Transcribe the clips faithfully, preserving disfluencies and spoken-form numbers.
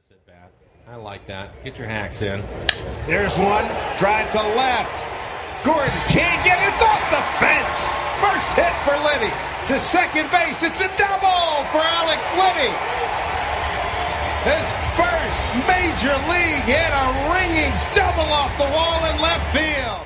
Sit back. I like that. Get your hacks in. There's one. Drive to left. Gordon can't get it. It's off the fence. First hit for Liddy. To second base. It's a double for Alex Liddy. His first major league hit, a ringing double off the wall in left field.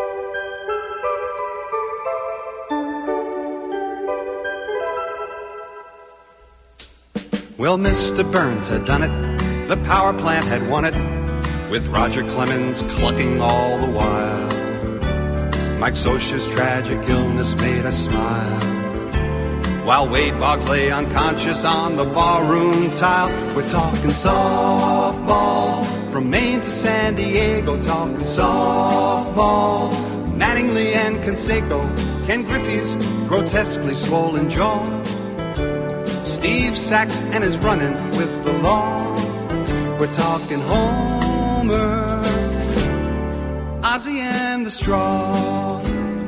Well, Mister Burns had done it. The power plant had won it, with Roger Clemens clucking all the while. Mike Scioscia's tragic illness made us smile, while Wade Boggs lay unconscious on the barroom tile. We're talking softball, from Maine to San Diego, talking softball. Mattingly and Canseco, Ken Griffey's grotesquely swollen jaw, Steve Sachs and his running with the law. We're talking Homer, Ozzie and the Straw.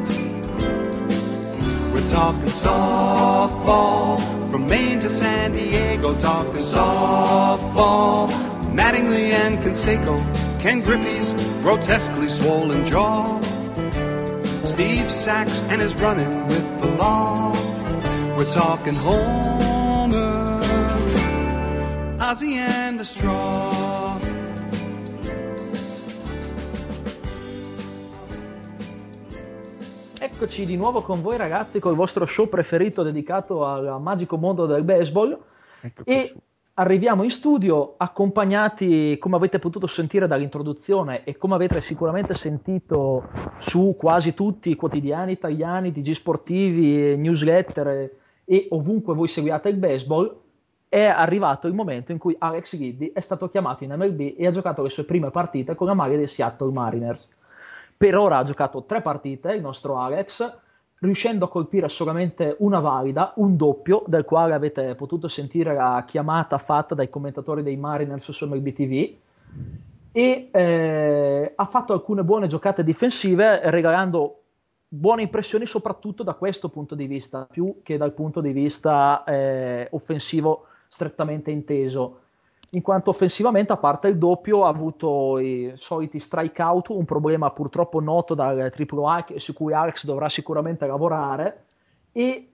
We're talking softball, from Maine to San Diego, talking softball. Mattingly and Canseco, Ken Griffey's grotesquely swollen jaw, Steve Sachs and his running with the law. We're talking Homer, Ozzie and the Straw. Eccoci di nuovo con voi ragazzi col vostro show preferito dedicato al magico mondo del baseball. Eccoci e su. Arriviamo in studio accompagnati, come avete potuto sentire dall'introduzione e come avete sicuramente sentito su quasi tutti i quotidiani italiani, T G sportivi, newsletter e ovunque voi seguiate il baseball, è arrivato il momento in cui Alex Giddy è stato chiamato in M L B e ha giocato le sue prime partite con la maglia dei Seattle Mariners. Per ora ha giocato tre partite il nostro Alex, riuscendo a colpire solamente una valida, un doppio, del quale avete potuto sentire la chiamata fatta dai commentatori dei Mariners su M L B T V, e eh, ha fatto alcune buone giocate difensive, regalando buone impressioni soprattutto da questo punto di vista, più che dal punto di vista eh, offensivo strettamente inteso, in quanto offensivamente, a parte il doppio, ha avuto i soliti strikeout, un problema purtroppo noto dal triplo A su cui Alex dovrà sicuramente lavorare, e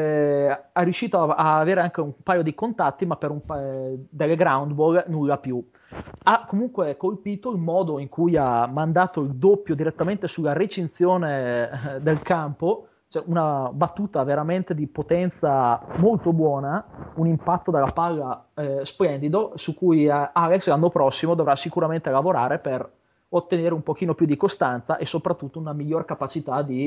eh, è riuscito a, a avere anche un paio di contatti, ma per un pa- delle ground ball nulla più. Ha comunque colpito il modo in cui ha mandato il doppio direttamente sulla recinzione eh, del campo, cioè una battuta veramente di potenza molto buona, un impatto della palla eh, splendido, su cui eh, Alex l'anno prossimo dovrà sicuramente lavorare per ottenere un pochino più di costanza e soprattutto una miglior capacità di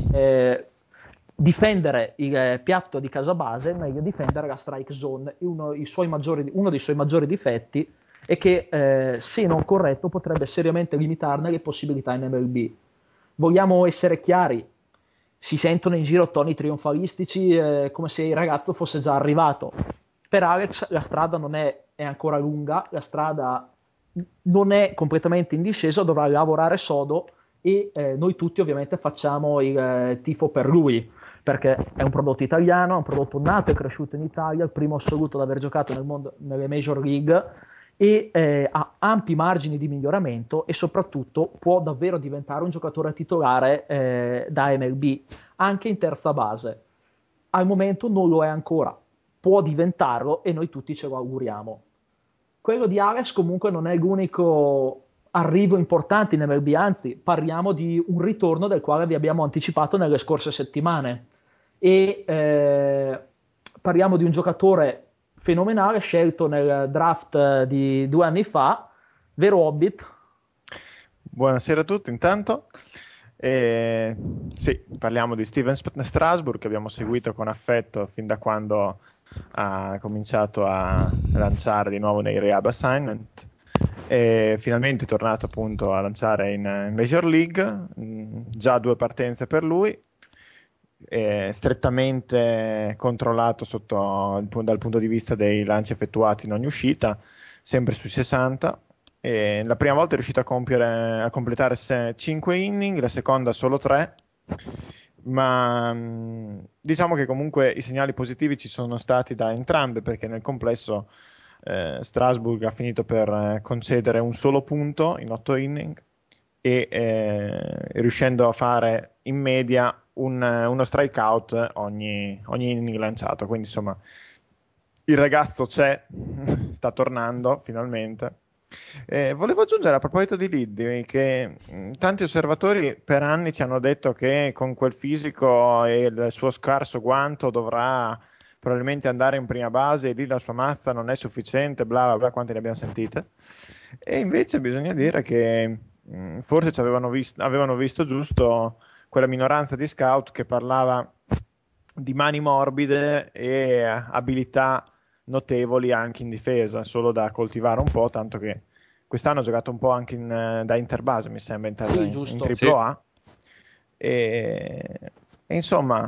eh, difendere il eh, piatto di casa base, meglio difendere la strike zone. Uno, i suoi maggiori, uno dei suoi maggiori difetti è che, eh, se non corretto, potrebbe seriamente limitarne le possibilità in M L B. Vogliamo essere chiari? Si sentono in giro toni trionfalistici, eh, come se il ragazzo fosse già arrivato. Per Alex la strada non è, è ancora lunga, la strada non è completamente in discesa, dovrà lavorare sodo, e eh, noi tutti ovviamente facciamo il eh, tifo per lui, perché è un prodotto italiano, è un prodotto nato e cresciuto in Italia, il primo assoluto ad aver giocato nel mondo, nelle Major League, e eh, ha ampi margini di miglioramento e soprattutto può davvero diventare un giocatore titolare eh, da M L B, anche in terza base. Al momento non lo è ancora, può diventarlo e noi tutti ce lo auguriamo. Quello di Alex comunque non è l'unico arrivo importante in M L B, anzi parliamo di un ritorno del quale vi abbiamo anticipato nelle scorse settimane, e eh, parliamo di un giocatore fenomenale scelto nel draft di due anni fa, vero Hobbit? Buonasera a tutti intanto. Eh, sì, parliamo di Steven Strasburg, che abbiamo seguito con affetto fin da quando ha cominciato a lanciare di nuovo nei rehab assignment, e finalmente è tornato appunto a lanciare in, in Major League, mh, già due partenze per lui, eh, strettamente controllato sotto, dal punto di vista dei lanci effettuati in ogni uscita, sempre su sessanta. E la prima volta è riuscito a compiere a completare cinque inning, la seconda solo tre, ma mh, diciamo che comunque i segnali positivi ci sono stati da entrambe, perché nel complesso eh, Strasburg ha finito per eh, concedere un solo punto in otto inning e eh, riuscendo a fare in media un, uno strikeout ogni, ogni inning lanciato. Quindi insomma il ragazzo c'è, sta tornando finalmente. Eh, volevo aggiungere a proposito di Liddy che mh, tanti osservatori per anni ci hanno detto che con quel fisico e il suo scarso guanto dovrà probabilmente andare in prima base e lì la sua mazza non è sufficiente, bla bla bla, quante ne abbiamo sentite. E invece bisogna dire che mh, forse ci avevano, vist- avevano visto giusto quella minoranza di scout che parlava di mani morbide e abilità notevoli anche in difesa, solo da coltivare un po', tanto che quest'anno ha giocato un po' anche in, da interbase, mi sembra, in, ter- Sì, in, giusto. in tripla A. E, e insomma,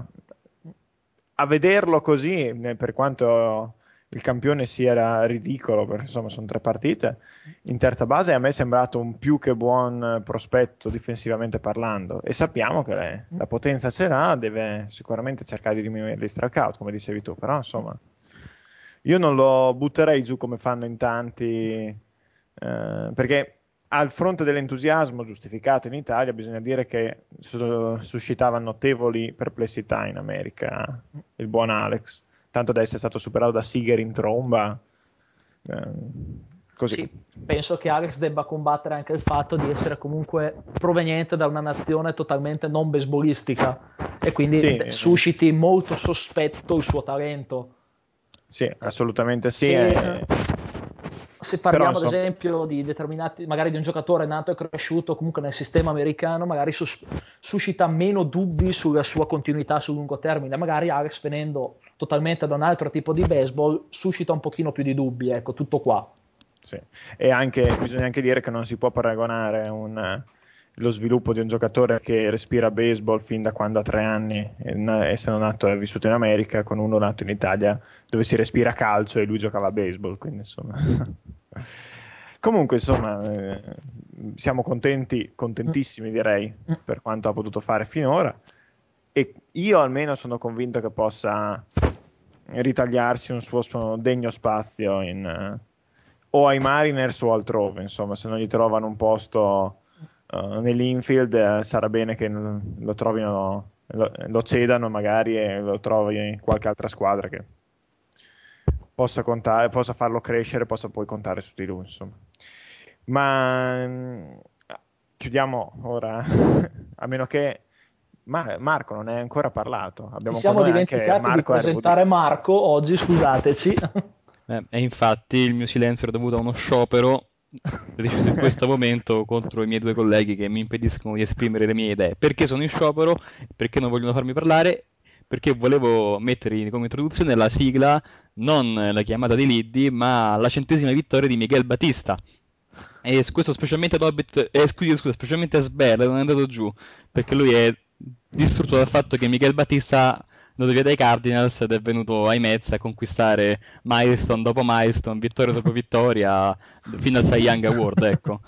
a vederlo così, per quanto il campione sia ridicolo, perché insomma sono tre partite, in terza base a me è sembrato un più che buon prospetto difensivamente parlando, e sappiamo che le, la potenza ce l'ha, deve sicuramente cercare di diminuire gli strikeout, come dicevi tu, però insomma io non lo butterei giù come fanno in tanti, eh, perché al fronte dell'entusiasmo giustificato in Italia bisogna dire che su- suscitava notevoli perplessità in America il buon Alex, tanto da essere stato superato da Seager in tromba, eh, così. Sì, penso che Alex debba combattere anche il fatto di essere comunque proveniente da una nazione totalmente non baseballistica e quindi Sì, d- susciti molto sospetto il suo talento. Sì, assolutamente sì. Se, eh. se parliamo Però, ad insomma, esempio di determinati, magari di un giocatore nato e cresciuto comunque nel sistema americano, magari sus- suscita meno dubbi sulla sua continuità sul lungo termine. Magari Alex, venendo totalmente da un altro tipo di baseball, suscita un pochino più di dubbi, ecco, tutto qua. sì. E anche, bisogna anche dire che non si può paragonare un, lo sviluppo di un giocatore che respira baseball fin da quando ha tre anni, essendo nato e vissuto in America, con uno nato in Italia dove si respira calcio e lui giocava a baseball, quindi insomma comunque insomma eh, siamo contenti, contentissimi direi per quanto ha potuto fare finora, e io almeno sono convinto che possa ritagliarsi un suo degno spazio in, o ai Mariners o altrove, insomma se non gli trovano un posto Uh, nell'infield, eh, sarà bene che lo trovino, lo, lo cedano magari e lo trovi in qualche altra squadra che possa contare, possa farlo crescere, possa poi contare su di lui, insomma. Ma mh, chiudiamo ora a meno che Mar- Marco non è ancora parlato. Abbiamo Ci siamo con noi anche dimenticati Marco di presentare Erudi. Marco oggi, scusateci. Eh, e infatti il mio silenzio era dovuto a uno sciopero deciso in questo momento contro i miei due colleghi che mi impediscono di esprimere le mie idee. Perché sono in sciopero? Perché non vogliono farmi parlare? Perché volevo mettere come introduzione la sigla, non la chiamata di Liddy, ma la centesima vittoria di Miguel Batista. E questo specialmente ad Hobbit, eh, scusi, scusa, specialmente a Sber non è andato giù, perché lui è distrutto dal fatto che Miguel Batista andato via dai Cardinals ed è venuto ai Mets a conquistare milestone dopo milestone, vittoria dopo vittoria, fino al Cy Young Award, ecco.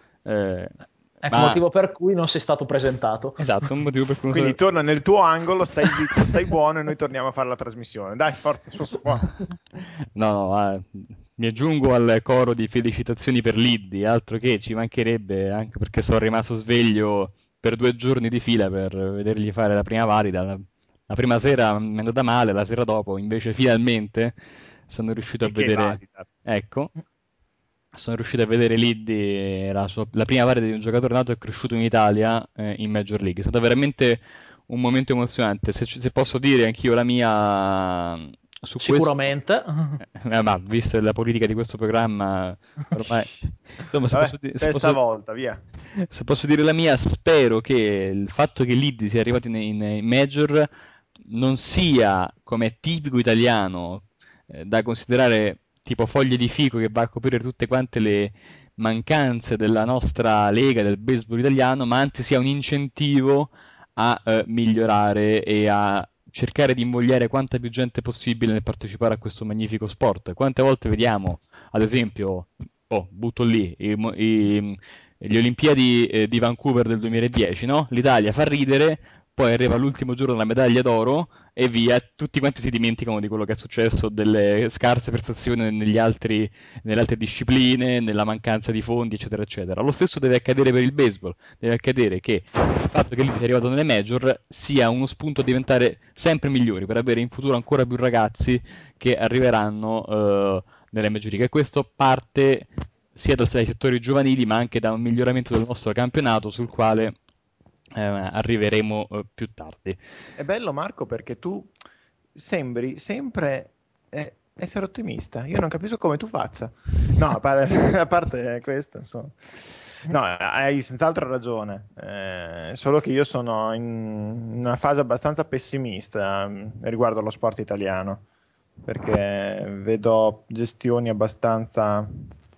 Eh, ecco ma... il motivo per cui non sei stato presentato. Esatto, un motivo per cui... Quindi so... torna nel tuo angolo, stai zitto, stai buono e noi torniamo a fare la trasmissione. Dai, forza, su, su qua. No, no, eh, mi aggiungo al coro di felicitazioni per Liddy, altro che ci mancherebbe, anche perché sono rimasto sveglio per due giorni di fila per vedergli fare la prima valida. La... La prima sera mi è andata male, la sera dopo invece finalmente sono riuscito a vedere, ecco, sono riuscito a vedere Liddy, la, sua, la prima valida di un giocatore nato e cresciuto in Italia eh, in Major League. È stato veramente un momento emozionante. Se, se posso dire anch'io la mia su sicuramente questo, eh, ma visto la politica di questo programma ormai insomma, se Vabbè, posso, dire, se posso, volta via se posso dire la mia, spero che il fatto che Liddy sia arrivato in, in, in Major non sia, come è tipico italiano, eh, da considerare tipo foglie di fico che va a coprire tutte quante le mancanze della nostra lega, del baseball italiano, ma anzi sia un incentivo a eh, migliorare e a cercare di invogliare quanta più gente possibile nel partecipare a questo magnifico sport. Quante volte vediamo, ad esempio, oh, butto lì, i, i, le Olimpiadi eh, di Vancouver del duemiladieci, no? L'Italia fa ridere, poi arriva l'ultimo giorno della medaglia d'oro e via, tutti quanti si dimenticano di quello che è successo, delle scarse prestazioni negli altri, nelle altre discipline, nella mancanza di fondi, eccetera, eccetera. Lo stesso deve accadere per il baseball, deve accadere che il fatto che lui sia arrivato nelle major sia uno spunto a diventare sempre migliori, per avere in futuro ancora più ragazzi che arriveranno eh, nelle major league. E questo parte sia dai settori giovanili, ma anche da un miglioramento del nostro campionato, sul quale eh, arriveremo eh, più tardi. È bello, Marco, perché tu sembri sempre eh, essere ottimista. Io non capisco come tu faccia. No, a parte, a parte questo, insomma. No, hai senz'altro ragione. Eh, solo che io sono in una fase abbastanza pessimista eh, riguardo allo sport italiano, perché vedo gestioni abbastanza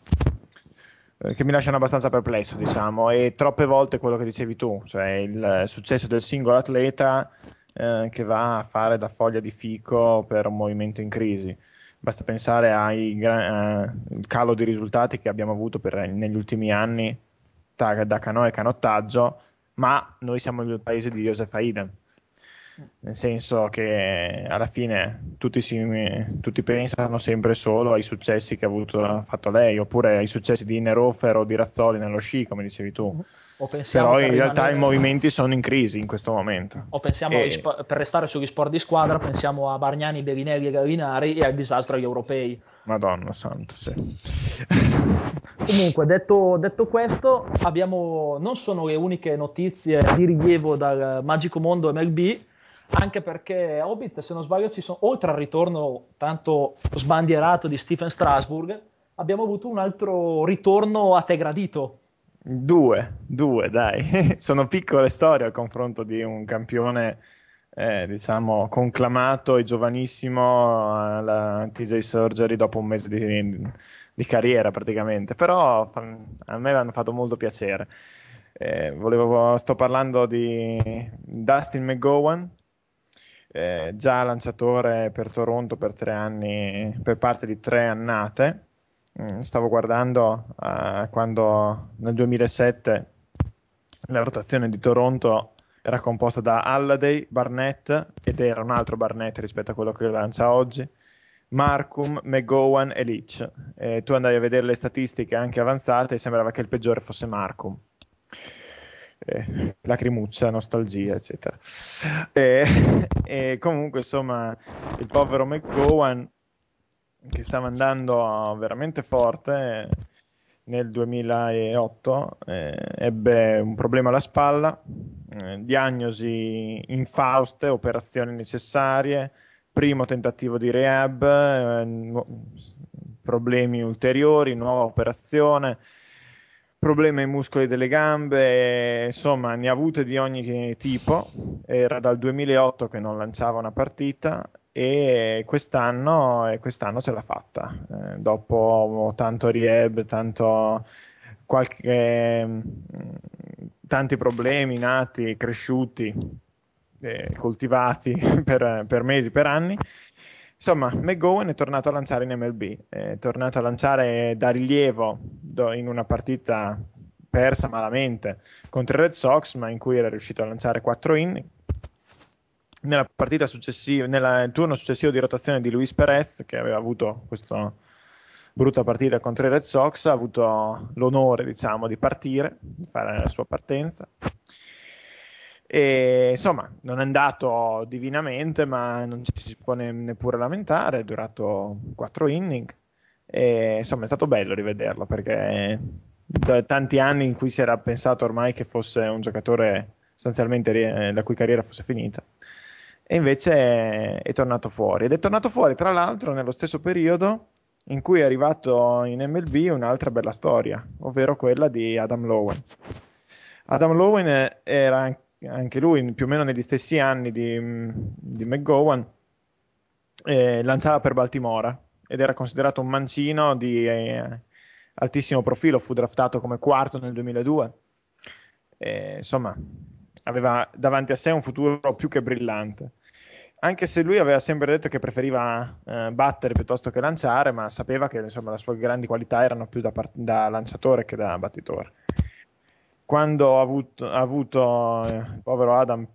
che mi lasciano abbastanza perplesso, diciamo, e troppe volte quello che dicevi tu, cioè il successo del singolo atleta eh, che va a fare da foglia di fico per un movimento in crisi. Basta pensare ai eh, calo di risultati che abbiamo avuto per, negli ultimi anni da, da canoa e canottaggio, ma noi siamo il paese di Joseph Haydn, nel senso che alla fine tutti, si, tutti pensano sempre solo ai successi che ha avuto, fatto lei, oppure ai successi di Nerofer o di Razzoli nello sci, come dicevi tu. O pensiamo però in per realtà rimanere... i movimenti sono in crisi in questo momento. O pensiamo, e... agli spo- per restare sugli sport di squadra, pensiamo a Bargnani, Bellinelli e Gallinari e al disastro agli europei. Madonna santa, sì. Comunque, detto, detto questo, abbiamo non sono le uniche notizie di rilievo dal magico mondo M L B, anche perché Hobbit, se non sbaglio, ci sono, oltre al ritorno tanto sbandierato di Stephen Strasburg, abbiamo avuto un altro ritorno a te gradito. Due, due, dai. Sono piccole storie al confronto di un campione, eh, diciamo, conclamato e giovanissimo alla T J Surgery dopo un mese di, di carriera praticamente, però a me hanno fatto molto piacere. Eh, volevo, sto parlando di Dustin McGowan, Eh, già lanciatore per Toronto per tre anni, per parte di tre annate. Mm, stavo guardando uh, quando nel duemilasette la rotazione di Toronto era composta da Halladay, Barnett, ed era un altro Barnett rispetto a quello che lancia oggi, Marcum, McGowan e Leach. Eh, tu andavi a vedere le statistiche anche avanzate e sembrava che il peggiore fosse Marcum. Eh, lacrimuccia, nostalgia, eccetera. E, e comunque, insomma, il povero McGowan, che stava andando veramente forte, nel duemilaotto eh, ebbe un problema alla spalla, eh, diagnosi infauste, operazioni necessarie, primo tentativo di rehab, eh, nu- problemi ulteriori, nuova operazione, problemi ai muscoli delle gambe, insomma ne ha avute di ogni tipo. Era dal duemilaotto che non lanciava una partita e quest'anno, e quest'anno ce l'ha fatta, eh, dopo tanto rehab, tanto qualche, tanti problemi nati, cresciuti, eh, coltivati per, per mesi, per anni. Insomma, McGowan è tornato a lanciare in M L B, è tornato a lanciare da rilievo do, in una partita persa malamente contro i Red Sox, ma in cui era riuscito a lanciare quattro inning. Nella partita successiva, nel turno successivo di rotazione di Luis Perez, che aveva avuto questa brutta partita contro i Red Sox, ha avuto l'onore, diciamo, di partire, di fare la sua partenza. E insomma non è andato divinamente, ma non ci si può ne- neppure lamentare, è durato quattro inning e insomma è stato bello rivederlo, perché da tanti anni in cui si era pensato ormai che fosse un giocatore sostanzialmente eh, la cui carriera fosse finita, e invece è, è tornato fuori ed è tornato fuori tra l'altro nello stesso periodo in cui è arrivato in M L B un'altra bella storia, ovvero quella di Adam Lowen. Adam Lowen era anche lui più o meno negli stessi anni di, di McGowan, eh, lanciava per Baltimora ed era considerato un mancino di eh, altissimo profilo, fu draftato come quarto nel duemiladue, eh, insomma aveva davanti a sé un futuro più che brillante, anche se lui aveva sempre detto che preferiva eh, battere piuttosto che lanciare, ma sapeva che insomma le sue grandi qualità erano più da, part- da lanciatore che da battitore. Quando ha avuto, ha avuto eh, il povero Adam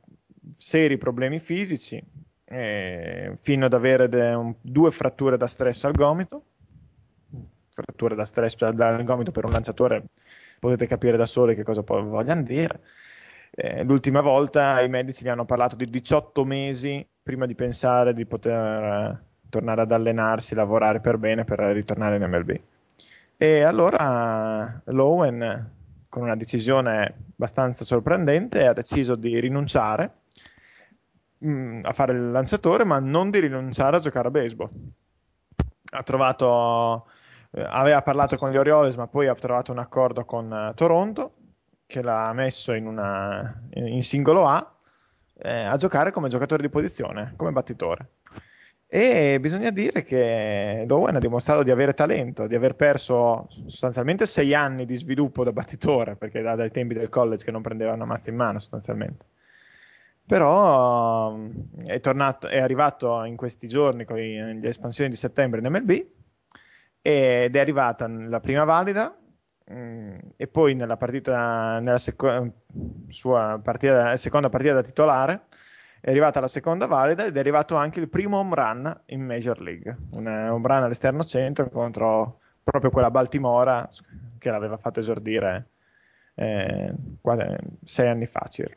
seri problemi fisici, eh, fino ad avere de- un, due fratture da stress al gomito. Fratture da stress dal gomito per un lanciatore, potete capire da soli che cosa poi vogliano dire. Eh, l'ultima volta i medici gli hanno parlato di diciotto mesi prima di pensare di poter eh, tornare ad allenarsi, lavorare per bene per ritornare in M L B. E allora l'Owen, con una decisione abbastanza sorprendente, ha deciso di rinunciare mh, a fare il lanciatore, ma non di rinunciare a giocare a baseball. Ha trovato, eh, aveva parlato con gli Orioles, ma poi ha trovato un accordo con uh, Toronto, che l'ha messo in, una, in singolo A, eh, a giocare come giocatore di posizione, come battitore. E bisogna dire che Lowen ha dimostrato di avere talento, di aver perso sostanzialmente sei anni di sviluppo da battitore, perché da, dai tempi del college che non prendeva una mazza in mano sostanzialmente. Però è tornato, è arrivato in questi giorni con le espansioni di settembre in M L B ed è arrivata la prima valida mh, e poi nella partita, nella seco- sua partita, seconda partita da titolare è arrivata la seconda valida ed è arrivato anche il primo home run in Major League, un home run all'esterno centro contro proprio quella Baltimora che l'aveva fatto esordire eh, quasi, sei anni fa circa.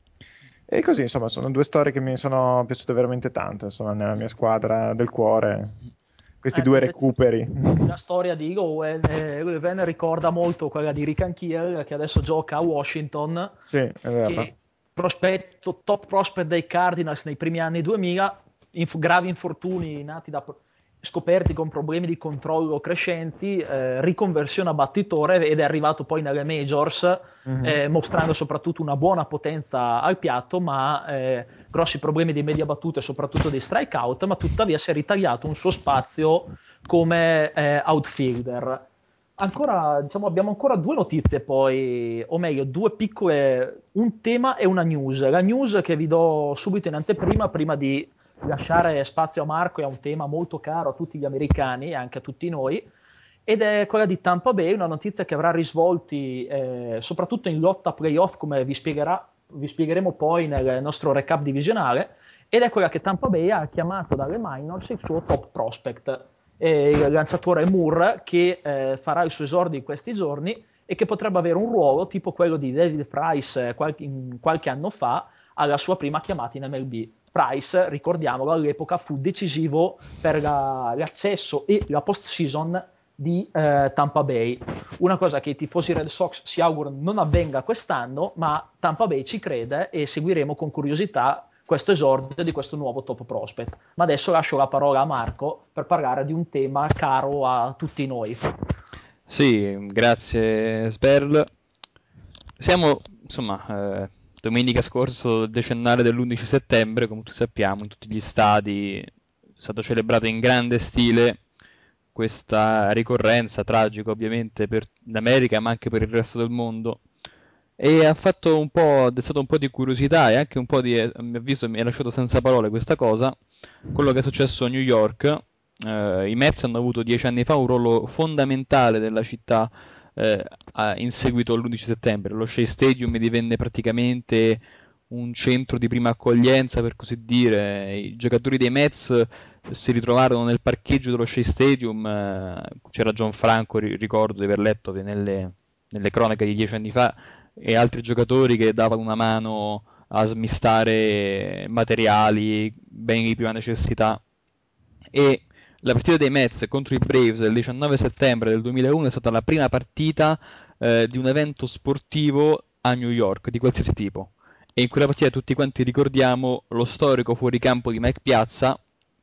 E così, insomma, sono due storie che mi sono piaciute veramente tanto, insomma, nella mia squadra del cuore, questi eh, due recuperi. La storia di Owen, eh, ricorda molto quella di Rick Ankiel, che adesso gioca a Washington. Sì, è vero. Che prospetto, top prospect dei Cardinals nei primi anni duemila, inf- gravi infortuni nati da scoperti con problemi di controllo crescenti, eh, riconversione a battitore ed è arrivato poi nelle majors, mm-hmm. eh, mostrando soprattutto una buona potenza al piatto, ma eh, grossi problemi di media battute e soprattutto di strikeout, ma tuttavia si è ritagliato un suo spazio come eh, outfielder. Ancora, diciamo, abbiamo ancora due notizie poi, o meglio, due piccole, un tema e una news. La news che vi do subito in anteprima, prima di lasciare spazio a Marco, è un tema molto caro a tutti gli americani e anche a tutti noi, ed è quella di Tampa Bay, una notizia che avrà risvolti eh, soprattutto in lotta playoff, come vi, spiegherà, vi spiegheremo poi nel nostro recap divisionale, ed è quella che Tampa Bay ha chiamato dalle minors il suo top prospect, eh, il lanciatore Moore, che eh, farà il suo esordio in questi giorni e che potrebbe avere un ruolo tipo quello di David Price eh, qualche, in, qualche anno fa alla sua prima chiamata in M L B. Price, ricordiamolo, all'epoca fu decisivo per la, l'accesso e la post-season di eh, Tampa Bay. Una cosa che i tifosi Red Sox si augurano non avvenga quest'anno, ma Tampa Bay ci crede e seguiremo con curiosità questo esordio di questo nuovo top prospect. Ma adesso lascio la parola a Marco per parlare di un tema caro a tutti noi. Sì, grazie Sperl. Siamo, insomma... Eh... Domenica scorso, decennale dell'undici settembre, come tutti sappiamo, in tutti gli stadi è stato celebrato in grande stile questa ricorrenza, tragica ovviamente per l'America, ma anche per il resto del mondo. E ha fatto un po', ha destato un po' di curiosità e anche un po' di, a mio avviso, mi ha lasciato senza parole questa cosa, quello che è successo a New York. Eh, i Mets hanno avuto dieci anni fa un ruolo fondamentale nella città, Eh, in seguito all'undici settembre. Lo Shea Stadium divenne praticamente un centro di prima accoglienza, per così dire. I giocatori dei Mets si ritrovarono nel parcheggio dello Shea Stadium, eh, c'era Gianfranco, ricordo di aver letto nelle, nelle cronache di dieci anni fa, e altri giocatori che davano una mano a smistare materiali, beni di prima necessità. E la partita dei Mets contro i Braves del diciannove settembre del duemilauno è stata la prima partita eh, di un evento sportivo a New York, di qualsiasi tipo. E in quella partita tutti quanti ricordiamo lo storico fuoricampo di Mike Piazza,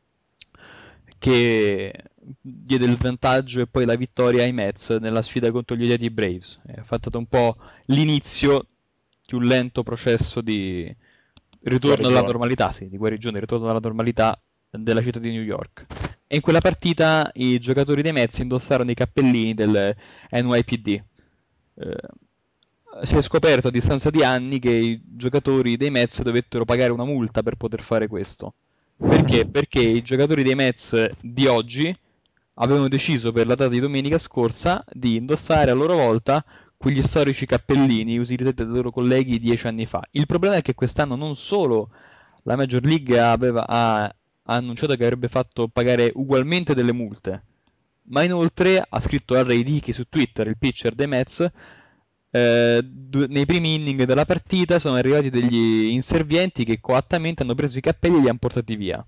che diede il vantaggio e poi la vittoria ai Mets nella sfida contro gli odiati Braves. È stato un po' l'inizio di un lento processo di ritorno alla normalità, sì, di guarigione, ritorno alla normalità della città di New York. E in quella partita i giocatori dei Mets indossarono i cappellini del N Y P D. Eh, si è scoperto a distanza di anni che i giocatori dei Mets dovettero pagare una multa per poter fare questo. Perché? Perché i giocatori dei Mets di oggi avevano deciso per la data di domenica scorsa di indossare a loro volta quegli storici cappellini utilizzati dai loro colleghi dieci anni fa. Il problema è che quest'anno non solo la Major League aveva, ha, ha annunciato che avrebbe fatto pagare ugualmente delle multe, ma inoltre ha scritto a Ray Dickey su Twitter, il pitcher dei Mets, eh, du- nei primi inning della partita sono arrivati degli inservienti che coattamente hanno preso i cappelli e li hanno portati via.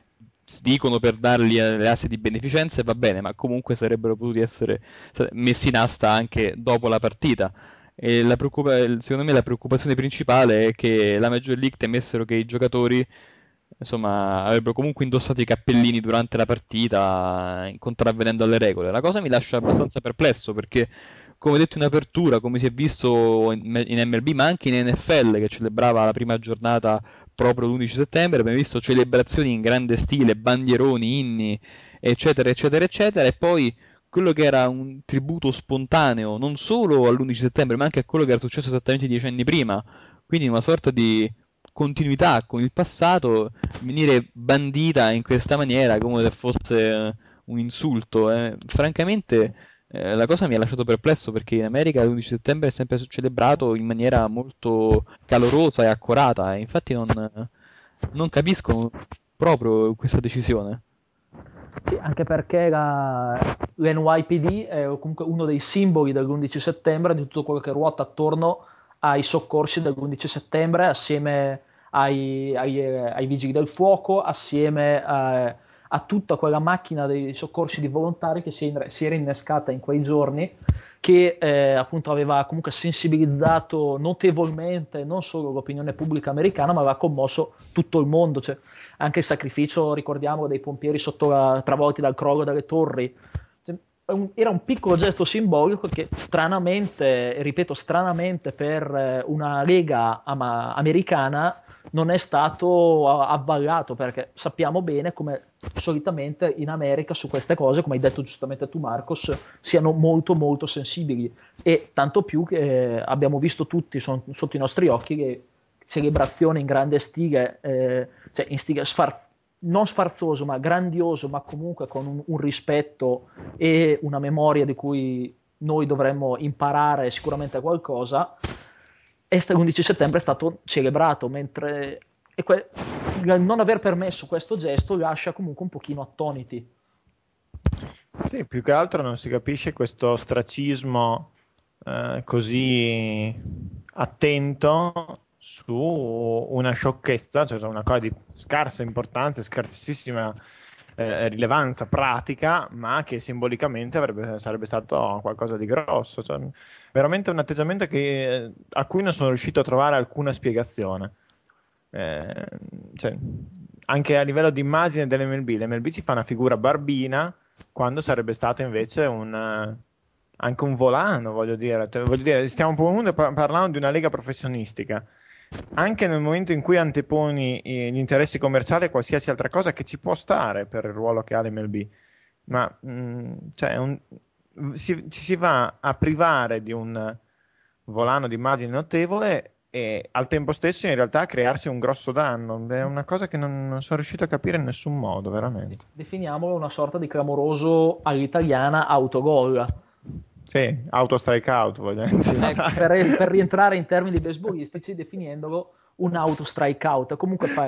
Dicono per dargli le asse di beneficenza e va bene, ma comunque sarebbero potuti essere messi in asta anche dopo la partita. E la preoccupa- secondo me la preoccupazione principale è che la Major League temessero che i giocatori, insomma, avrebbero comunque indossato i cappellini durante la partita, contravvenendo alle regole. La cosa mi lascia abbastanza perplesso perché, come detto in apertura, come si è visto in, in M L B ma anche in N F L, che celebrava la prima giornata proprio l'undici settembre, abbiamo visto celebrazioni in grande stile, bandieroni, inni, eccetera, eccetera, eccetera, e poi quello che era un tributo spontaneo non solo all'undici settembre, ma anche a quello che era successo esattamente dieci anni prima, quindi una sorta di continuità con il passato, venire bandita in questa maniera come se fosse un insulto, eh. Francamente eh, la cosa mi ha lasciato perplesso perché in America l'undici settembre è sempre celebrato in maniera molto calorosa e accurata, e infatti non, non capisco proprio questa decisione. Sì, anche perché la, l'N Y P D è comunque uno dei simboli dell'undici settembre, di tutto quello che ruota attorno ai soccorsi dell'undici settembre, assieme ai, ai, ai vigili del fuoco, assieme a, a tutta quella macchina dei soccorsi di volontari che si, è, si era innescata in quei giorni, che eh, appunto aveva comunque sensibilizzato notevolmente non solo l'opinione pubblica americana, ma aveva commosso tutto il mondo. Cioè, anche il sacrificio, ricordiamo, dei pompieri sotto la, travolti dal crollo delle torri. Cioè, un, era un piccolo gesto simbolico che stranamente, ripeto, stranamente per una lega ama, americana non è stato avvallato, perché sappiamo bene come solitamente in America su queste cose, come hai detto giustamente tu Marcos, siano molto molto sensibili, e tanto più che eh, abbiamo visto tutti son, sotto i nostri occhi che celebrazione in grande stile, eh, cioè in stile sfar- non sfarzoso ma grandioso, ma comunque con un, un rispetto e una memoria di cui noi dovremmo imparare sicuramente qualcosa. E l'undici settembre è stato celebrato, mentre e que- non aver permesso questo gesto lascia comunque un pochino attoniti. Sì, più che altro non si capisce questo ostracismo eh, così attento su una sciocchezza, cioè una cosa di scarsa importanza, scarsissima eh, rilevanza pratica, ma che simbolicamente avrebbe, sarebbe stato qualcosa di grosso. Cioè, veramente un atteggiamento che, a cui non sono riuscito a trovare alcuna spiegazione. Eh, cioè, anche a livello di immagine dell'M L B, l'M L B ci fa una figura barbina quando sarebbe stato invece un anche un volano, voglio dire. Cioè, voglio dire, stiamo comunque parlando di una lega professionistica. Anche nel momento in cui anteponi gli interessi commerciali a qualsiasi altra cosa, che ci può stare per il ruolo che ha l'M L B, ma mh, cioè un, si, ci si va a privare di un volano di immagine notevole e al tempo stesso in realtà crearsi un grosso danno. È una cosa che non, non sono riuscito a capire in nessun modo, veramente. Definiamolo una sorta di clamoroso all'italiana autogol. Sì, auto strike out, voglio dire. Ecco, per, per rientrare in termini basebalistici, definiendolo un auto strike out. Comunque, fa,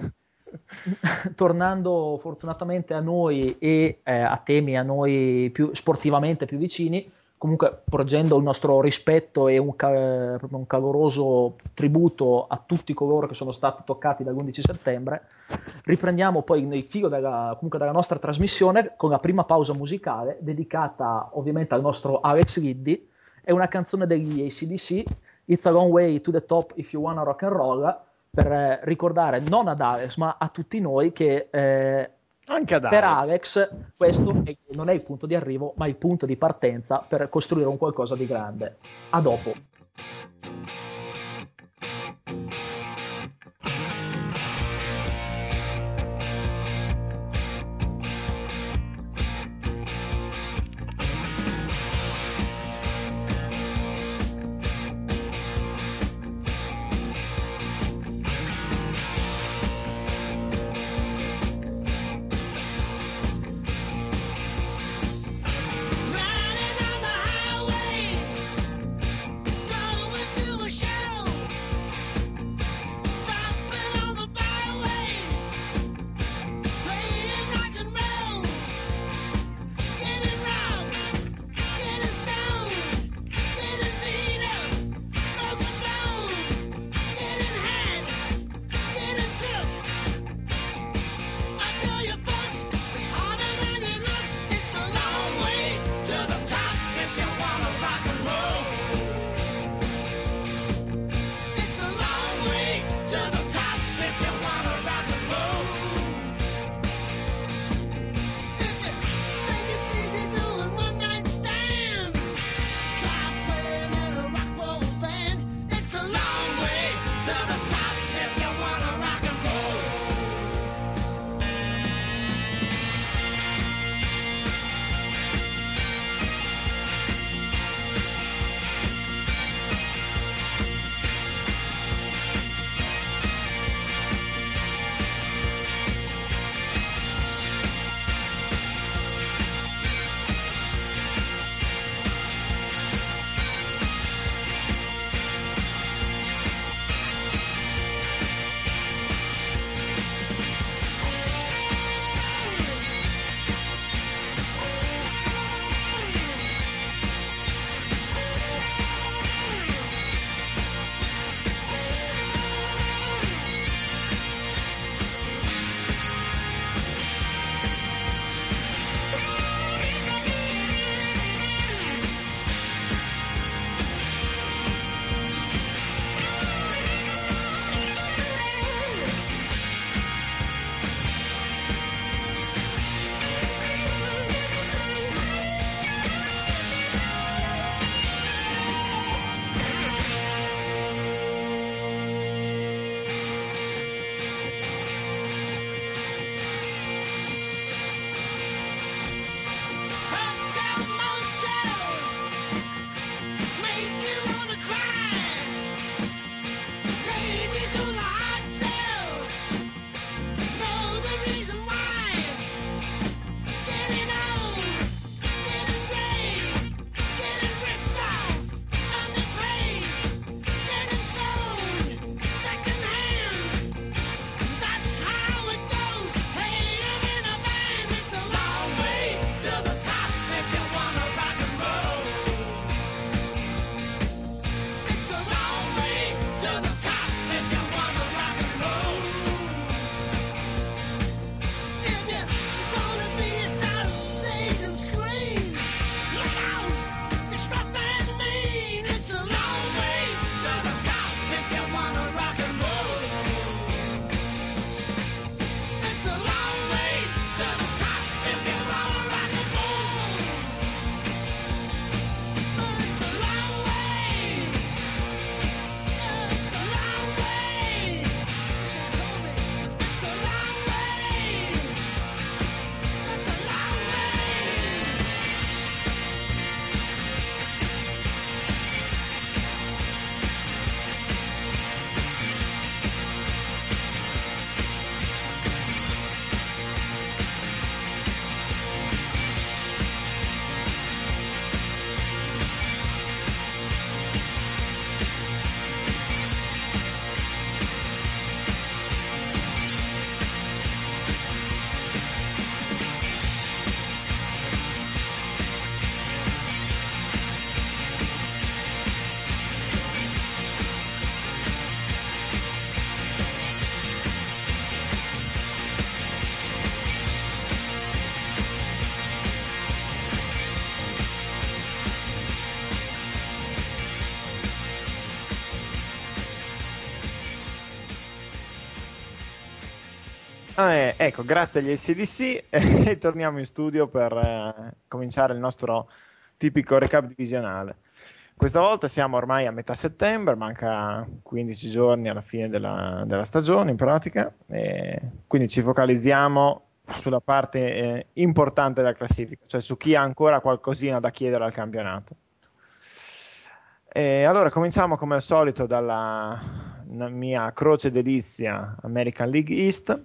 tornando fortunatamente a noi e eh, a temi a noi più sportivamente più vicini, comunque porgendo il nostro rispetto e un, ca- un caloroso tributo a tutti coloro che sono stati toccati dall'undici settembre, riprendiamo poi nel filo della, comunque della nostra trasmissione con la prima pausa musicale dedicata ovviamente al nostro Alex Liddy. È una canzone degli A C D C, It's a Long Way to the Top If You Wanna Rock and Roll, per eh, ricordare non ad Alex ma a tutti noi che eh, anche ad per Alex. Alex questo è, non è il punto di arrivo ma il punto di partenza per costruire un qualcosa di grande. A dopo. Riding on the highway, Ah, eh, ecco, grazie agli A C D C e torniamo in studio per eh, cominciare il nostro tipico recap divisionale. Questa volta siamo ormai a metà settembre, manca quindici giorni alla fine della, della stagione in pratica, e quindi ci focalizziamo sulla parte eh, importante della classifica, cioè su chi ha ancora qualcosina da chiedere al campionato. E allora cominciamo come al solito dalla mia croce delizia American League East,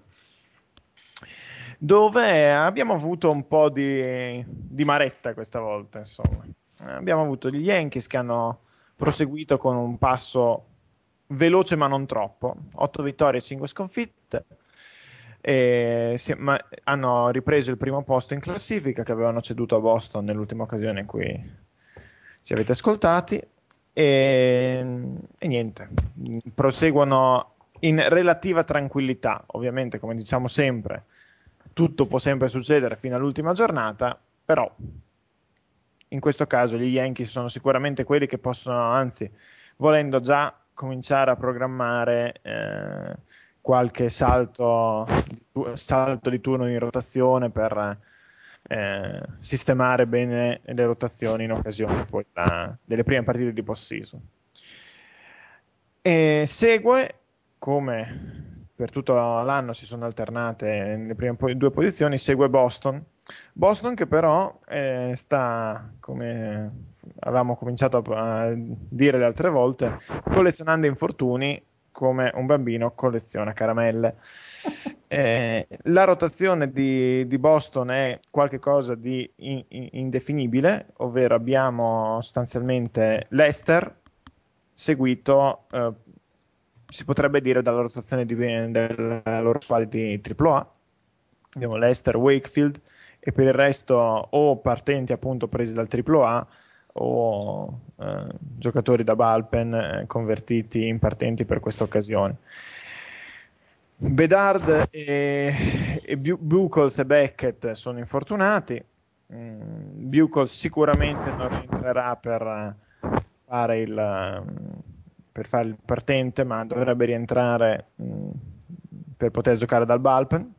dove abbiamo avuto un po' di, di maretta questa volta, insomma. Abbiamo avuto gli Yankees che hanno proseguito con un passo veloce ma non troppo, otto vittorie e cinque sconfitte, e si, ma, hanno ripreso il primo posto in classifica che avevano ceduto a Boston nell'ultima occasione in cui ci avete ascoltati, e, e niente, proseguono in relativa tranquillità. Ovviamente, come diciamo sempre, tutto può sempre succedere fino all'ultima giornata, però in questo caso gli Yankees sono sicuramente quelli che possono, anzi, volendo già cominciare a programmare eh, qualche salto, salto di turno in rotazione per eh, sistemare bene le rotazioni in occasione poi da, delle prime partite di post-season. E segue, come per tutto l'anno si sono alternate nelle prime po- due posizioni, segue Boston. Boston che però eh, sta, come avevamo cominciato a, a dire le altre volte, collezionando infortuni come un bambino colleziona caramelle. Eh, la rotazione di, di Boston è qualcosa di in, in, indefinibile, ovvero abbiamo sostanzialmente Lester seguito, eh, si potrebbe dire, dalla rotazione di, della loro squadra di tripla A. Abbiamo Lester, Wakefield, e per il resto o partenti appunto presi dal tripla A o eh, giocatori da bullpen eh, convertiti in partenti per questa occasione. Bedard e, e Buchholz e Beckett sono infortunati. mm, Buchholz sicuramente non rientrerà per fare il per fare il partente, ma dovrebbe rientrare mh, per poter giocare dal bullpen.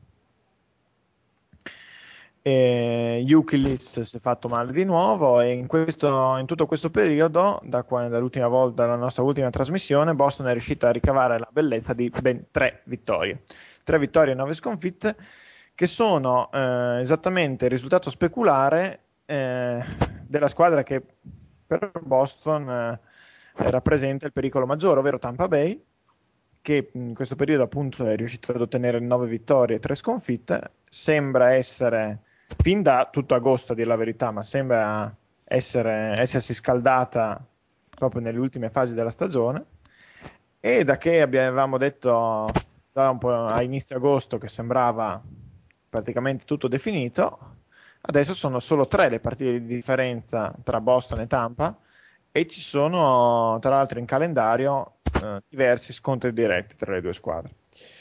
E Youkilis si è fatto male di nuovo, e in, questo, in tutto questo periodo, da quando, dall'ultima volta, dalla nostra ultima trasmissione, Boston è riuscita a ricavare la bellezza di ben tre vittorie. Tre vittorie e nove sconfitte, che sono eh, esattamente il risultato speculare eh, della squadra che per Boston eh, rappresenta il pericolo maggiore, ovvero Tampa Bay, che in questo periodo appunto è riuscito ad ottenere nove vittorie e tre sconfitte. Sembra essere, fin da tutto agosto a dire la verità, ma sembra essere, essersi scaldata proprio nelle ultime fasi della stagione, e da che avevamo detto da un po' a inizio agosto che sembrava praticamente tutto definito, adesso sono solo tre le partite di differenza tra Boston e Tampa, e ci sono tra l'altro in calendario eh, diversi scontri diretti tra le due squadre.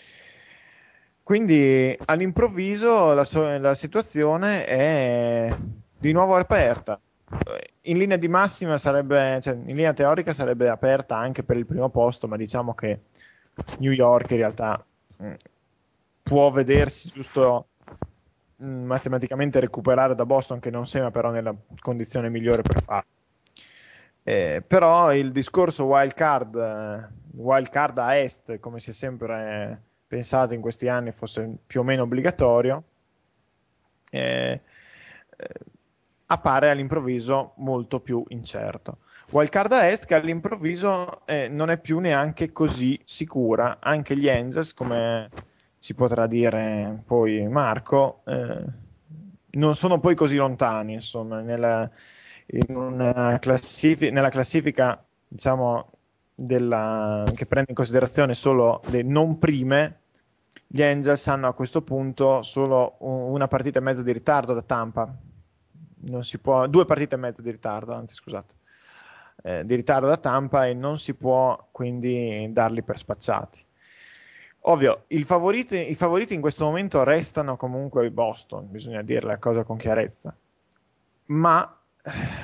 Quindi all'improvviso la, so- la situazione è di nuovo aperta. In linea di massima sarebbe, cioè in linea teorica sarebbe aperta anche per il primo posto, ma diciamo che New York in realtà mh, può vedersi giusto mh, matematicamente recuperare da Boston, che non sembra però nella condizione migliore per farlo. Eh, però il discorso wild card, eh, wild card a est, come si è sempre eh, pensato in questi anni fosse più o meno obbligatorio, eh, eh, appare all'improvviso molto più incerto. Wild card a est che all'improvviso eh, non è più neanche così sicura. Anche gli Angels, come si potrà dire poi Marco, eh, non sono poi così lontani, insomma, nella in una classifica, nella classifica diciamo della, che prende in considerazione solo le non prime, gli Angels hanno a questo punto solo una partita e mezza di ritardo da Tampa, non si può, due partite e mezza di ritardo, anzi scusate, eh, di ritardo da Tampa, e non si può quindi darli per spacciati. Ovvio, il favoriti, i favoriti in questo momento restano comunque i Boston, bisogna dire la cosa con chiarezza, ma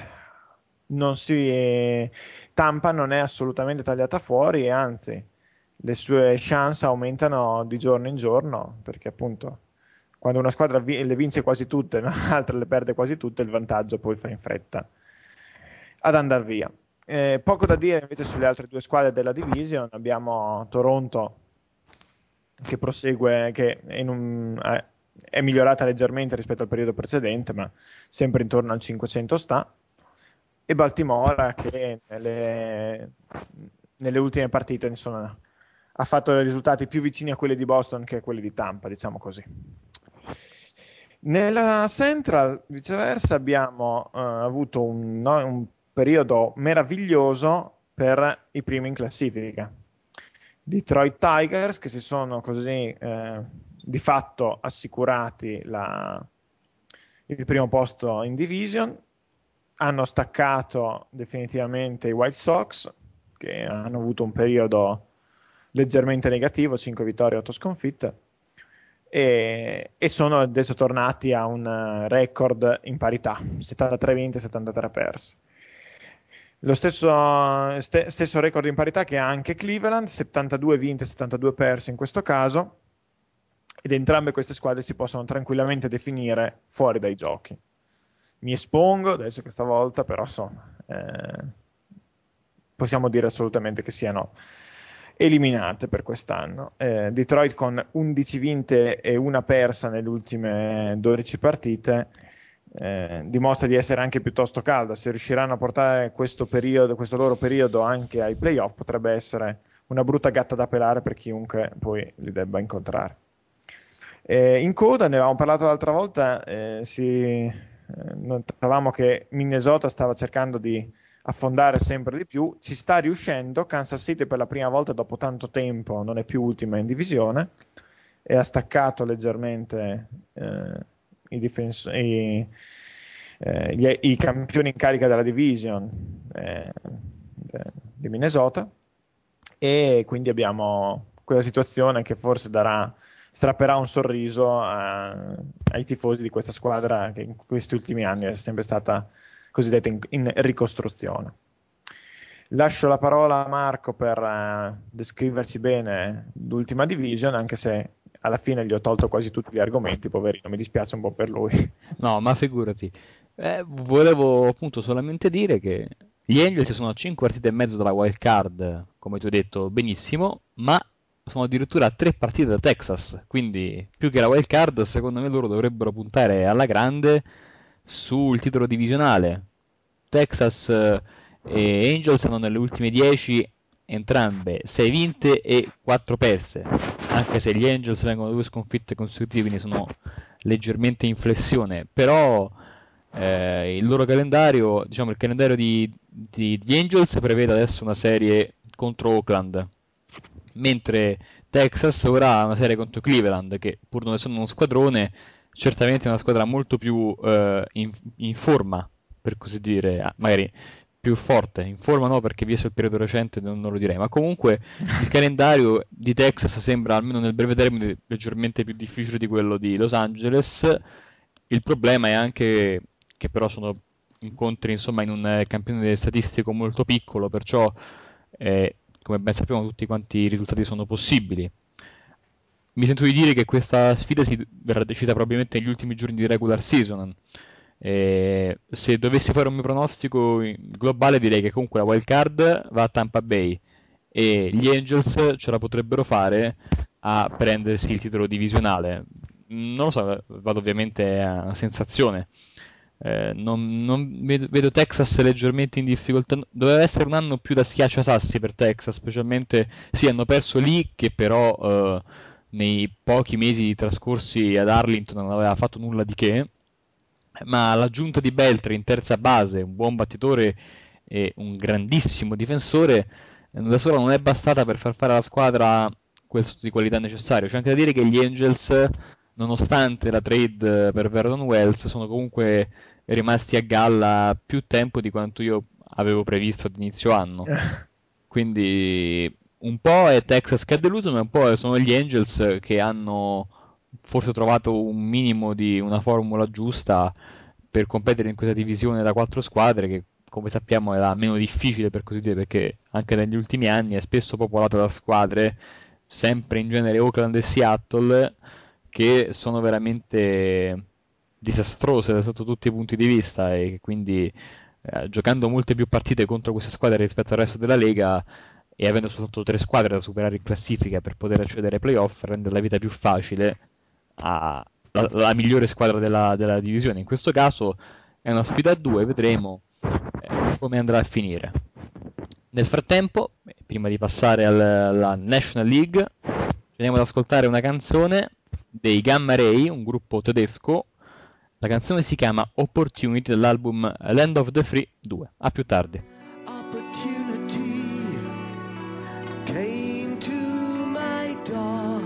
non si Tampa non è assolutamente tagliata fuori, e anzi le sue chance aumentano di giorno in giorno, perché appunto quando una squadra vi- le vince quasi tutte, l'altra le perde quasi tutte, il vantaggio poi fa in fretta ad andare via. Eh, poco da dire invece sulle altre due squadre della division. Abbiamo Toronto che prosegue, che è, in un, eh, è migliorata leggermente rispetto al periodo precedente, ma sempre intorno al cinquecento sta, e Baltimora che nelle, nelle ultime partite insomma, ha fatto risultati più vicini a quelli di Boston che a quelli di Tampa, diciamo così. Nella Central, viceversa, abbiamo uh, avuto un, no, un periodo meraviglioso per i primi in classifica. Detroit Tigers, che si sono così eh, di fatto assicurati la, il primo posto in division, hanno staccato definitivamente i White Sox, che hanno avuto un periodo leggermente negativo, cinque vittorie, otto sconfitte, e, e sono adesso tornati a un record in parità, settantatré vinti e settantatré persi. Lo stesso, st- stesso record in parità che ha anche Cleveland, settantadue vinti e settantadue persi in questo caso, ed entrambe queste squadre si possono tranquillamente definire fuori dai giochi. Mi espongo adesso questa volta, però insomma, eh, possiamo dire assolutamente che siano eliminate per quest'anno. Eh, Detroit con undici vinte e una persa nelle ultime dodici partite eh, dimostra di essere anche piuttosto calda. Se riusciranno a portare questo periodo, questo loro periodo anche ai playoff, potrebbe essere una brutta gatta da pelare per chiunque poi li debba incontrare. Eh, in coda, ne avevamo parlato l'altra volta, eh, si, eh, notavamo che Minnesota stava cercando di affondare sempre di più, ci sta riuscendo. Kansas City per la prima volta dopo tanto tempo non è più ultima in divisione e ha staccato leggermente eh, i, difens- i, eh, gli, i campioni in carica della division eh, di Minnesota, e quindi abbiamo quella situazione che forse darà strapperà un sorriso a, ai tifosi di questa squadra che in questi ultimi anni è sempre stata cosiddetta in, in ricostruzione. Lascio la parola a Marco per uh, descriverci bene l'ultima division, anche se alla fine gli ho tolto quasi tutti gli argomenti, poverino, mi dispiace un po' per lui. No, ma figurati. Eh, volevo appunto solamente dire che gli Angels sono a cinque partite e mezzo dalla wild card, come tu hai detto benissimo, ma sono addirittura a tre partite da Texas, quindi più che la wild card, secondo me loro dovrebbero puntare alla grande sul titolo divisionale. Texas eh, e Angels hanno nelle ultime dieci entrambe sei vinte e quattro perse, anche se gli Angels vengono due sconfitte consecutive, quindi sono leggermente in flessione, però eh, il loro calendario, diciamo il calendario di, di, di Angels prevede adesso una serie contro Oakland, mentre Texas ora ha una serie contro Cleveland, che pur non essendo uno squadrone certamente è una squadra molto più eh, in, in forma, per così dire, magari più forte, in forma no, perché visto il periodo recente non, non lo direi, ma comunque il calendario di Texas sembra, almeno nel breve termine, leggermente più difficile di quello di Los Angeles. Il problema è anche che però sono incontri insomma in un campione statistico molto piccolo, perciò eh, come ben sappiamo tutti quanti i risultati sono possibili. Mi sento di dire che questa sfida si verrà decisa probabilmente negli ultimi giorni di regular season. Eh, se dovessi fare un mio pronostico globale, direi che comunque la wild card va a Tampa Bay e gli Angels ce la potrebbero fare a prendersi il titolo divisionale. Non lo so, vado ovviamente a sensazione. Eh, non, non vedo, vedo Texas leggermente in difficoltà. Doveva essere un anno più da schiacciasassi per Texas, specialmente sì, hanno perso lì, che però eh, nei pochi mesi trascorsi ad Arlington non aveva fatto nulla di che, ma l'aggiunta di Beltri in terza base, un buon battitore e un grandissimo difensore, da sola non è bastata per far fare alla squadra quel salto di qualità necessario. C'è anche da dire che gli Angels, nonostante la trade per Vernon Wells, sono comunque rimasti a galla più tempo di quanto io avevo previsto ad inizio anno. Quindi un po' è Texas che ha deluso, ma un po' sono gli Angels che hanno forse trovato un minimo di una formula giusta per competere in questa divisione da quattro squadre che come sappiamo è la meno difficile per così dire, perché anche negli ultimi anni è spesso popolata da squadre, sempre in genere Oakland e Seattle, che sono veramente disastrose sotto tutti i punti di vista, e quindi eh, giocando molte più partite contro queste squadre rispetto al resto della Lega e avendo soltanto tre squadre da superare in classifica per poter accedere ai playoff, rende la vita più facile alla migliore squadra della, della divisione. In questo caso è una sfida a due, vedremo eh, come andrà a finire. Nel frattempo, prima di passare al, alla National League, andiamo ad ascoltare una canzone dei Gamma Ray, un gruppo tedesco. La canzone si chiama Opportunity dell'album Land of the Free due. A più tardi. Opportunity came to my door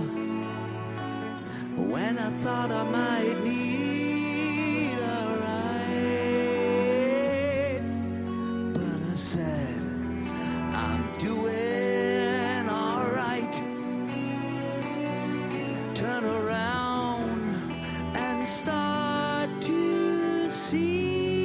when I thought I might need a ride, but I said I'm doing all right. Turn around and start to see.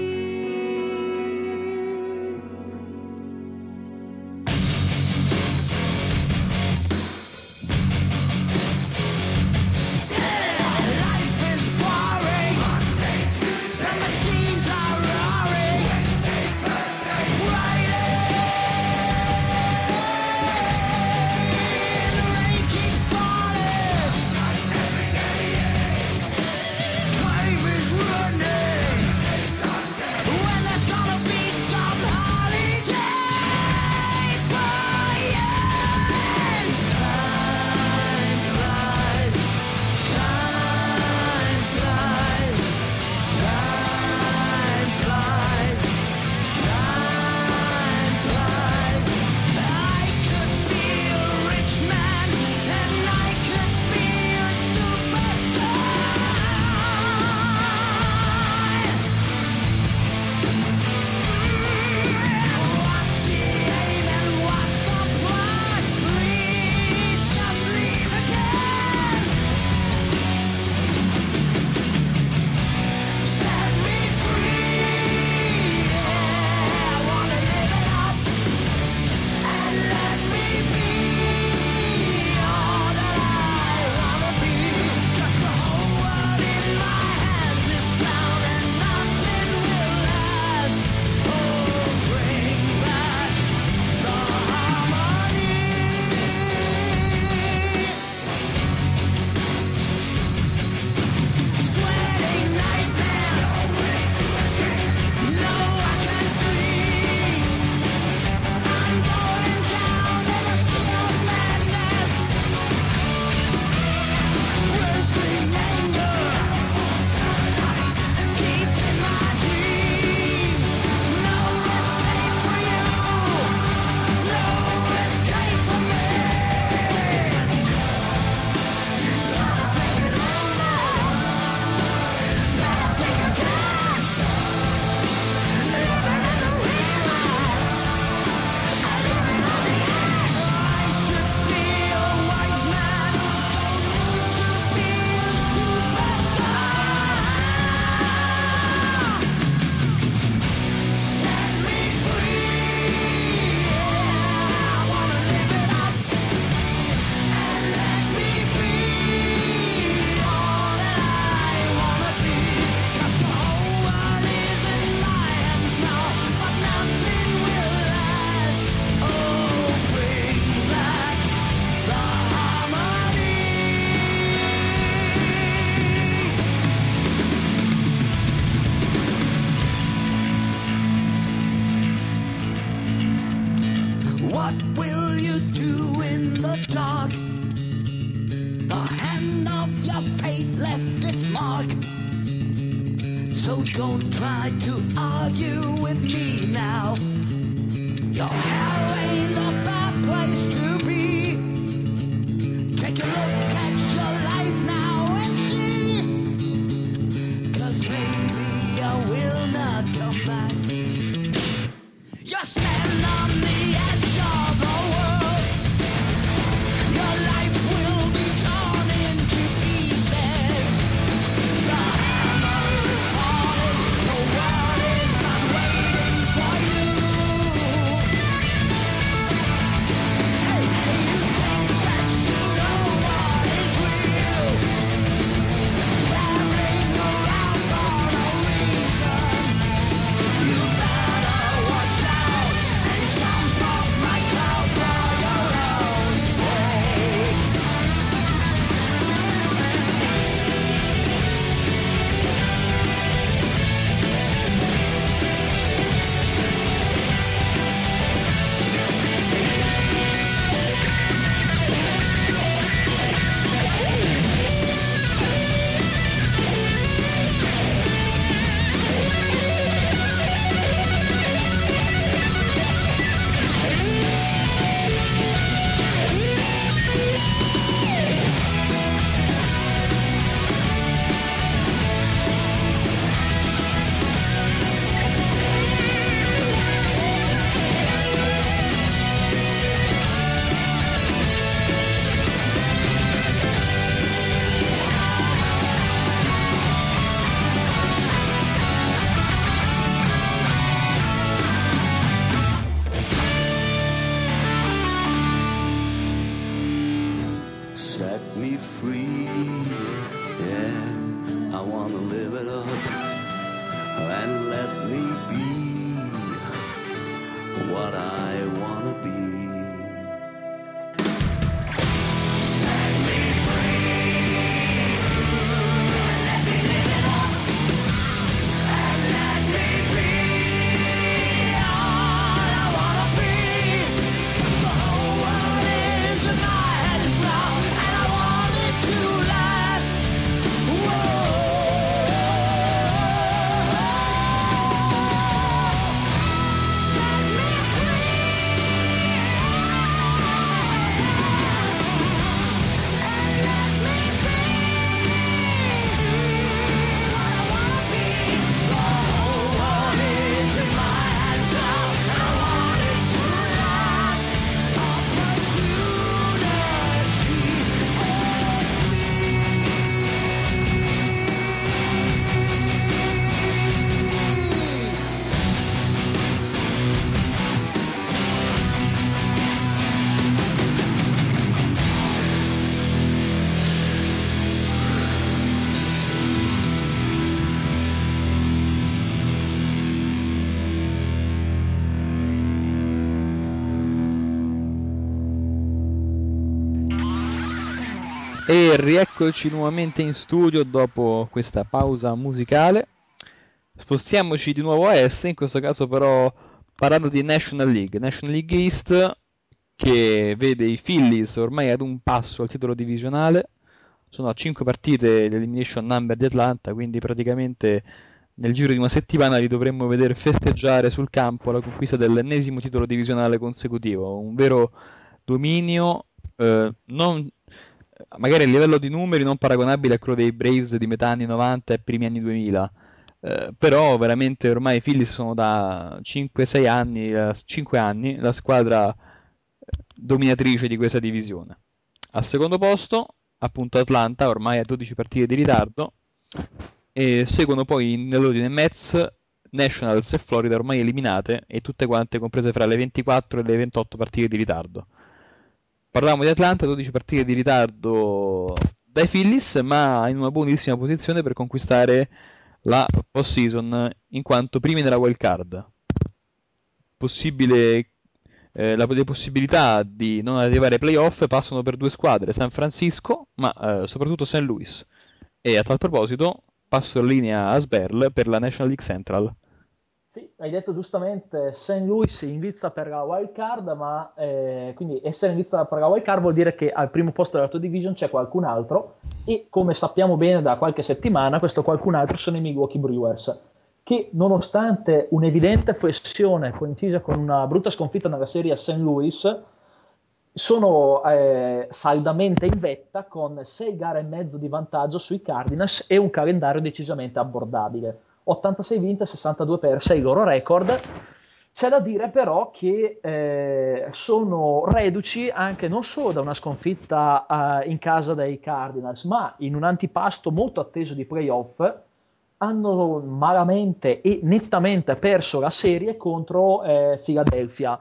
What will you do in the dark? The hand of your fate left its mark. So don't try to argue with me now. Your hell ain't a bad place to be. Take a look at your life now and see. 'Cause maybe I will not come back. You're standing on the edge of the world. Your life will be torn into pieces. The hammer is falling. The world is not waiting for you. me free. Yeah, I wanna live it up and let me be what I wanna be. E rieccoci nuovamente in studio dopo questa pausa musicale. Spostiamoci di nuovo a est, in questo caso però parlando di National League. National League East, che vede i Phillies ormai ad un passo al titolo divisionale. Sono a cinque partite l'elimination number di Atlanta, quindi praticamente nel giro di una settimana li dovremmo vedere festeggiare sul campo la conquista dell'ennesimo titolo divisionale consecutivo. Un vero dominio, eh, non... magari a livello di numeri non paragonabile a quello dei Braves di metà anni novanta e primi anni duemila, eh, però veramente ormai i Phillies sono da cinque sei anni, eh, cinque anni la squadra dominatrice di questa divisione. Al secondo posto appunto Atlanta, ormai a dodici partite di ritardo, e seguono poi nell'ordine Mets, Nationals e Florida ormai eliminate e tutte quante comprese fra le ventiquattro e le ventotto partite di ritardo. Parlavamo di Atlanta, dodici partite di ritardo dai Phillies, ma in una buonissima posizione per conquistare la postseason in quanto primi nella wild card. Possibile, eh, la, le possibilità di non arrivare ai playoff passano per due squadre, San Francisco, ma eh, soprattutto Saint Louis. E a tal proposito passo la linea a Sberl per la National League Central. Sì, hai detto giustamente, Saint Louis in lizza per la wild card, ma eh, quindi essere in lizza per la wild card vuol dire che al primo posto della tua division c'è qualcun altro, e come sappiamo bene da qualche settimana questo qualcun altro sono i Milwaukee Brewers, che nonostante un'evidente flessione coincisa con una brutta sconfitta nella serie a Saint Louis, sono eh, saldamente in vetta con sei gare e mezzo di vantaggio sui Cardinals e un calendario decisamente abbordabile. ottantasei vinte, sessantadue perse i loro record. C'è da dire però che eh, sono reduci anche non solo da una sconfitta eh, in casa dei Cardinals, ma in un antipasto molto atteso di playoff hanno malamente e nettamente perso la serie contro eh, Philadelphia.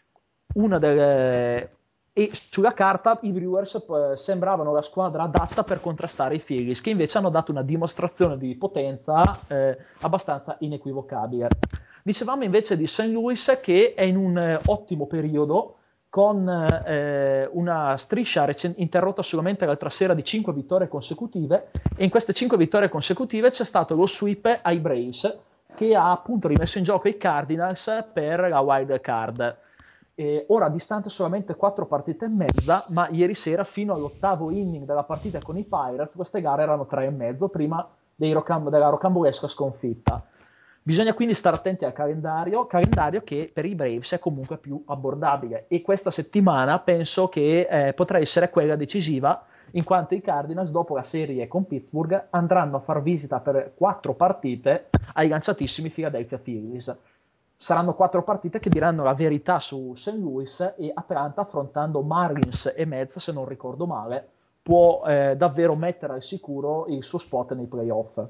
Una delle... E sulla carta i Brewers eh, sembravano la squadra adatta per contrastare i Phillies, che invece hanno dato una dimostrazione di potenza eh, abbastanza inequivocabile. Dicevamo invece di Saint Louis che è in un eh, ottimo periodo, con eh, una striscia recen- interrotta solamente l'altra sera di cinque vittorie consecutive, e in queste cinque vittorie consecutive c'è stato lo sweep ai Braves, che ha appunto rimesso in gioco i Cardinals per la wild card. Eh, ora distante solamente quattro partite e mezza, ma ieri sera fino all'ottavo inning della partita con i Pirates queste gare erano tre e mezzo prima dei rocam- della rocambolesca sconfitta. Bisogna quindi stare attenti al calendario, calendario che per i Braves è comunque più abbordabile, e questa settimana penso che eh, potrà essere quella decisiva, in quanto i Cardinals dopo la serie con Pittsburgh andranno a far visita per quattro partite ai lanciatissimi Philadelphia Phillies. Saranno quattro partite che diranno la verità su Saint Louis, e Atlanta, affrontando Marlins e Mets, se non ricordo male, può eh, davvero mettere al sicuro il suo spot nei playoff.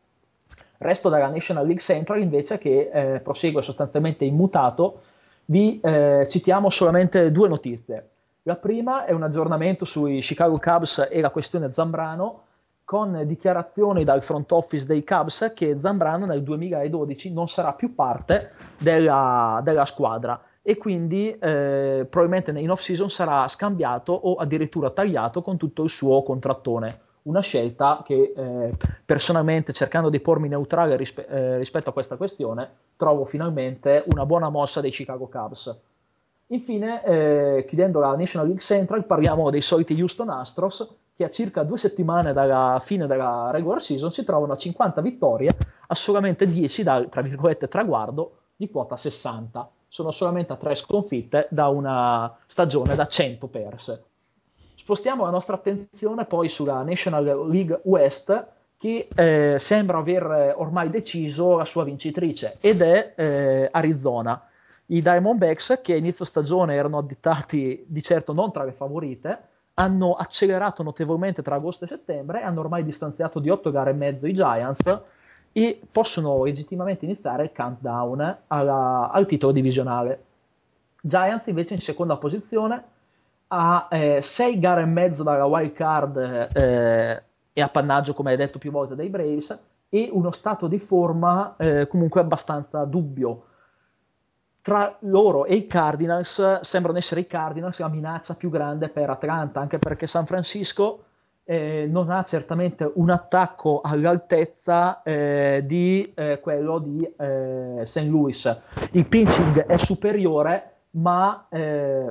Resto dalla National League Central invece, che eh, prosegue sostanzialmente immutato. Vi eh, citiamo solamente due notizie. La prima è un aggiornamento sui Chicago Cubs e la questione Zambrano, con dichiarazioni dal front office dei Cubs che Zambrano nel duemiladodici non sarà più parte della, della squadra e quindi eh, probabilmente in off-season sarà scambiato o addirittura tagliato con tutto il suo contrattone. Una scelta che eh, personalmente, cercando di pormi neutrale rispe- eh, rispetto a questa questione, trovo finalmente una buona mossa dei Chicago Cubs. Infine, eh, chiudendo la National League Central, parliamo dei soliti Houston Astros, che a circa due settimane dalla fine della regular season si trovano a cinquanta vittorie, a solamente dieci dal, tra virgolette, traguardo di quota sessanta. Sono solamente a tre sconfitte da una stagione da cento perse. Spostiamo la nostra attenzione poi sulla National League West, che eh, sembra aver ormai deciso la sua vincitrice, ed è eh, Arizona. I Diamondbacks, che a inizio stagione erano additati di certo non tra le favorite, hanno accelerato notevolmente tra agosto e settembre, hanno ormai distanziato di otto gare e mezzo i Giants e possono legittimamente iniziare il countdown alla, al titolo divisionale. Giants invece in seconda posizione, a eh, sei gare e mezzo dalla wild card eh, e appannaggio, come hai detto più volte, dei Braves, e uno stato di forma eh, comunque abbastanza dubbio. Tra loro e i Cardinals sembrano essere i Cardinals la minaccia più grande per Atlanta, anche perché San Francisco eh, non ha certamente un attacco all'altezza eh, di eh, quello di eh, Saint Louis. Il pitching è superiore, ma eh,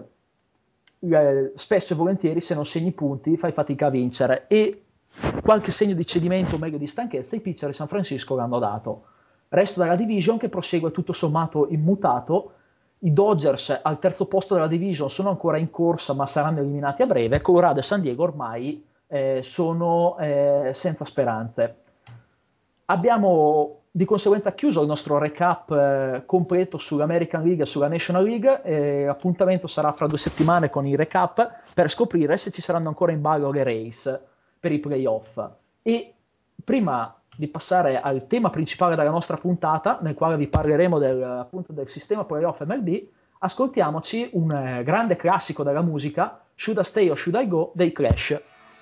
spesso e volentieri se non segni punti fai fatica a vincere, e qualche segno di cedimento o meglio di stanchezza i pitcher di San Francisco l'hanno dato. Resto della division che prosegue tutto sommato immutato. I Dodgers al terzo posto della division sono ancora in corsa ma saranno eliminati a breve. Colorado e San Diego ormai eh, sono eh, senza speranze. Abbiamo di conseguenza chiuso il nostro recap eh, completo sull'American League e sulla National League. Eh, l'appuntamento sarà fra due settimane con il recap per scoprire se ci saranno ancora in ballo le race per i playoff. E prima di passare al tema principale della nostra puntata, nel quale vi parleremo del, appunto, del sistema playoff M L B, ascoltiamoci un eh, grande classico della musica, Should I Stay or Should I Go, dei Clash.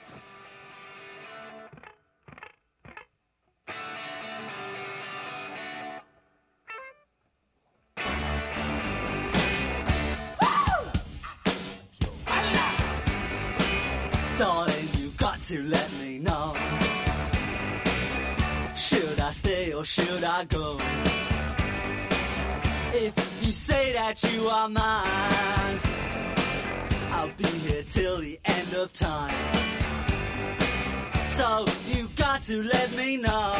Darling, you got to let me know. Should I stay or should I go? If you say that you are mine, I'll be here till the end of time. So you got to let me know.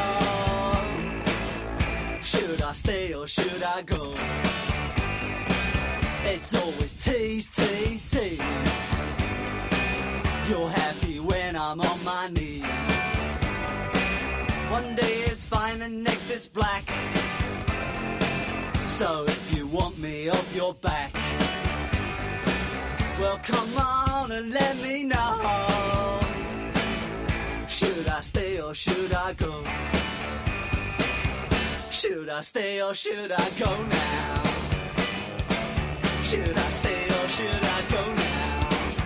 Should I stay or should I go? It's always tease, tease, tease. You're happy when I'm on my knees. One day is fine and next is black. So if you want me off your back, well come on and let me know. Should I stay or should I go? Should I stay or should I go now? Should I stay or should I go now?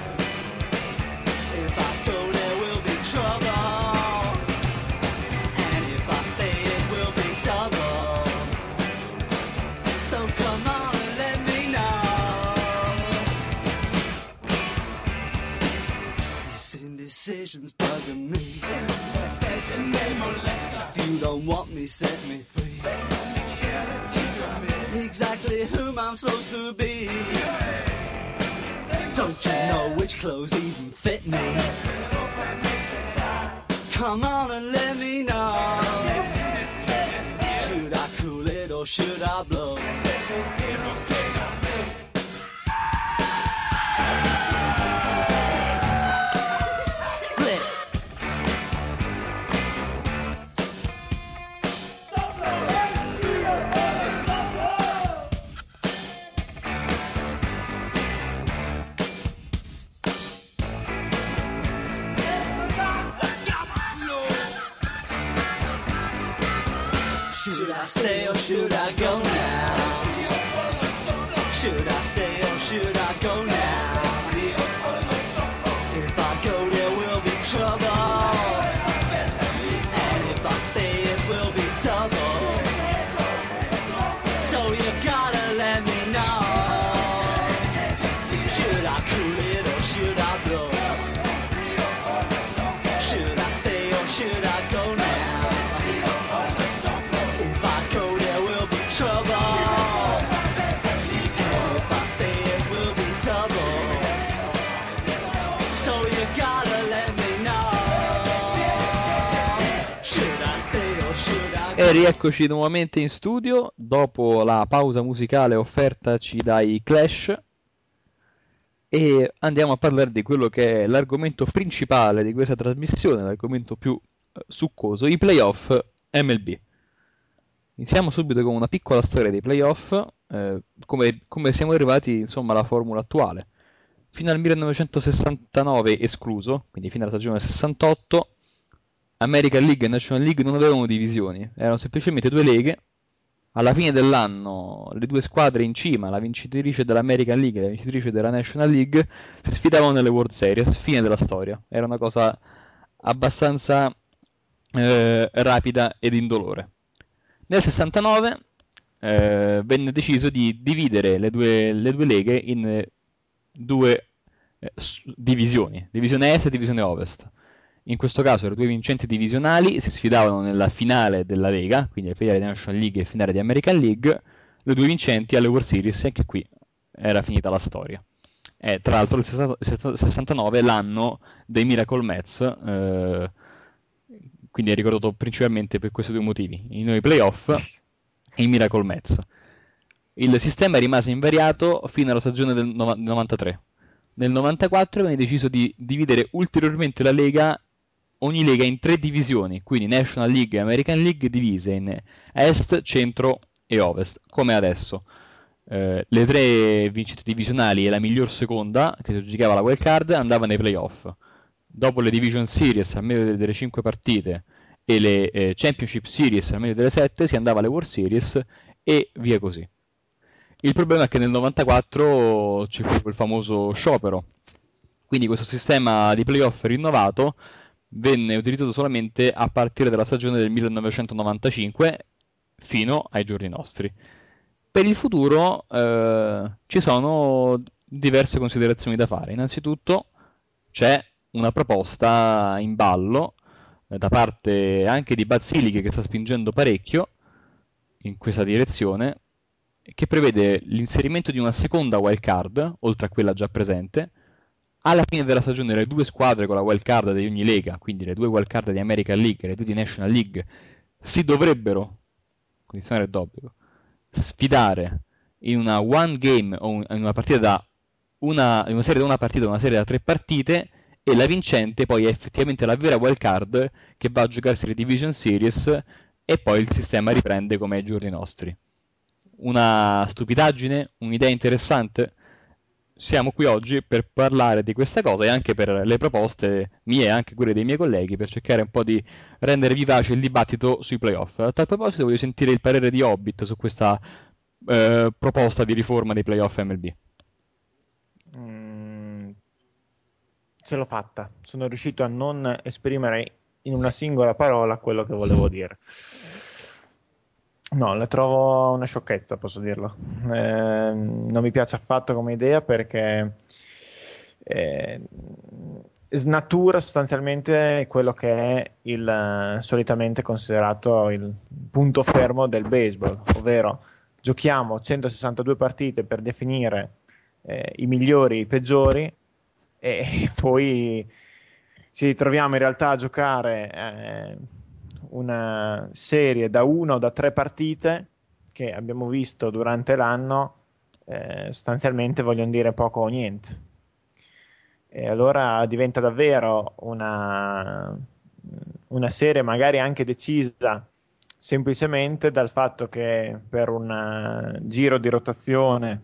If I go there will be trouble, and if I stay it will be double. So come on and let me know. This indecision's bugging me. Indecision may molest. If you don't want me, set me free. Exactly whom I'm supposed to be. Don't you know which clothes even fit me? Come on and let me know. Should I cool it or should I blow? Split. Should I stay or should I go now? Should I stay or should I go now? E rieccoci nuovamente in studio dopo la pausa musicale offertaci dai Clash e andiamo a parlare di quello che è l'argomento principale di questa trasmissione, l'argomento più eh, succoso, i playoff M L B. Iniziamo subito con una piccola storia dei playoff, eh, come, come siamo arrivati insomma alla formula attuale. Fino al millenovecentosessantanove escluso, quindi fino alla stagione sessantotto, American League e National League non avevano divisioni, erano semplicemente due leghe. Alla fine dell'anno le due squadre in cima, la vincitrice dell'American League e la vincitrice della National League, si sfidavano nelle World Series, fine della storia. Era una cosa abbastanza eh, rapida ed indolore. Nel sessantanove eh, venne deciso di dividere le due, le due leghe in eh, due eh, divisioni, divisione Est e divisione Ovest. In questo caso le due vincenti divisionali si sfidavano nella finale della Lega, quindi la finale di National League e finale di American League, le due vincenti alle World Series, e anche qui era finita la storia. E tra l'altro il sessantanove è l'anno dei Miracle Mets, eh, quindi è ricordato principalmente per questi due motivi, i nuovi playoff e i Miracle Mets. Il sistema rimase invariato fino alla stagione del novantatré. Nel novantaquattro venne deciso di dividere ulteriormente la Lega, ogni lega in tre divisioni, quindi National League e American League divise in Est, Centro e Ovest, come adesso. Eh, le tre vincite divisionali e la miglior seconda, che si giocava la wild card, andava nei playoff. Dopo le Division Series, al meglio delle cinque partite, e le eh, Championship Series, al meglio delle sette, si andava alle World Series e via così. Il problema è che nel novantaquattro ci fu il famoso sciopero, quindi questo sistema di playoff rinnovato venne utilizzato solamente a partire dalla stagione del millenovecentonovantacinque fino ai giorni nostri. Per il futuro eh, ci sono diverse considerazioni da fare. Innanzitutto c'è una proposta in ballo eh, da parte anche di Basilichi, che sta spingendo parecchio in questa direzione, che prevede l'inserimento di una seconda wild card, oltre a quella già presente. Alla fine della stagione le due squadre con la wild card di ogni lega, quindi le due wild card di American League e le due di National League, si dovrebbero, condizione d'obbligo, sfidare in una one game o in una partita da una, in una serie da una partita o una serie da tre partite, e la vincente poi è effettivamente la vera wild card che va a giocarsi le Division Series, e poi il sistema riprende come ai giorni nostri. Una stupidaggine? Un'idea interessante? Siamo qui oggi per parlare di questa cosa e anche per le proposte mie e anche quelle dei miei colleghi, per cercare un po' di rendere vivace il dibattito sui playoff. A tal proposito voglio sentire il parere di Hobbit su questa eh, proposta di riforma dei playoff M L B. Mm, ce l'ho fatta, sono riuscito a non esprimere in una singola parola quello che volevo dire. No, la trovo una sciocchezza, posso dirlo. Eh, non mi piace affatto come idea, perché eh, snatura sostanzialmente quello che è il solitamente considerato il punto fermo del baseball, ovvero giochiamo centosessantadue partite per definire eh, i migliori e i peggiori, e poi ci ritroviamo in realtà a giocare eh, una serie da una o da tre partite che abbiamo visto durante l'anno, eh, sostanzialmente vogliono dire poco o niente, e allora diventa davvero una, una serie magari anche decisa semplicemente dal fatto che per un giro di rotazione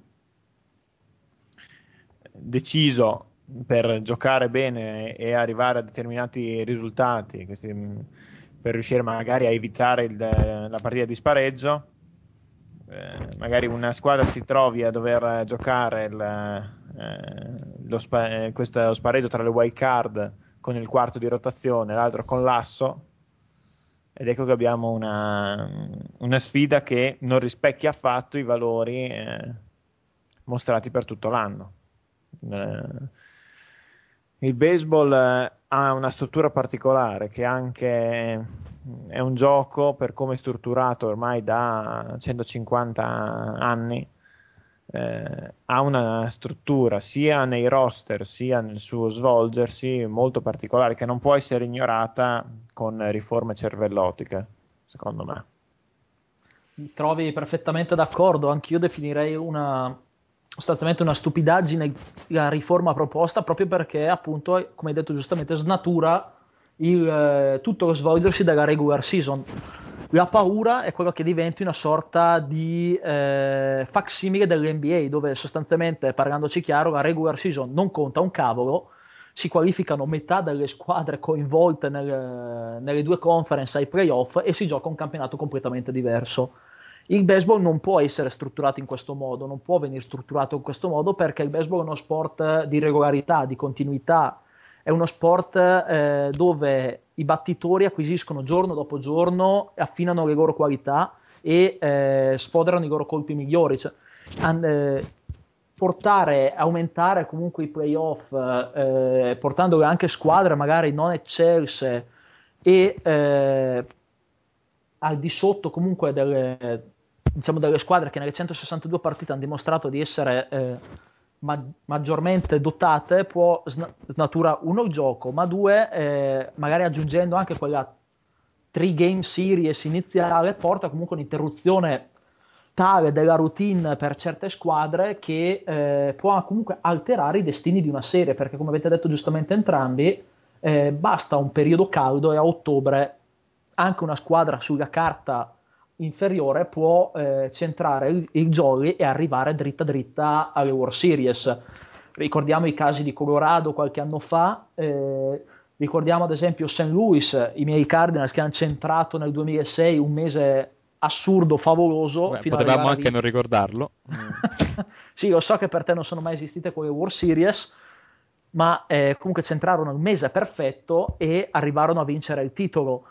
deciso per giocare bene e arrivare a determinati risultati, questi, per riuscire magari a evitare il, la partita di spareggio, eh, magari una squadra si trovi a dover giocare il, eh, lo, spa, eh, questo spareggio tra le wild card con il quarto di rotazione, l'altro con l'asso, ed ecco che abbiamo una, una sfida che non rispecchia affatto i valori eh, mostrati per tutto l'anno. Eh, il baseball eh, ha una struttura particolare, che anche è un gioco, per come è strutturato ormai da centocinquanta anni, eh, ha una struttura sia nei roster sia nel suo svolgersi molto particolare, che non può essere ignorata con riforme cervellotiche, secondo me. trovi perfettamente d'accordo, anch'io definirei una sostanzialmente una stupidaggine la riforma proposta, proprio perché appunto, come hai detto giustamente, snatura il, eh, tutto lo svolgersi della regular season. La paura è quello che diventi una sorta di eh, facsimile dell'N B A, dove sostanzialmente, parlandoci chiaro, la regular season non conta un cavolo, si qualificano metà delle squadre coinvolte nelle, nelle due conference ai playoff e si gioca un campionato completamente diverso. Il baseball non può essere strutturato in questo modo, non può venire strutturato in questo modo, perché il baseball è uno sport di regolarità, di continuità, è uno sport eh, dove i battitori acquisiscono giorno dopo giorno, affinano le loro qualità e eh, sfoderano i loro colpi migliori. Cioè, an- eh, portare, aumentare comunque i playoff, eh, portando anche squadre magari non eccelse e eh, al di sotto comunque delle, diciamo, delle squadre che nelle centosessantadue partite hanno dimostrato di essere eh, ma- maggiormente dotate, può sna- snatura uno il gioco, ma due eh, magari aggiungendo anche quella three game series iniziale, porta comunque un'interruzione tale della routine per certe squadre che eh, può comunque alterare i destini di una serie, perché come avete detto giustamente entrambi, eh, basta un periodo caldo e a ottobre anche una squadra sulla carta inferiore può eh, centrare il, il jolly e arrivare dritta dritta alle World Series. Ricordiamo i casi di Colorado qualche anno fa, eh, ricordiamo ad esempio Saint Louis, i miei Cardinals che hanno centrato nel duemilasei un mese assurdo, favoloso. Beh, fino potevamo anche a non ricordarlo. Sì, lo so che per te non sono mai esistite quelle World Series, ma eh, comunque centrarono il mese perfetto e arrivarono a vincere il titolo.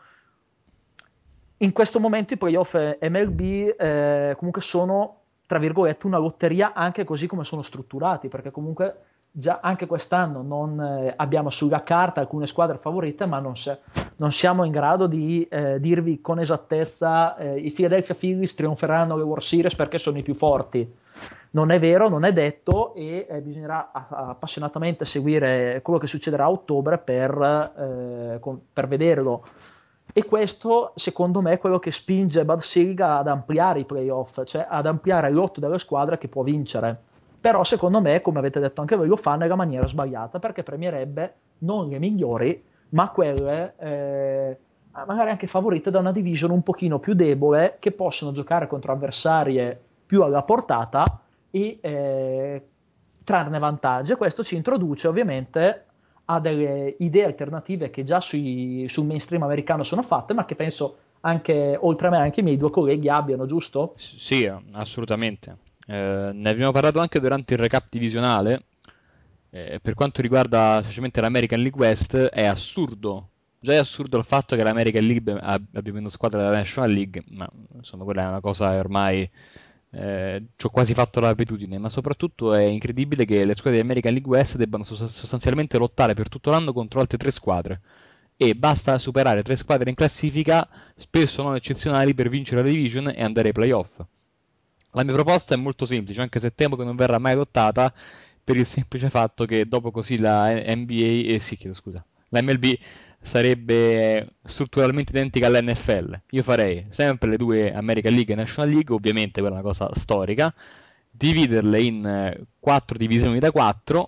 In questo momento i playoff M L B eh, comunque sono, tra virgolette, una lotteria anche così come sono strutturati, perché comunque già anche quest'anno non eh, abbiamo sulla carta alcune squadre favorite, ma non, se, non siamo in grado di eh, dirvi con esattezza eh, i Philadelphia Phillies trionferanno le World Series perché sono i più forti. Non è vero, non è detto, e eh, bisognerà a, a, appassionatamente seguire quello che succederà a ottobre per, eh, con, per vederlo. E questo secondo me è quello che spinge Bud Selig ad ampliare i playoff, cioè ad ampliare il lotto delle squadre che può vincere. Però secondo me, come avete detto anche voi, lo fa nella maniera sbagliata, perché premierebbe non le migliori, ma quelle eh, magari anche favorite da una division un pochino più debole, che possono giocare contro avversarie più alla portata e eh, trarne vantaggio. Questo ci introduce ovviamente a delle idee alternative che già sui, sul mainstream americano sono fatte, ma che penso anche, oltre a me, anche i miei due colleghi abbiano, giusto? Sì, assolutamente. Eh, ne abbiamo parlato anche durante il recap divisionale. Eh, per quanto riguarda specialmente l'American League West, è assurdo. Già è assurdo il fatto che l'American League abbia meno squadre della National League, ma insomma quella è una cosa ormai eh, ci ho quasi fatto l'abitudine, ma soprattutto è incredibile che le squadre di American League West debbano sostanzialmente lottare per tutto l'anno contro altre tre squadre, e basta superare tre squadre in classifica, spesso non eccezionali, per vincere la division e andare ai playoff. La mia proposta è molto semplice, anche se temo che non verrà mai adottata, per il semplice fatto che dopo così la N B A, eh sì, chiedo scusa, la M L B sarebbe strutturalmente identica all'N F L. Io farei sempre le due American League e National League, ovviamente quella è una cosa storica, dividerle in eh, quattro divisioni da quattro,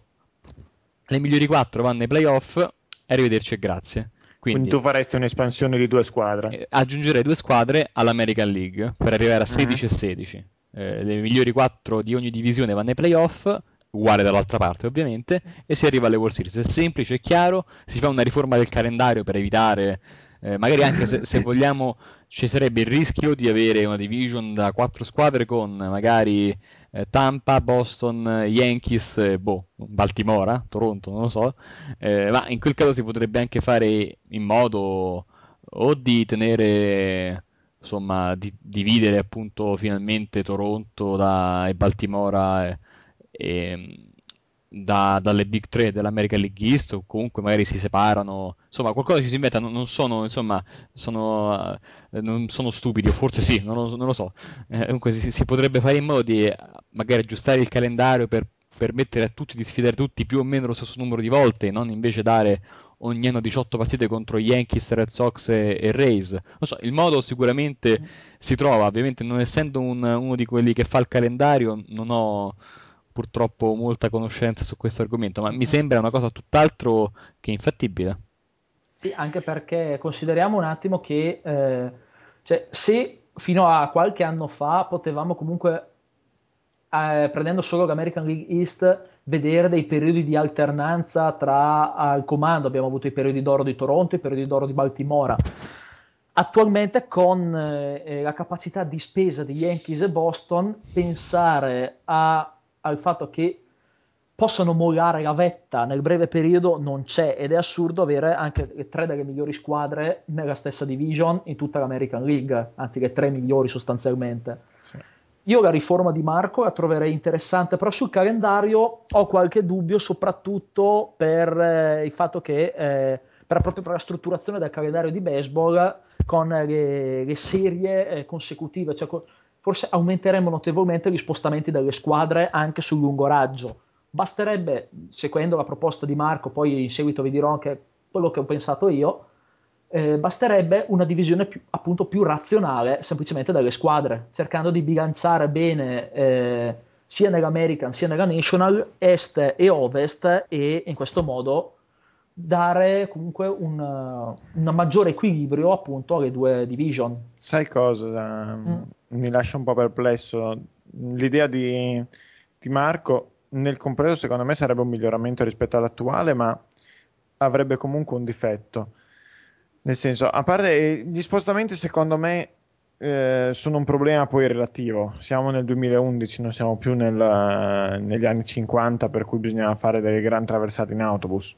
le migliori quattro vanno ai playoff, e arrivederci e grazie. Quindi, Quindi tu faresti un'espansione di due squadre? Eh, aggiungerei due squadre all'American League per arrivare a sedici mm-hmm. e sedici. Eh, le migliori quattro di ogni divisione vanno ai playoff, uguale dall'altra parte ovviamente, e si arriva alle World Series. È semplice, è chiaro, si fa una riforma del calendario per evitare, eh, magari anche se, se vogliamo, ci sarebbe il rischio di avere una division da quattro squadre con magari eh, Tampa, Boston, Yankees, eh, boh, Baltimora, Toronto, non lo so, eh, ma in quel caso si potrebbe anche fare in modo o di tenere, insomma, di dividere appunto finalmente Toronto da, e Baltimora e, e, da, dalle Big Three dell'American League East, o comunque magari si separano, insomma qualcosa ci si inventa, non, non sono, insomma, sono, eh, non sono stupidi, o forse sì, non lo, non lo so, eh, comunque si, si potrebbe fare in modo di magari aggiustare il calendario per permettere a tutti di sfidare tutti più o meno lo stesso numero di volte, non invece dare ogni anno diciotto partite contro Yankees, Red Sox e, e Rays. Non so, il modo sicuramente si trova, ovviamente non essendo un- uno di quelli che fa il calendario, non ho purtroppo molta conoscenza su questo argomento, ma mi sembra una cosa tutt'altro che infattibile. Sì, anche perché consideriamo un attimo che eh, cioè, se fino a qualche anno fa potevamo comunque, eh, prendendo solo l'American League East, vedere dei periodi di alternanza tra al comando, abbiamo avuto i periodi d'oro di Toronto, i periodi d'oro di Baltimora. Attualmente con eh, la capacità di spesa di Yankees e Boston, pensare a- al fatto che possano mollare la vetta nel breve periodo non c'è, ed è assurdo avere anche le tre delle migliori squadre nella stessa division in tutta l'American League, anzi le tre migliori sostanzialmente. Sì. Io la riforma di Marco la troverei interessante, però sul calendario ho qualche dubbio, soprattutto per eh, il fatto che eh, per, proprio per la strutturazione del calendario di baseball con le, le serie eh, consecutive, cioè co- forse aumenteremmo notevolmente gli spostamenti delle squadre anche sul lungo raggio. Basterebbe, seguendo la proposta di Marco, poi in seguito vi dirò anche quello che ho pensato io, eh, basterebbe una divisione più, appunto più razionale semplicemente delle squadre, cercando di bilanciare bene eh, sia nell'American sia nella National, est e ovest, e in questo modo dare comunque un, un maggiore equilibrio appunto alle due division. Sai cosa? Mm. Mi lascia un po' perplesso. L'idea di, di Marco, nel complesso, secondo me sarebbe un miglioramento rispetto all'attuale, ma avrebbe comunque un difetto. Nel senso, a parte gli spostamenti, secondo me eh, sono un problema poi relativo. Siamo nel duemilaundici, non siamo più nel- negli anni cinquanta, per cui bisognava fare delle gran traversate in autobus.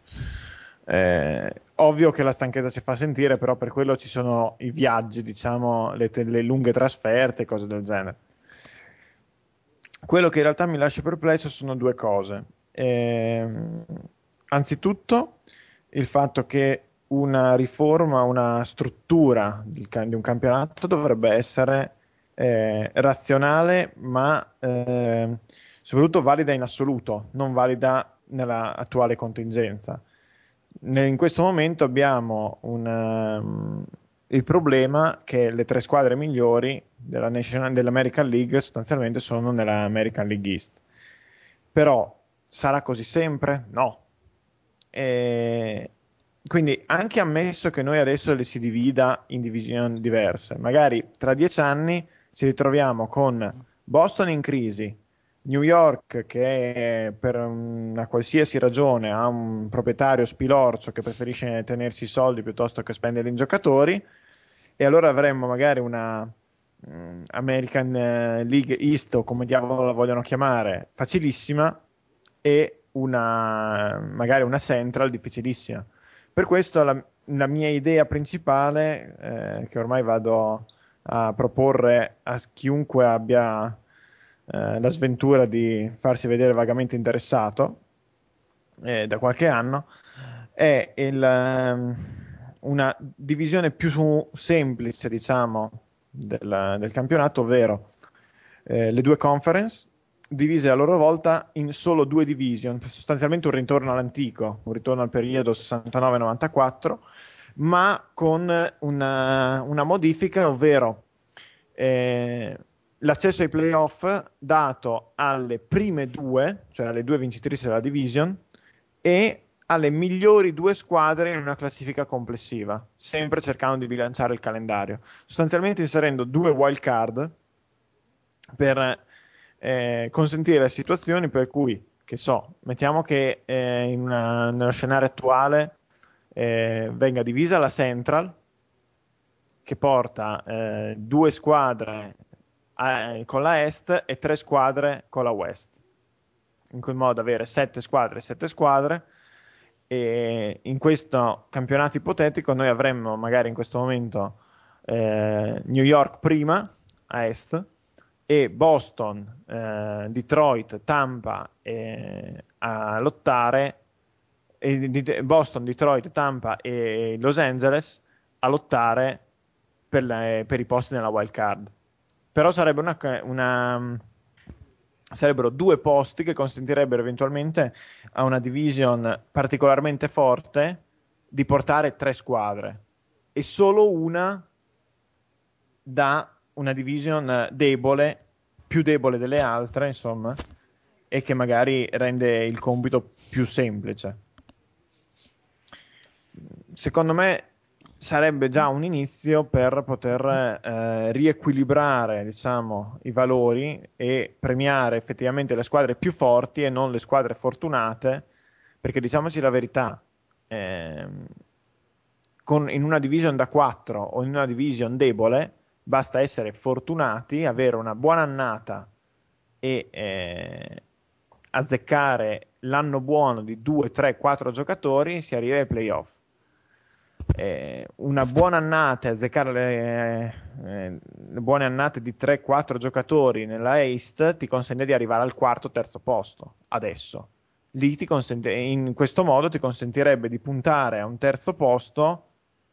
Eh, ovvio che la stanchezza si fa sentire, però per quello ci sono i viaggi, diciamo, le, te- le lunghe trasferte, cose del genere. Quello che in realtà mi lascia perplesso sono due cose. Ehm, anzitutto il fatto che una riforma, una struttura di, di un campionato dovrebbe essere eh, razionale, ma eh, soprattutto valida in assoluto, non valida nella attuale contingenza. Ne- in questo momento abbiamo un, um, il problema che le tre squadre migliori della National, dell'American League sostanzialmente sono nella American League East. Però sarà così sempre? No. E quindi, anche ammesso che noi adesso le si divida in divisioni diverse, magari tra dieci anni ci ritroviamo con Boston in crisi, New York che per una qualsiasi ragione ha un proprietario spilorcio che preferisce tenersi i soldi piuttosto che spenderli in giocatori, e allora avremmo magari una mm, American eh, League East, o come diavolo la vogliono chiamare, facilissima, e una magari una Central difficilissima. Per questo la, la mia idea principale, eh, che ormai vado a proporre a chiunque abbia eh, la sventura di farsi vedere vagamente interessato eh, da qualche anno, è il, ehm, una divisione più su- semplice, diciamo, del, del campionato, ovvero eh, le due conference divise a loro volta in solo due division, sostanzialmente un ritorno all'antico, un ritorno al periodo sessantanove novantaquattro, ma con una, una modifica, ovvero eh, l'accesso ai playoff dato alle prime due, cioè alle due vincitrici della division, e alle migliori due squadre in una classifica complessiva, sempre cercando di bilanciare il calendario, sostanzialmente inserendo due wild card per eh, consentire situazioni per cui, che so, mettiamo che eh, in una, nello scenario attuale eh, venga divisa la Central, che porta eh, due squadre eh, con la Est e tre squadre con la West, in quel modo avere sette squadre e sette squadre. E in questo campionato ipotetico noi avremmo magari in questo momento eh, New York prima a Est, e Boston, eh, Detroit, Tampa eh, a lottare, e di, Boston, Detroit, Tampa e Los Angeles a lottare per, le, per i posti nella wild card. Però sarebbe una, una sarebbero due posti che consentirebbero eventualmente a una division particolarmente forte di portare tre squadre e solo una da una division debole, più debole delle altre, insomma, e che magari rende il compito più semplice. Secondo me sarebbe già un inizio per poter eh, riequilibrare, diciamo, i valori e premiare effettivamente le squadre più forti e non le squadre fortunate, perché diciamoci la verità, ehm, con, in una division da quattro o in una division debole basta essere fortunati, avere una buona annata e eh, azzeccare l'anno buono di due, tre, quattro giocatori, si arriva ai playoff. Eh, una buona annata, azzeccare le, eh, le buone annate di tre quattro giocatori nella East ti consente di arrivare al quarto terzo posto adesso. Lì ti consente, in questo modo ti consentirebbe di puntare a un terzo posto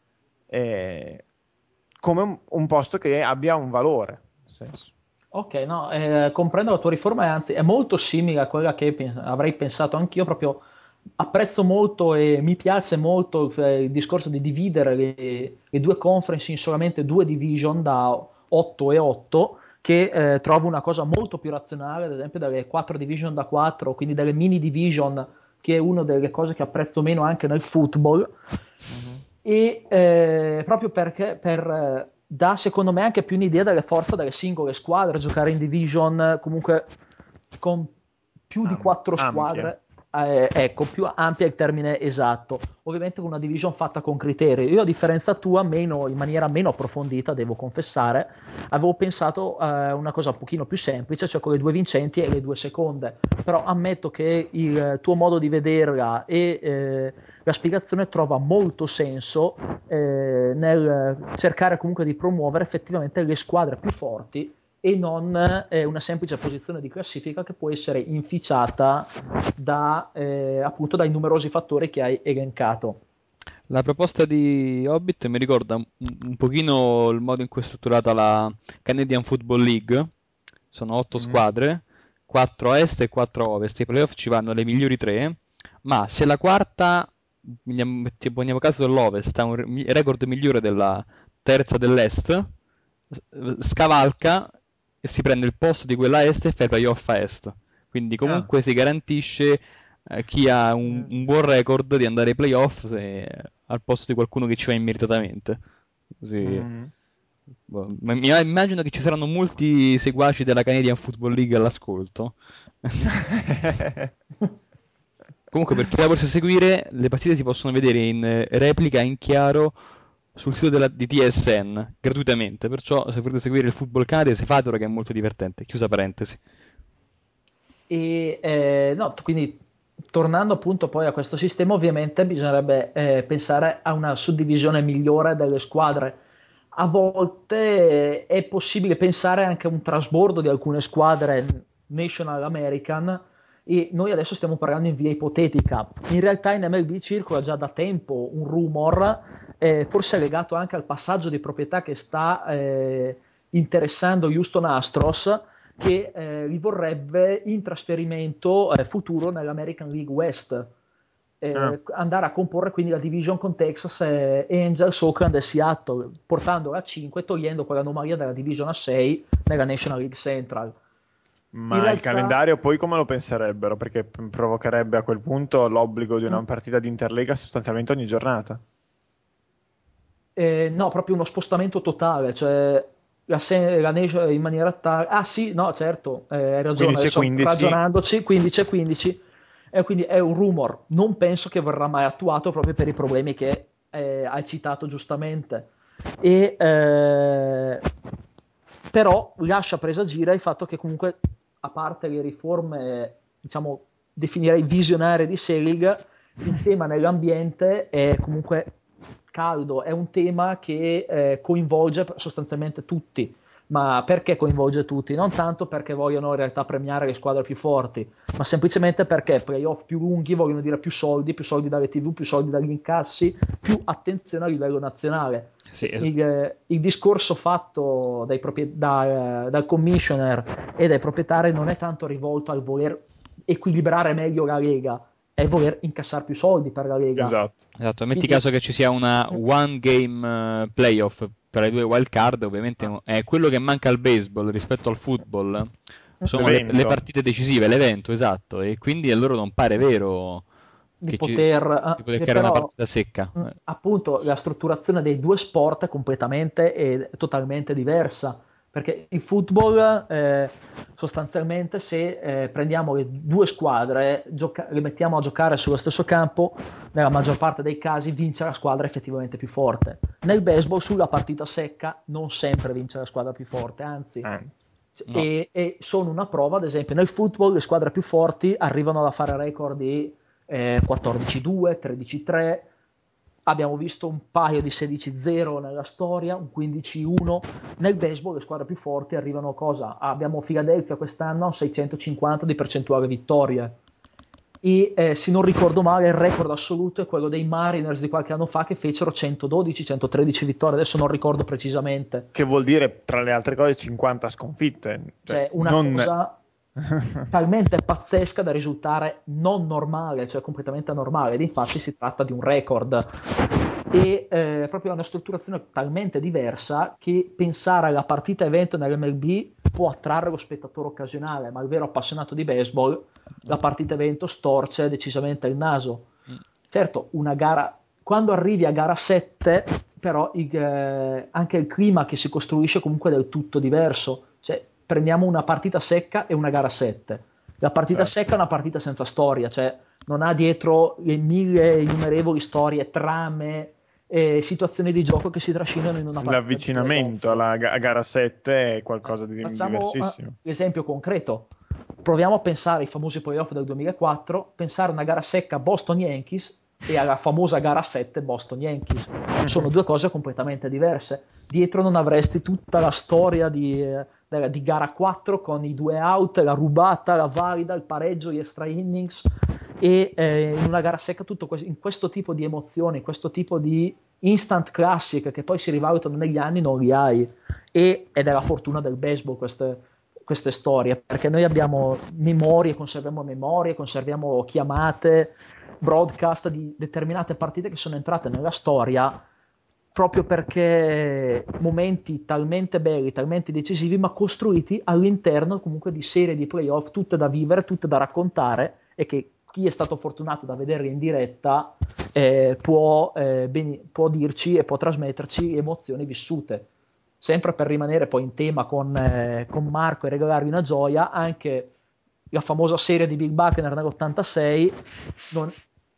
eh, come un, un posto che abbia un valore, nel senso. Ok, no, eh, comprendo la tua riforma e anzi è molto simile a quella che pens- avrei pensato anch'io. Proprio apprezzo molto e mi piace molto il, il discorso di dividere le, le due conference in solamente due division da otto e otto, che eh, trovo una cosa molto più razionale, ad esempio delle quattro division da quattro, quindi delle mini division, che è una delle cose che apprezzo meno anche nel football. Mm-hmm. E eh, proprio perché per eh, dà secondo me anche più un'idea delle forze delle singole squadre, giocare in division comunque con più di quattro squadre, eh, ecco, più ampia il termine esatto, ovviamente con una division fatta con criteri. Io a differenza tua, meno, in maniera meno approfondita, devo confessare, avevo pensato a eh, una cosa un pochino più semplice, cioè con le due vincenti e le due seconde, però ammetto che il tuo modo di vederla e eh, la spiegazione trova molto senso eh, nel cercare comunque di promuovere effettivamente le squadre più forti e non eh, una semplice posizione di classifica che può essere inficiata da, eh, appunto dai numerosi fattori che hai elencato. La proposta di Hobbit mi ricorda un, un pochino il modo in cui è strutturata la Canadian Football League. Sono otto mm. squadre, quattro a est e quattro a ovest. I playoff ci vanno le migliori tre, ma se la quarta, poniamo caso dell'Ovest, ha un record migliore della terza dell'Est, scavalca e si prende il posto di quella Est e fa i playoff a Est. Quindi comunque ah. si garantisce eh, chi ha un, un buon record di andare ai playoff se, al posto di qualcuno che ci va immeritatamente. Così. Mm. Boh, mi immagino che ci saranno molti seguaci della Canadian Football League all'ascolto. Comunque, per chi la volesse seguire, le partite si possono vedere in replica in chiaro sul sito della, di T S N gratuitamente. Perciò, se volete seguire il football canadese, fatelo, che è molto divertente. Chiusa parentesi. E eh, no, quindi tornando appunto poi a questo sistema, ovviamente bisognerebbe eh, pensare a una suddivisione migliore delle squadre. A volte è possibile pensare anche a un trasbordo di alcune squadre National American, e noi adesso stiamo parlando in via ipotetica. In realtà in M L B circola già da tempo un rumor, eh, forse legato anche al passaggio di proprietà che sta eh, interessando Houston Astros, che eh, li vorrebbe in trasferimento eh, futuro nell'American League West, eh, ah. andare a comporre quindi la division con Texas, eh, Angels, Oakland e Seattle, portandola a cinque, togliendo quell'anomalia della division a sei nella National League Central. Ma in realtà... il calendario poi come lo penserebbero? Perché provocherebbe a quel punto l'obbligo di una mm. partita di Interlega sostanzialmente ogni giornata. Eh, no, proprio uno spostamento totale, cioè la, se- la nation in maniera tale... Ah sì, no, certo, eh, hai ragione, quindici quindici ragionandoci, quindici quindici, eh, quindi è un rumor, non penso che verrà mai attuato proprio per i problemi che eh, hai citato giustamente. E, eh, però lascia presagire il fatto che comunque, a parte le riforme, diciamo, definirei visionarie di Selig, il tema nell'ambiente è comunque caldo, è un tema che eh, coinvolge sostanzialmente tutti. Ma perché coinvolge tutti? Non tanto perché vogliono in realtà premiare le squadre più forti, ma semplicemente perché playoff più lunghi vogliono dire più soldi, più soldi dalle tivù, più soldi dagli incassi, più attenzione a livello nazionale. Sì. Il, il discorso fatto dai propri, da, dal commissioner e dai proprietari non è tanto rivolto al voler equilibrare meglio la Lega, è voler incassare più soldi per la Lega. Esatto. Esatto, metti Quindi- caso che ci sia una one game eh, playoff per le due wild card, ovviamente Ah. è quello che manca al baseball rispetto al football, sono le, L'evento. le partite decisive, l'evento, esatto, e quindi a loro non pare vero di che ci- poter, ah, di poter che creare una però- partita secca. Mm, appunto la strutturazione dei due sport è completamente e totalmente diversa, perché il football eh, sostanzialmente se eh, prendiamo le due squadre, gioca- le mettiamo a giocare sullo stesso campo, nella maggior parte dei casi vince la squadra effettivamente più forte. Nel baseball sulla partita secca non sempre vince la squadra più forte, anzi Anzi. No. e, e sono una prova, ad esempio nel football le squadre più forti arrivano a fare record di eh, quattordici due, tredici tre, abbiamo visto un paio di sedici zero nella storia, un quindici uno. Nel baseball le squadre più forti arrivano a cosa? Abbiamo Philadelphia quest'anno a un seicentocinquanta di percentuale vittorie e eh, se non ricordo male il record assoluto è quello dei Mariners di qualche anno fa che fecero centododici centotredici vittorie, adesso non ricordo precisamente. Che vuol dire, tra le altre cose, cinquanta sconfitte. Cioè una non- cosa talmente pazzesca da risultare non normale, cioè completamente anormale, ed infatti si tratta di un record e eh, proprio una strutturazione talmente diversa che pensare alla partita evento nell'M L B può attrarre lo spettatore occasionale, ma il vero appassionato di baseball la partita evento storce decisamente il naso. Certo, una gara, quando arrivi a gara sette però il, eh, anche il clima che si costruisce comunque è del tutto diverso, cioè prendiamo una partita secca e una gara sette. La partita Certo. secca è una partita senza storia, cioè non ha dietro le mille innumerevoli storie, trame, eh, situazioni di gioco che si trascinano in una partita. L'avvicinamento alla ga- a gara sette è qualcosa di Facciamo diversissimo. eh, l'esempio concreto. Proviamo a pensare ai famosi playoff del duemilaquattro, pensare a una gara secca Boston Yankees e alla famosa gara sette Boston Yankees. Sono due cose completamente diverse. Dietro non avresti tutta la storia di, eh, di gara quattro con i due out, la rubata, la valida, il pareggio, gli extra innings e eh, in una gara secca tutto questo, in questo tipo di emozioni, questo tipo di instant classic che poi si rivalutano negli anni non li hai e, ed è la fortuna del baseball queste, queste storie, perché noi abbiamo memorie, conserviamo memorie, conserviamo chiamate, broadcast di determinate partite che sono entrate nella storia proprio perché momenti talmente belli, talmente decisivi, ma costruiti all'interno comunque di serie di playoff tutte da vivere, tutte da raccontare e che chi è stato fortunato da vederle in diretta eh, può, eh, bene, può dirci e può trasmetterci emozioni vissute. Sempre per rimanere poi in tema con, eh, con Marco e regalarvi una gioia, anche la famosa serie di Bill Buckner nell'ottantasei non,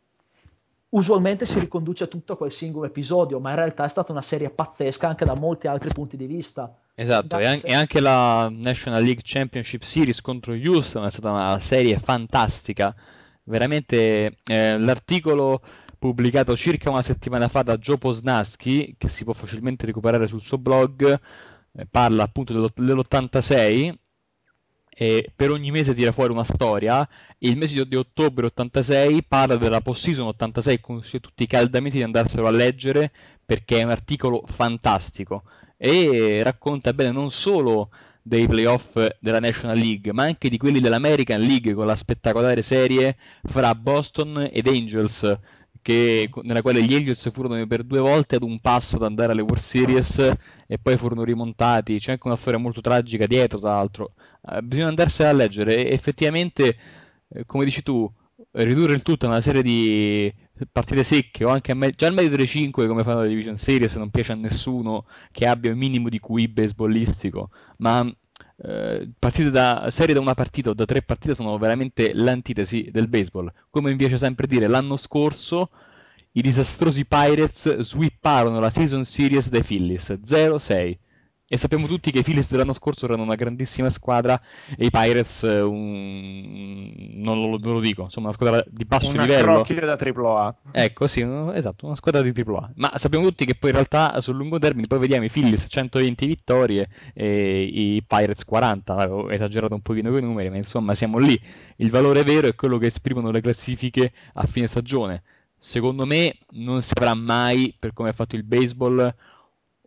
usualmente si riconduce tutto a quel singolo episodio, ma in realtà è stata una serie pazzesca anche da molti altri punti di vista. Esatto, Da- e, an- e anche la National League Championship Series contro Houston è stata una serie fantastica. Veramente eh, l'articolo pubblicato circa una settimana fa da Joe Posnanski, che si può facilmente recuperare sul suo blog, eh, parla appunto dello- dell'ottantasei e per ogni mese tira fuori una storia. Il mese di, di ottobre ottantasei parla della post-season ottantasei, consiglio a tutti caldamente di andarselo a leggere perché è un articolo fantastico e racconta bene non solo dei playoff della National League ma anche di quelli dell'American League, con la spettacolare serie fra Boston ed Angels che, nella quale gli Angels furono per due volte ad un passo da andare alle World Series e poi furono rimontati. C'è anche una storia molto tragica dietro, tra l'altro. Eh, bisogna andarsela a leggere e effettivamente, eh, come dici tu, ridurre il tutto a una serie di partite secche o anche a me- già al medio delle cinque come fanno le Division Series non piace a nessuno che abbia un minimo di Q I baseballistico, ma eh, partite da serie da una partita o da tre partite sono veramente l'antitesi del baseball. Come mi piace sempre dire, l'anno scorso i disastrosi Pirates swipparono la Season Series dai Phillies zero sei e sappiamo tutti che i Phillies dell'anno scorso erano una grandissima squadra e i Pirates eh, un... non lo, ve lo dico, insomma una squadra di basso Una livello. crocchia da tripla A. Ecco, sì, no, esatto, una squadra di tripla A. Ma sappiamo tutti che poi in realtà sul lungo termine poi vediamo i Phillies centoventi vittorie e i Pirates quaranta. Avevo esagerato un pochino con i numeri, ma insomma siamo lì. Il valore vero è quello che esprimono le classifiche a fine stagione. Secondo me non si avrà mai, per come è fatto il baseball,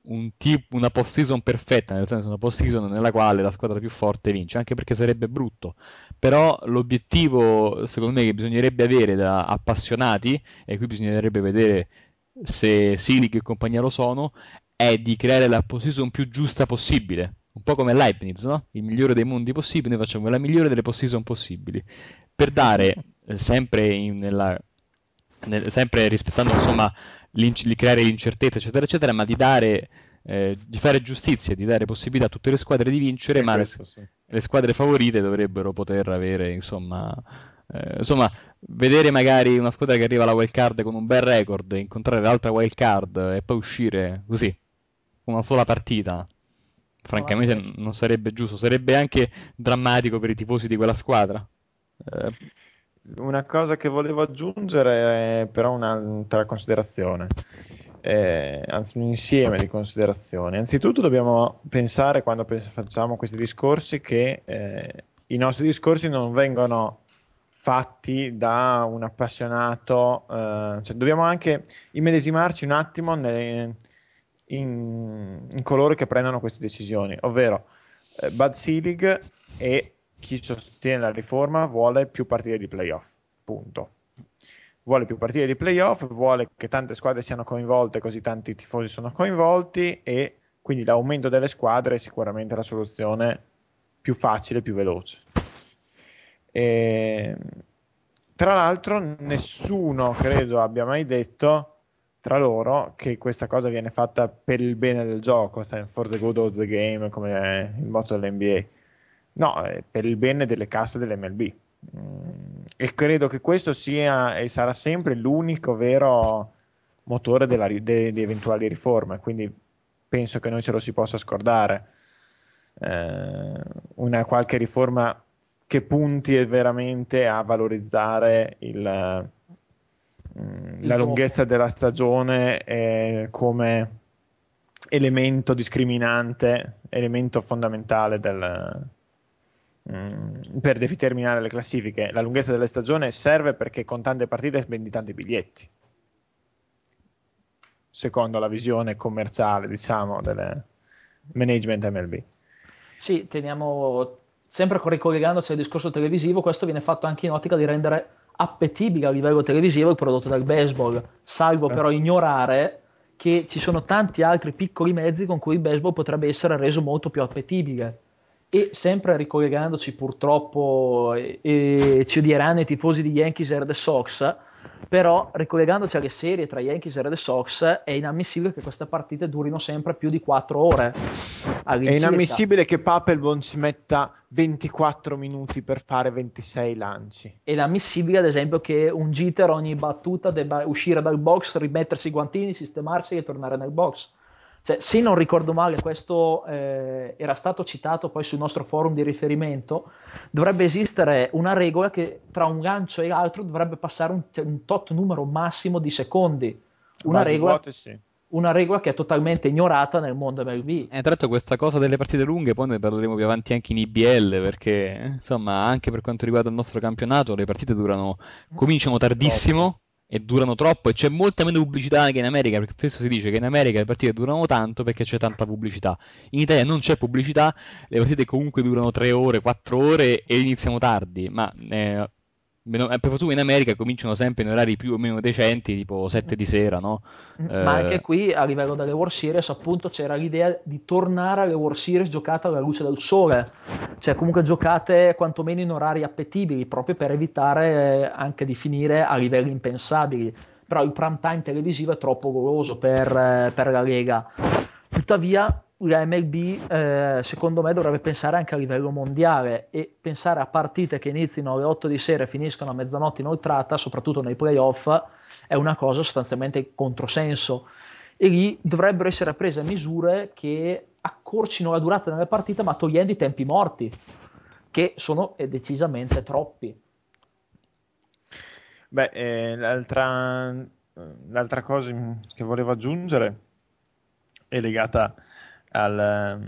un tipo, una post-season perfetta, nel senso una post-season nella quale la squadra più forte vince, anche perché sarebbe brutto. Però l'obiettivo, secondo me, che bisognerebbe avere da appassionati, e qui bisognerebbe vedere se Selig e compagnia lo sono, è di creare la post-season più giusta possibile. Un po' come Leibniz, no? Il migliore dei mondi possibili, noi facciamo la migliore delle post-season possibili. Per dare, eh, sempre, in, nella, nel, sempre rispettando, insomma, di creare l'incertezza, eccetera, eccetera, ma di dare, eh, di fare giustizia, di dare possibilità a tutte le squadre di vincere, E ma questo, le, sì. le squadre favorite dovrebbero poter avere, insomma, eh, insomma, vedere magari una squadra che arriva alla wild card con un bel record, incontrare l'altra wild card e poi uscire così, una sola partita. Francamente No, sì, sì. non sarebbe giusto, sarebbe anche drammatico per i tifosi di quella squadra. Eh, Una cosa che volevo aggiungere è però un'altra considerazione, eh, anzi un insieme di considerazioni. Anzitutto dobbiamo pensare, quando pens- facciamo questi discorsi, che eh, i nostri discorsi non vengono fatti da un appassionato, eh, cioè dobbiamo anche immedesimarci un attimo ne- in, in coloro che prendono queste decisioni, ovvero eh, Bud Selig e chi sostiene la riforma vuole più partite di playoff, punto. Vuole più partite di playoff, vuole che tante squadre siano coinvolte, così tanti tifosi sono coinvolti, e quindi l'aumento delle squadre è sicuramente la soluzione più facile, più veloce. E, tra l'altro, nessuno credo abbia mai detto tra loro che questa cosa viene fatta per il bene del gioco, sai, for the good of the game, come è il motto dell'N B A. No, è per il bene delle casse dell'M L B. Mm, e credo che questo sia e sarà sempre l'unico vero motore della, de, di eventuali riforme, quindi penso che non ce lo si possa scordare. Eh, una qualche riforma che punti veramente a valorizzare il, mm, Il la gioco. lunghezza della stagione eh, come elemento discriminante, elemento fondamentale del, mm, per determinare le classifiche. La lunghezza della stagione serve perché con tante partite vendi tanti biglietti, secondo la visione commerciale, diciamo, del management M L B. Sì, teniamo sempre ricollegandoci al discorso televisivo, questo viene fatto anche in ottica di rendere appetibile a livello televisivo il prodotto del baseball, salvo Eh. però ignorare che ci sono tanti altri piccoli mezzi con cui il baseball potrebbe essere reso molto più appetibile. E sempre ricollegandoci purtroppo, e, e ci odieranno i tifosi di Yankees e Red Sox, però ricollegandoci alle serie tra Yankees e Red Sox, è inammissibile che queste partite durino sempre più di quattro ore. È all'incirca. inammissibile che Papelbon ci metta ventiquattro minuti per fare ventisei lanci. È inammissibile, ad esempio, che un Jeter ogni battuta debba uscire dal box, rimettersi i guantini, sistemarsi e tornare nel box. Cioè, se non ricordo male, questo eh, era stato citato poi sul nostro forum di riferimento, dovrebbe esistere una regola che tra un lancio e l'altro dovrebbe passare un, un tot numero massimo di secondi. Una Basi regola, vuote, sì. una regola che è totalmente ignorata nel mondo M L B. E tra l'altro questa cosa delle partite lunghe poi ne parleremo più avanti anche in I B L, perché insomma anche per quanto riguarda il nostro campionato le partite durano, cominciano tardissimo e durano troppo, e c'è molta meno pubblicità che in America, perché spesso si dice che in America le partite durano tanto perché c'è tanta pubblicità. In Italia non c'è pubblicità, le partite comunque durano tre ore, quattro ore e iniziano tardi, ma eh, meno- eh, per fortuna in America cominciano sempre in orari più o meno decenti, tipo sette di sera, no? Ma Eh, anche qui a livello delle World Series appunto c'era l'idea di tornare alle World Series giocate alla luce del sole, cioè comunque giocate quantomeno in orari appetibili, proprio per evitare eh, anche di finire a livelli impensabili. Però il prime time televisivo è troppo goloso per, eh, per la Lega. Tuttavia la M L B eh, secondo me dovrebbe pensare anche a livello mondiale e pensare a partite che inizino alle otto di sera e finiscono a mezzanotte inoltrata, soprattutto nei playoff, è una cosa sostanzialmente controsenso, e lì dovrebbero essere prese misure che accorcino la durata delle partite ma togliendo i tempi morti, che sono eh, decisamente troppi. Beh, eh, l'altra, l'altra cosa che volevo aggiungere è legata al,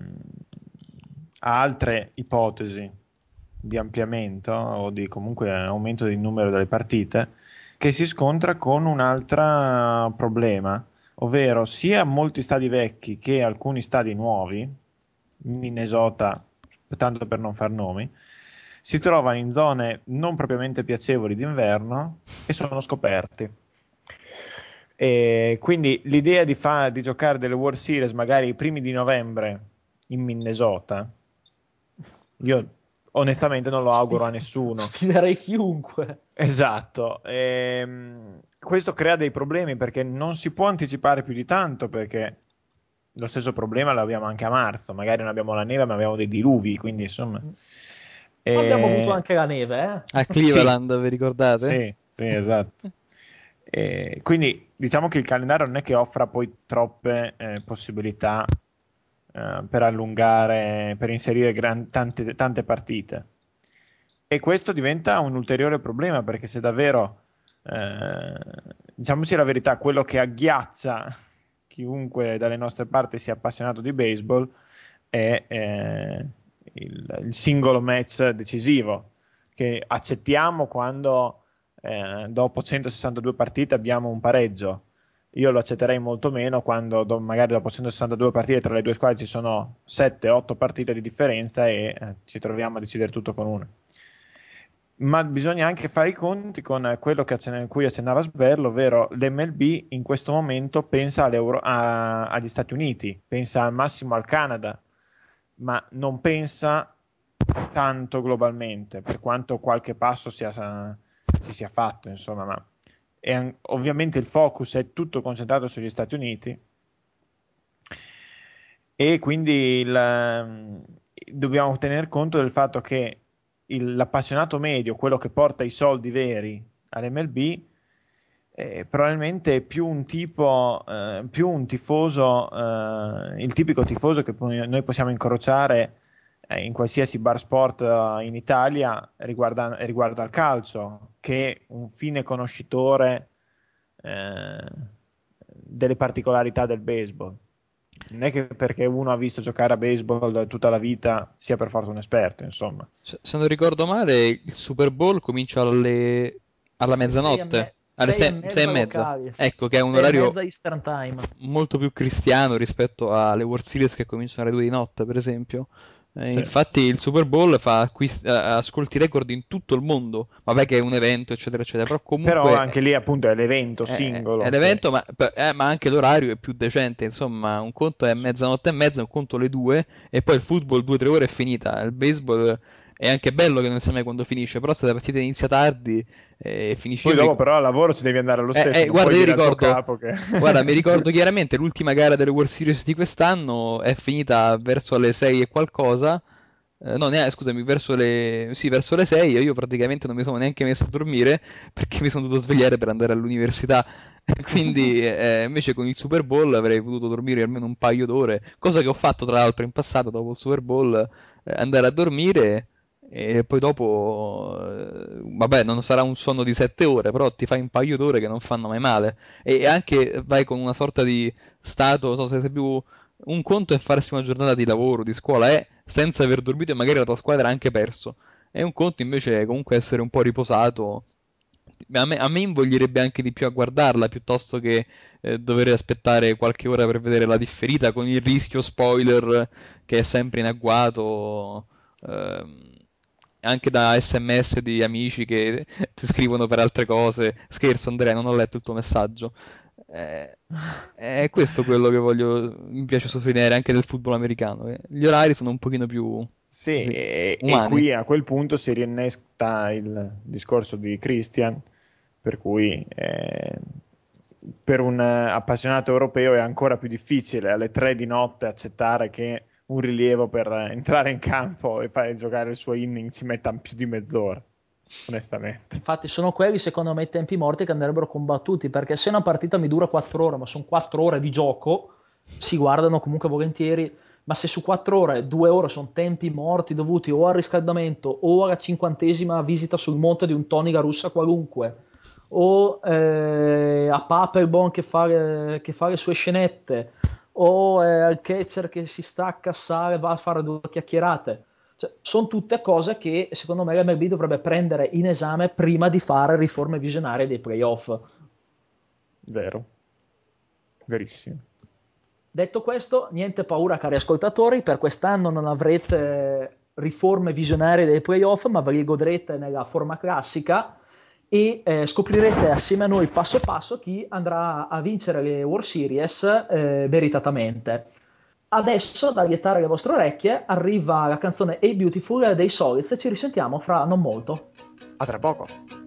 a altre ipotesi di ampliamento o di comunque aumento del numero delle partite, che si scontra con un altro problema, ovvero sia molti stadi vecchi che alcuni stadi nuovi, Minnesota, tanto per non far nomi, si trovano in zone non propriamente piacevoli d'inverno e sono scoperti. E quindi l'idea di, fa- di giocare delle World Series magari i primi di novembre in Minnesota, io onestamente non lo auguro a nessuno. Sfiderei chiunque. Esatto. Ehm, questo crea dei problemi perché non si può anticipare più di tanto, perché lo stesso problema lo abbiamo anche a marzo, magari non abbiamo la neve ma abbiamo dei diluvi, quindi insomma... Eh... abbiamo avuto Eh, anche la neve, eh? A Cleveland, sì. Vi ricordate? Sì, sì, esatto. E quindi diciamo che il calendario non è che offra poi troppe eh, possibilità eh, per allungare, per inserire gran, tante, tante partite, e questo diventa un ulteriore problema, perché se davvero eh, diciamoci la verità, quello che agghiaccia chiunque dalle nostre parti sia appassionato di baseball è eh, il, il singolo match decisivo, che accettiamo quando Eh, dopo centosessantadue partite abbiamo un pareggio. Io lo accetterei molto meno quando do, magari dopo centosessantadue partite tra le due squadre ci sono sette otto partite di differenza e eh, ci troviamo a decidere tutto con una. Ma bisogna anche fare i conti con quello che accen- cui accennava Sberlo, ovvero l'M L B in questo momento pensa all'Euro- a- agli Stati Uniti, pensa al massimo al Canada, ma non pensa tanto globalmente, per quanto qualche passo sia si sia fatto, insomma, ma è, ovviamente il focus è tutto concentrato sugli Stati Uniti, e quindi il, dobbiamo tener conto del fatto che il, l'appassionato medio, quello che porta i soldi veri all'M L B, eh, probabilmente è più un tipo, eh, più un tifoso, eh, il tipico tifoso che noi possiamo incrociare in qualsiasi bar sport in Italia riguarda, riguardo al calcio, che un fine conoscitore eh, delle particolarità del baseball. Non è che perché uno ha visto giocare a baseball tutta la vita sia per forza un esperto, insomma. Se non ricordo male, il Super Bowl comincia alle... alla mezzanotte. Alle sei e mezza, ecco, che è un orario Eastern Time, molto più cristiano rispetto alle World Series che cominciano alle due di notte, per esempio. Eh, sì. Infatti il Super Bowl fa acquist- ascolti record in tutto il mondo, vabbè che è un evento eccetera eccetera, però comunque però anche lì appunto è l'evento è, singolo, è l'evento, ma, eh, ma anche l'orario è più decente, insomma, un conto è mezzanotte e mezza, un conto le due, e poi il football due o tre ore è finita. Il baseball è anche bello che non sai mai quando finisce, però se la partita inizia tardi e finisce, poi dopo però al lavoro ci devi andare lo stesso. Eh, eh, guarda, io ricordo, capo che... guarda, mi ricordo chiaramente l'ultima gara delle World Series di quest'anno è finita verso le sei e qualcosa. Eh, no, neanche, scusami, verso le sì, verso le sei, e io praticamente non mi sono neanche messo a dormire perché mi sono dovuto svegliare per andare all'università. Quindi eh, invece con il Super Bowl avrei potuto dormire almeno un paio d'ore, cosa che ho fatto tra l'altro in passato dopo il Super Bowl, eh, andare a dormire e poi dopo eh, vabbè, non sarà un sonno di sette ore, però ti fai un paio d'ore che non fanno mai male, e anche vai con una sorta di stato, so se sei più... Un conto è farsi una giornata di lavoro, di scuola, eh, senza aver dormito e magari la tua squadra ha anche perso. E un conto invece è comunque essere un po' riposato. A me, a me invoglierebbe anche di più a guardarla, piuttosto che eh, dover aspettare qualche ora per vedere la differita, con il rischio spoiler che è sempre in agguato, ehm, anche da sms di amici che ti scrivono per altre cose. Scherzo, Andrea, non ho letto il tuo messaggio. Eh, è questo quello che voglio, mi piace sottolineare anche del football americano, eh. Gli orari sono un pochino più sì, così, e, e qui a quel punto si rinnesca il discorso di Christian, per cui eh, per un appassionato europeo è ancora più difficile alle tre di notte accettare che un rilievo per entrare in campo e fare giocare il suo inning ci metta più di mezz'ora. Onestamente, infatti sono quelli secondo me i tempi morti che andrebbero combattuti, perché se una partita mi dura quattro ore ma sono quattro ore di gioco, si guardano comunque volentieri, ma se su quattro ore due ore sono tempi morti dovuti o al riscaldamento o alla cinquantesima visita sul monte di un Tony La Russa qualunque, o eh, a Papelbon che fa, le, che fa le sue scenette, o eh, al catcher che si sta a cassare e va a fare due chiacchierate. Cioè, sono tutte cose che secondo me l'M L B dovrebbe prendere in esame prima di fare riforme visionarie dei playoff. Vero. verissimo. Detto questo, niente paura cari ascoltatori, per quest'anno non avrete riforme visionarie dei playoff, ma ve li godrete nella forma classica e eh, scoprirete assieme a noi passo passo chi andrà a vincere le World Series eh, meritatamente. Adesso, da lietare le vostre orecchie, arriva la canzone Hey Beautiful dei Solids e ci risentiamo fra non molto. A tra poco.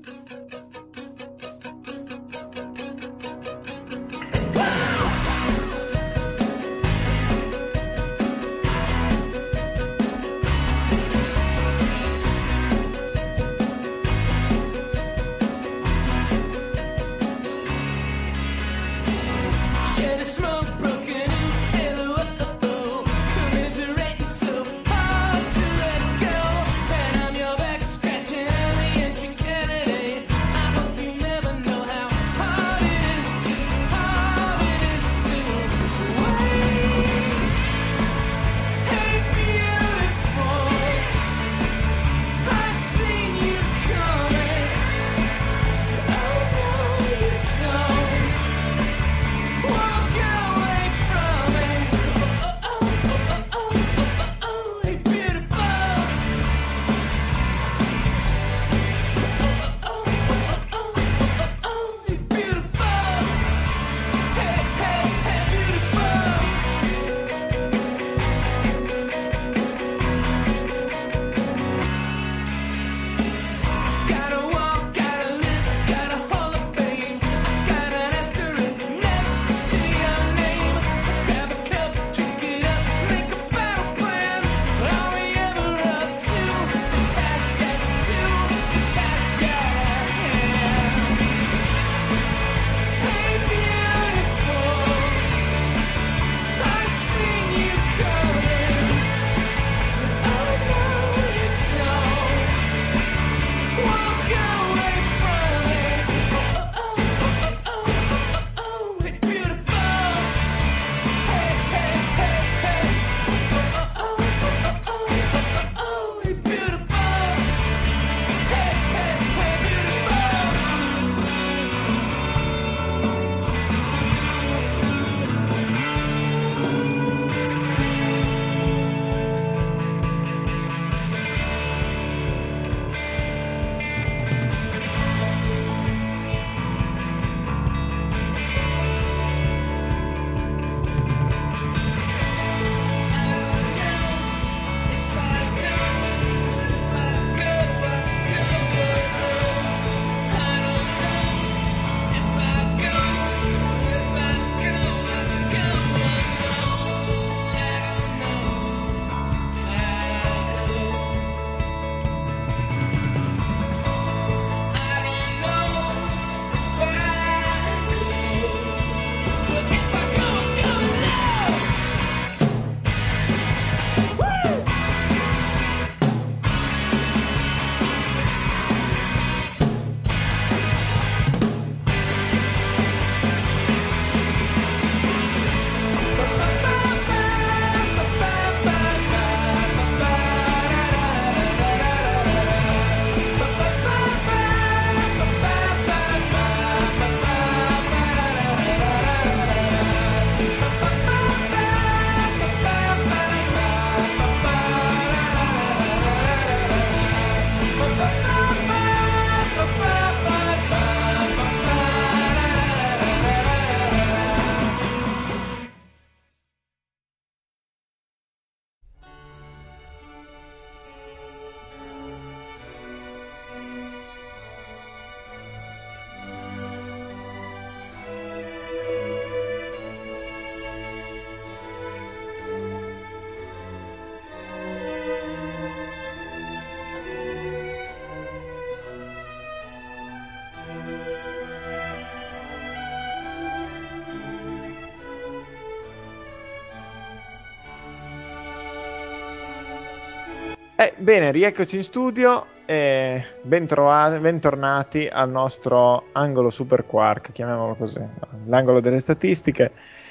Eh, bene, rieccoci in studio e bentrovati, bentornati al nostro angolo Super Quark, chiamiamolo così, l'angolo delle statistiche.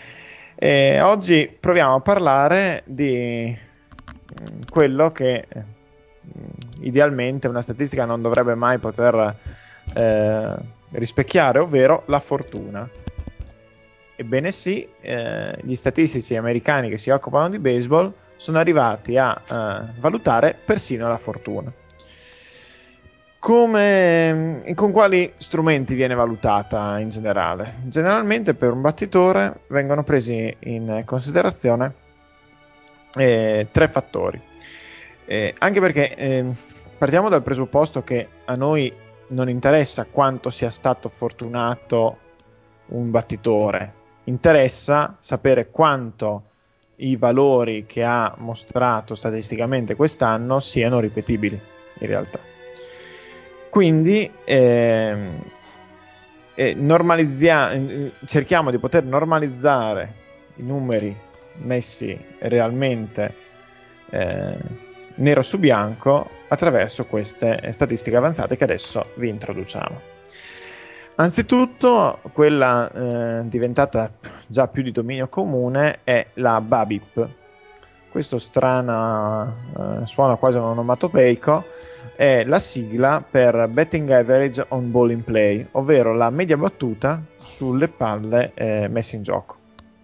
E oggi proviamo a parlare di quello che idealmente una statistica non dovrebbe mai poter eh, rispecchiare, ovvero la fortuna. ebbene sì, eh, gli statistici americani che si occupano di baseball sono arrivati a uh, valutare persino la fortuna. Come, con quali strumenti viene valutata in generale? Generalmente per un battitore vengono presi in considerazione eh, tre fattori. Eh, anche perché eh, partiamo dal presupposto che a noi non interessa quanto sia stato fortunato un battitore, interessa sapere quanto i valori che ha mostrato statisticamente quest'anno siano ripetibili in realtà. Quindi ehm, eh, normalizziamo, eh, cerchiamo di poter normalizzare i numeri messi realmente eh, nero su bianco attraverso queste statistiche avanzate che adesso vi introduciamo. Anzitutto, quella eh, diventata già più di dominio comune è la BABIP. Questo strana eh, suona quasi un onomatopeico, è la sigla per Betting Average on Ball in Play, ovvero la media battuta sulle palle eh, messe in gioco.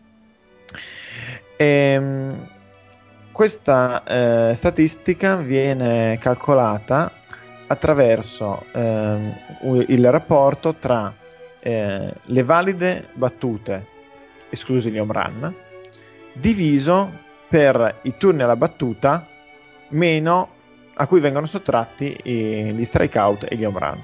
Ehm, questa eh, statistica viene calcolata attraverso ehm, il rapporto tra eh, le valide battute, esclusi gli home run, diviso per i turni alla battuta meno a cui vengono sottratti i, gli strikeout e gli home run.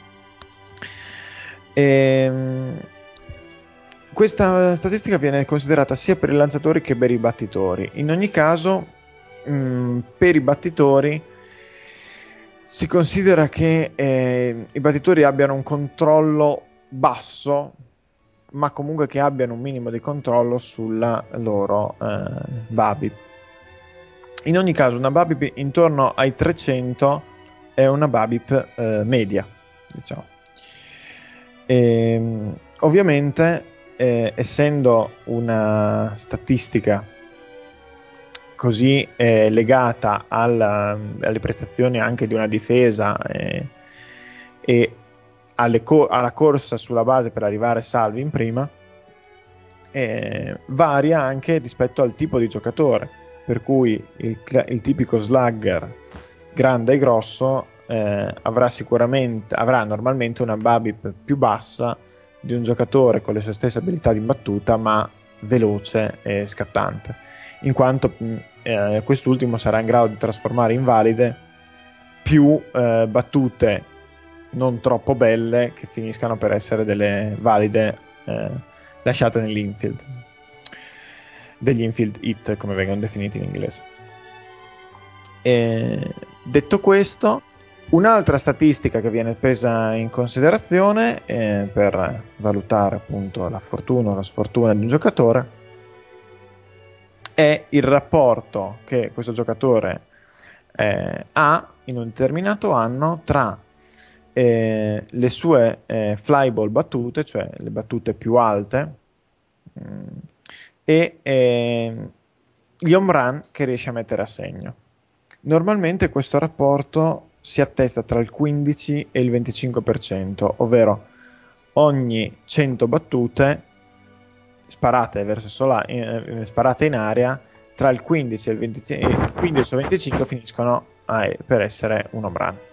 Ehm, questa statistica viene considerata sia per i lanciatori che per i battitori. In ogni caso, mh, per i battitori si considera che eh, i battitori abbiano un controllo basso, ma comunque che abbiano un minimo di controllo sulla loro eh, BABIP. In ogni caso, una BABIP intorno ai trecento è una BABIP eh, media, diciamo. E, ovviamente, eh, essendo una statistica così eh, legata alla, alle prestazioni anche di una difesa eh, e alle co- alla corsa sulla base per arrivare salvi in prima, eh, varia anche rispetto al tipo di giocatore, per cui il, il tipico slugger grande e grosso eh, avrà sicuramente avrà normalmente una BABIP più bassa di un giocatore con le sue stesse abilità di battuta ma veloce e scattante, in quanto eh, quest'ultimo sarà in grado di trasformare in valide più eh, battute non troppo belle che finiscano per essere delle valide eh, lasciate nell'infield, degli infield hit come vengono definiti in inglese. E, detto questo, un'altra statistica che viene presa in considerazione eh, per valutare appunto la fortuna o la sfortuna di un giocatore è il rapporto che questo giocatore eh, ha in un determinato anno tra eh, le sue eh, fly ball battute, cioè le battute più alte, mh, e eh, gli home run che riesce a mettere a segno. Normalmente questo rapporto si attesta tra il quindici e il venticinque per cento, ovvero ogni cento battute sparate verso sola, eh, sparate in aria, tra il quindici e il venticinque, il quindici o venticinque finiscono a, per essere un home run.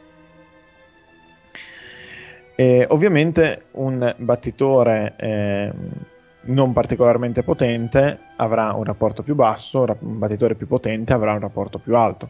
E ovviamente un battitore eh, non particolarmente potente avrà un rapporto più basso, un battitore più potente avrà un rapporto più alto,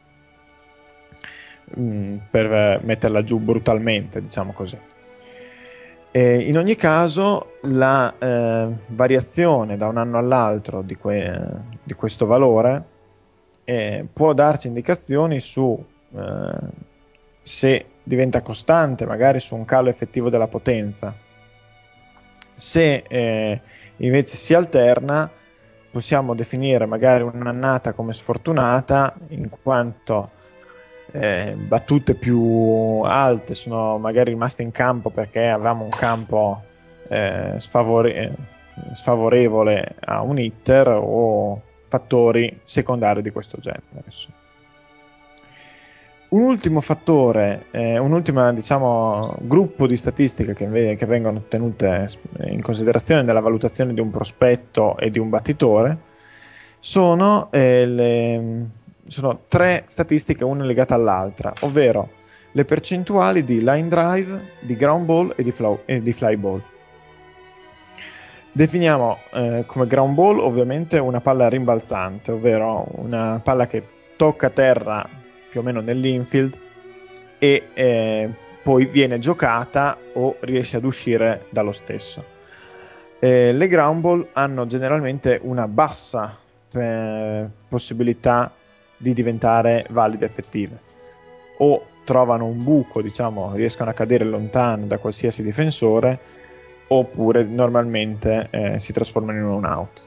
mm, per metterla giù brutalmente, diciamo così. E in ogni caso la eh, variazione da un anno all'altro di, que- di questo valore eh, può darci indicazioni su eh, se diventa costante, magari su un calo effettivo della potenza. Se eh, invece si alterna, possiamo definire magari un'annata come sfortunata, in quanto eh, battute più alte sono magari rimaste in campo perché avevamo un campo eh, sfavore- sfavorevole a un hitter o fattori secondari di questo genere. Un ultimo fattore, eh, un ultimo diciamo, gruppo di statistiche che, che vengono tenute in considerazione nella valutazione di un prospetto e di un battitore sono, eh, le, sono tre statistiche, una legata all'altra, ovvero le percentuali di line drive, di ground ball e di, flow, e di fly ball. Definiamo eh, come ground ball ovviamente una palla rimbalzante, ovvero una palla che tocca terra più o meno nell'infield e eh, poi viene giocata o riesce ad uscire dallo stesso. Eh, le ground ball hanno generalmente una bassa eh, possibilità di diventare valide effettive, o trovano un buco, diciamo, riescono a cadere lontano da qualsiasi difensore, oppure normalmente eh, si trasformano in un out.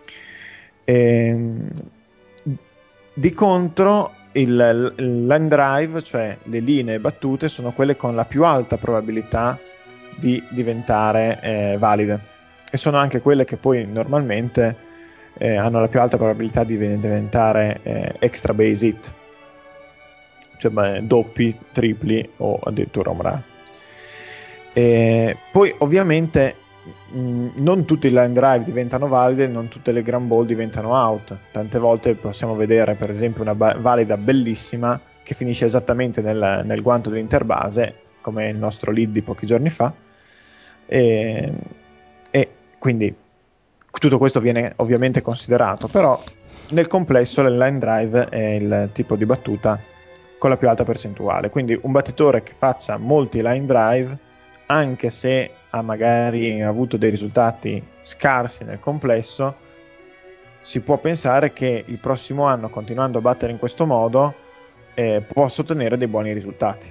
E, di contro il, il line drive, cioè le linee battute, sono quelle con la più alta probabilità di diventare eh, valide, e sono anche quelle che poi normalmente eh, hanno la più alta probabilità di diventare eh, extra base hit, cioè beh, doppi, tripli o addirittura home run. E poi ovviamente mh, non tutti i line drive diventano valide, non tutte le ground ball diventano out. Tante volte possiamo vedere per esempio una ba- valida bellissima che finisce esattamente nel, nel guanto dell'interbase, come il nostro lead di pochi giorni fa, e, e quindi tutto questo viene ovviamente considerato, però nel complesso il line drive è il tipo di battuta con la più alta percentuale. Quindi un battitore che faccia molti line drive, anche se ha magari avuto dei risultati scarsi nel complesso, si può pensare che il prossimo anno, continuando a battere in questo modo, eh, possa ottenere dei buoni risultati.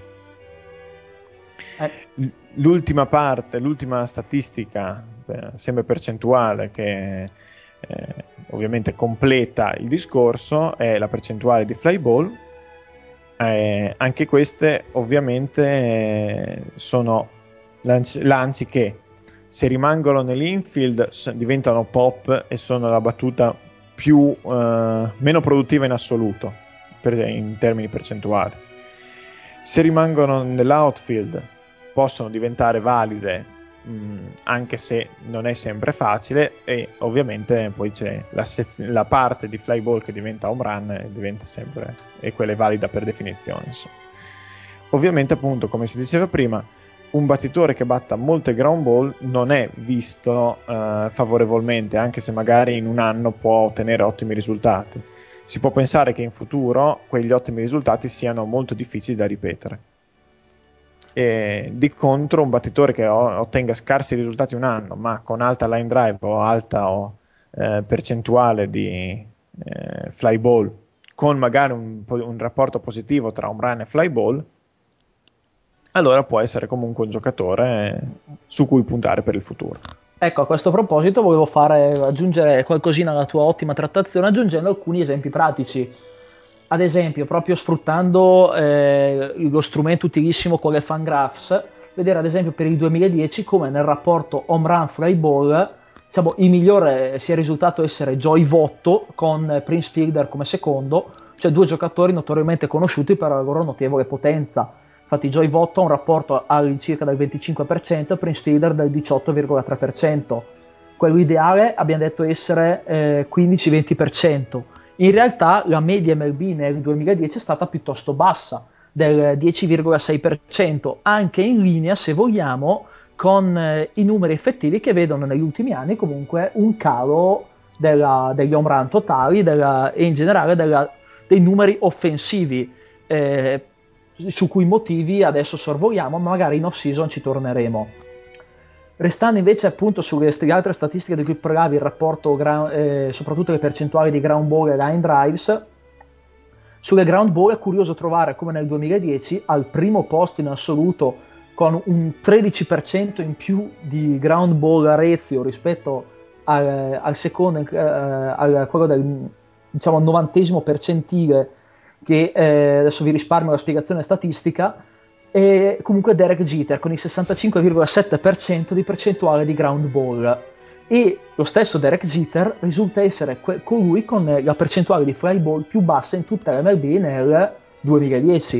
Eh. L'ultima parte, l'ultima statistica, eh, sempre percentuale, che eh, ovviamente completa il discorso, è la percentuale di fly ball. Eh, anche queste ovviamente eh, sono lanci, lanci che, se rimangono nell'infield, s- diventano pop e sono la battuta più eh, meno produttiva in assoluto per, in termini percentuali. Se rimangono nell'outfield possono diventare valide, mh, anche se non è sempre facile, e ovviamente poi c'è la, sez- la parte di fly ball che diventa home run e diventa sempre, e quella è valida per definizione, insomma. Ovviamente, appunto, come si diceva prima, un battitore che batta molte ground ball non è visto eh, favorevolmente, anche se magari in un anno può ottenere ottimi risultati. Si può pensare che in futuro quegli ottimi risultati siano molto difficili da ripetere. E di contro un battitore che o- ottenga scarsi risultati un anno, ma con alta line drive o alta o, eh, percentuale di eh, fly ball, con magari un, un rapporto positivo tra home run e fly ball, allora può essere comunque un giocatore su cui puntare per il futuro. Ecco, a questo proposito volevo fare aggiungere qualcosina alla tua ottima trattazione, aggiungendo alcuni esempi pratici. Ad esempio, proprio sfruttando eh, lo strumento utilissimo con le Fangraphs, vedere ad esempio per il duemiladieci come nel rapporto home run fly ball, diciamo, il migliore sia risultato essere Joey Votto con Prince Fielder come secondo, cioè due giocatori notoriamente conosciuti per la loro notevole potenza. Infatti Joey Votto ha un rapporto all'incirca del venticinque per cento, Prince Fielder del diciotto virgola tre per cento. Quello ideale abbiamo detto essere eh, quindici venti per cento. In realtà la media M L B nel duemiladieci è stata piuttosto bassa, del dieci virgola sei per cento, anche in linea, se vogliamo, con eh, i numeri effettivi che vedono negli ultimi anni comunque un calo della, degli home run totali della, e in generale della, dei numeri offensivi, eh, su cui motivi adesso sorvoliamo, ma magari in off-season ci torneremo. Restando invece appunto sulle st- altre statistiche di cui parlavi, il rapporto, gra- eh, soprattutto le percentuali di ground ball e line drives, sulle ground ball è curioso trovare come nel duemiladieci al primo posto in assoluto, con un tredici per cento in più di ground ball a ratio rispetto al, al secondo, eh, al quello del, diciamo, novantesimo percentile, che eh, adesso vi risparmio la spiegazione statistica, e comunque Derek Jeter con il sessantacinque virgola sette per cento di percentuale di ground ball, e lo stesso Derek Jeter risulta essere que- colui con la percentuale di fly ball più bassa in tutta la M L B nel duemiladieci.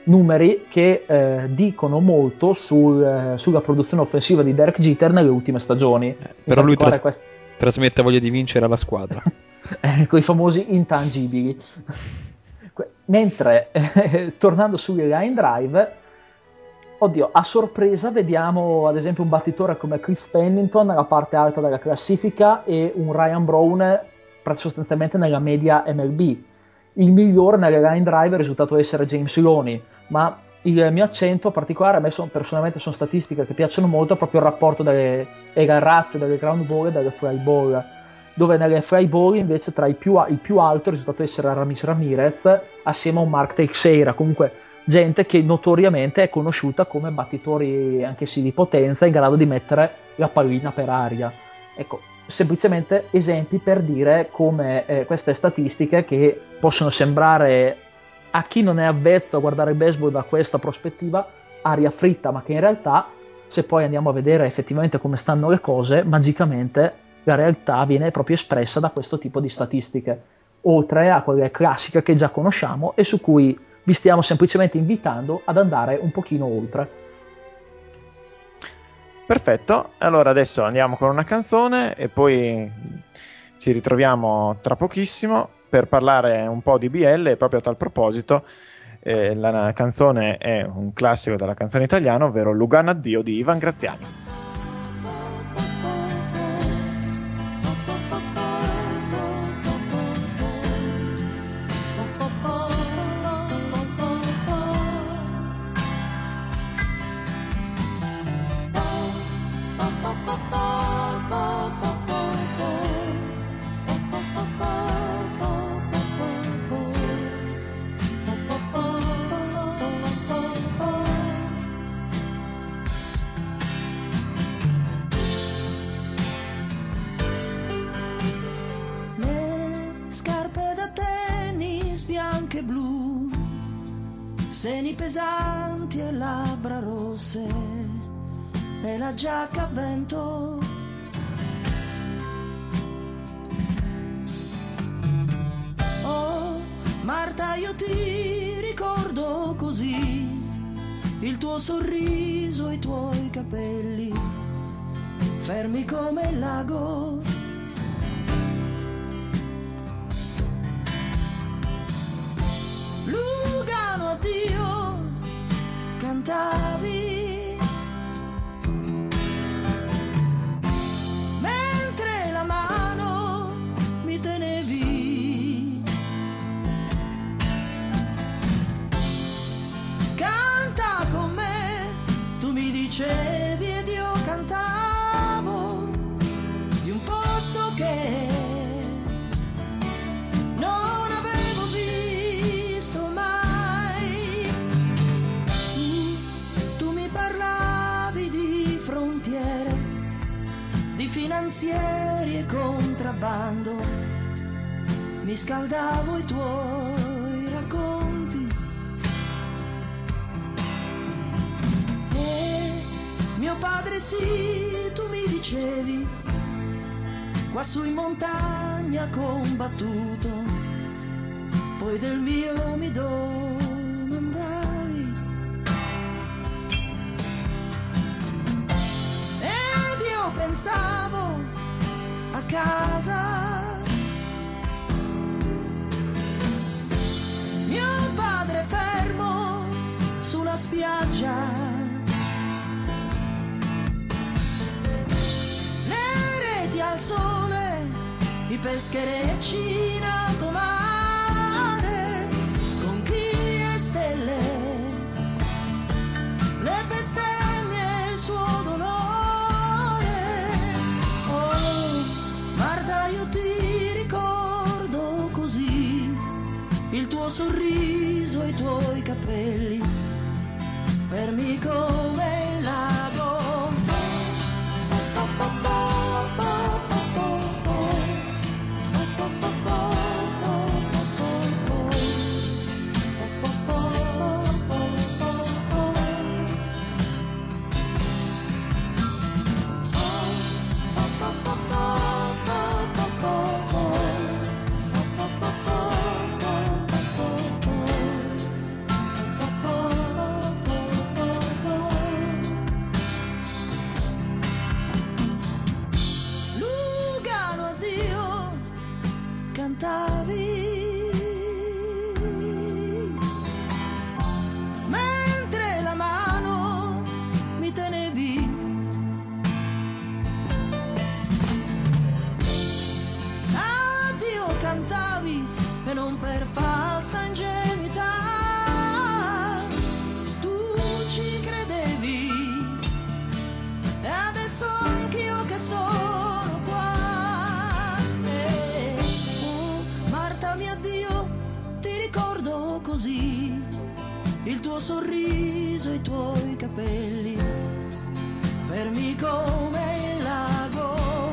numeri che eh, dicono molto sul, eh, sulla produzione offensiva di Derek Jeter nelle ultime stagioni. Eh, però lui tras- quest- trasmette voglia di vincere alla squadra. eh, con i famosi intangibili. Mentre, eh, tornando sulle line drive, oddio, a sorpresa vediamo ad esempio un battitore come Chris Pennington nella parte alta della classifica e un Ryan Braun sostanzialmente nella media M L B. Il migliore nelle line drive è risultato essere James Loney, ma il mio accento particolare, a me sono, personalmente sono statistiche che piacciono molto, proprio il rapporto delle, delle razze, delle ground ball e delle fly ball, dove nelle fly ball invece tra i più, il più alto è risultato essere Ramis Ramirez assieme a un Mark Teixeira, comunque gente che notoriamente è conosciuta come battitori anche sì di potenza, in grado di mettere la pallina per aria. Ecco, semplicemente esempi per dire come eh, queste statistiche, che possono sembrare a chi non è avvezzo a guardare il baseball da questa prospettiva aria fritta, ma che in realtà, se poi andiamo a vedere effettivamente come stanno le cose, magicamente la realtà viene proprio espressa da questo tipo di statistiche, oltre a quelle classiche che già conosciamo e su cui vi stiamo semplicemente invitando ad andare un pochino oltre. Perfetto, allora adesso andiamo con una canzone e poi ci ritroviamo tra pochissimo per parlare un po' di B L. E proprio a tal proposito eh, la canzone è un classico della canzone italiana, ovvero Lugano addio di Ivan Graziani. Seni pesanti e labbra rosse e la giacca a vento. Oh, Marta, io ti ricordo così, il tuo sorriso, i tuoi capelli, fermi come il lago. Lugano addio, cantavi, mentre la mano mi tenevi. Canta con me, tu mi dicevi ed io cantavo di un posto che non avevo visto mai. Tu mi parlavi di frontiere, di finanzieri e contrabbando, mi scaldavo i tuoi racconti e mio padre sì, tu mi dicevi, qua su in montagna combattuto, poi del mio mi domandavi ed io pensavo a casa. Mio padre fermo sulla spiaggia, le reti al sole, i pescherecci in alto mare, conchiglie e stelle, le bestemmie e il suo dolore. Oh, Marta, io ti ricordo così, il tuo sorriso e i tuoi capelli, fermi come il lago. Oh, falsa ingenuità. Tu ci credevi e adesso anch'io che sono qua. E, oh, Marta mia Dio, ti ricordo così, il tuo sorriso e i tuoi capelli fermi come il lago.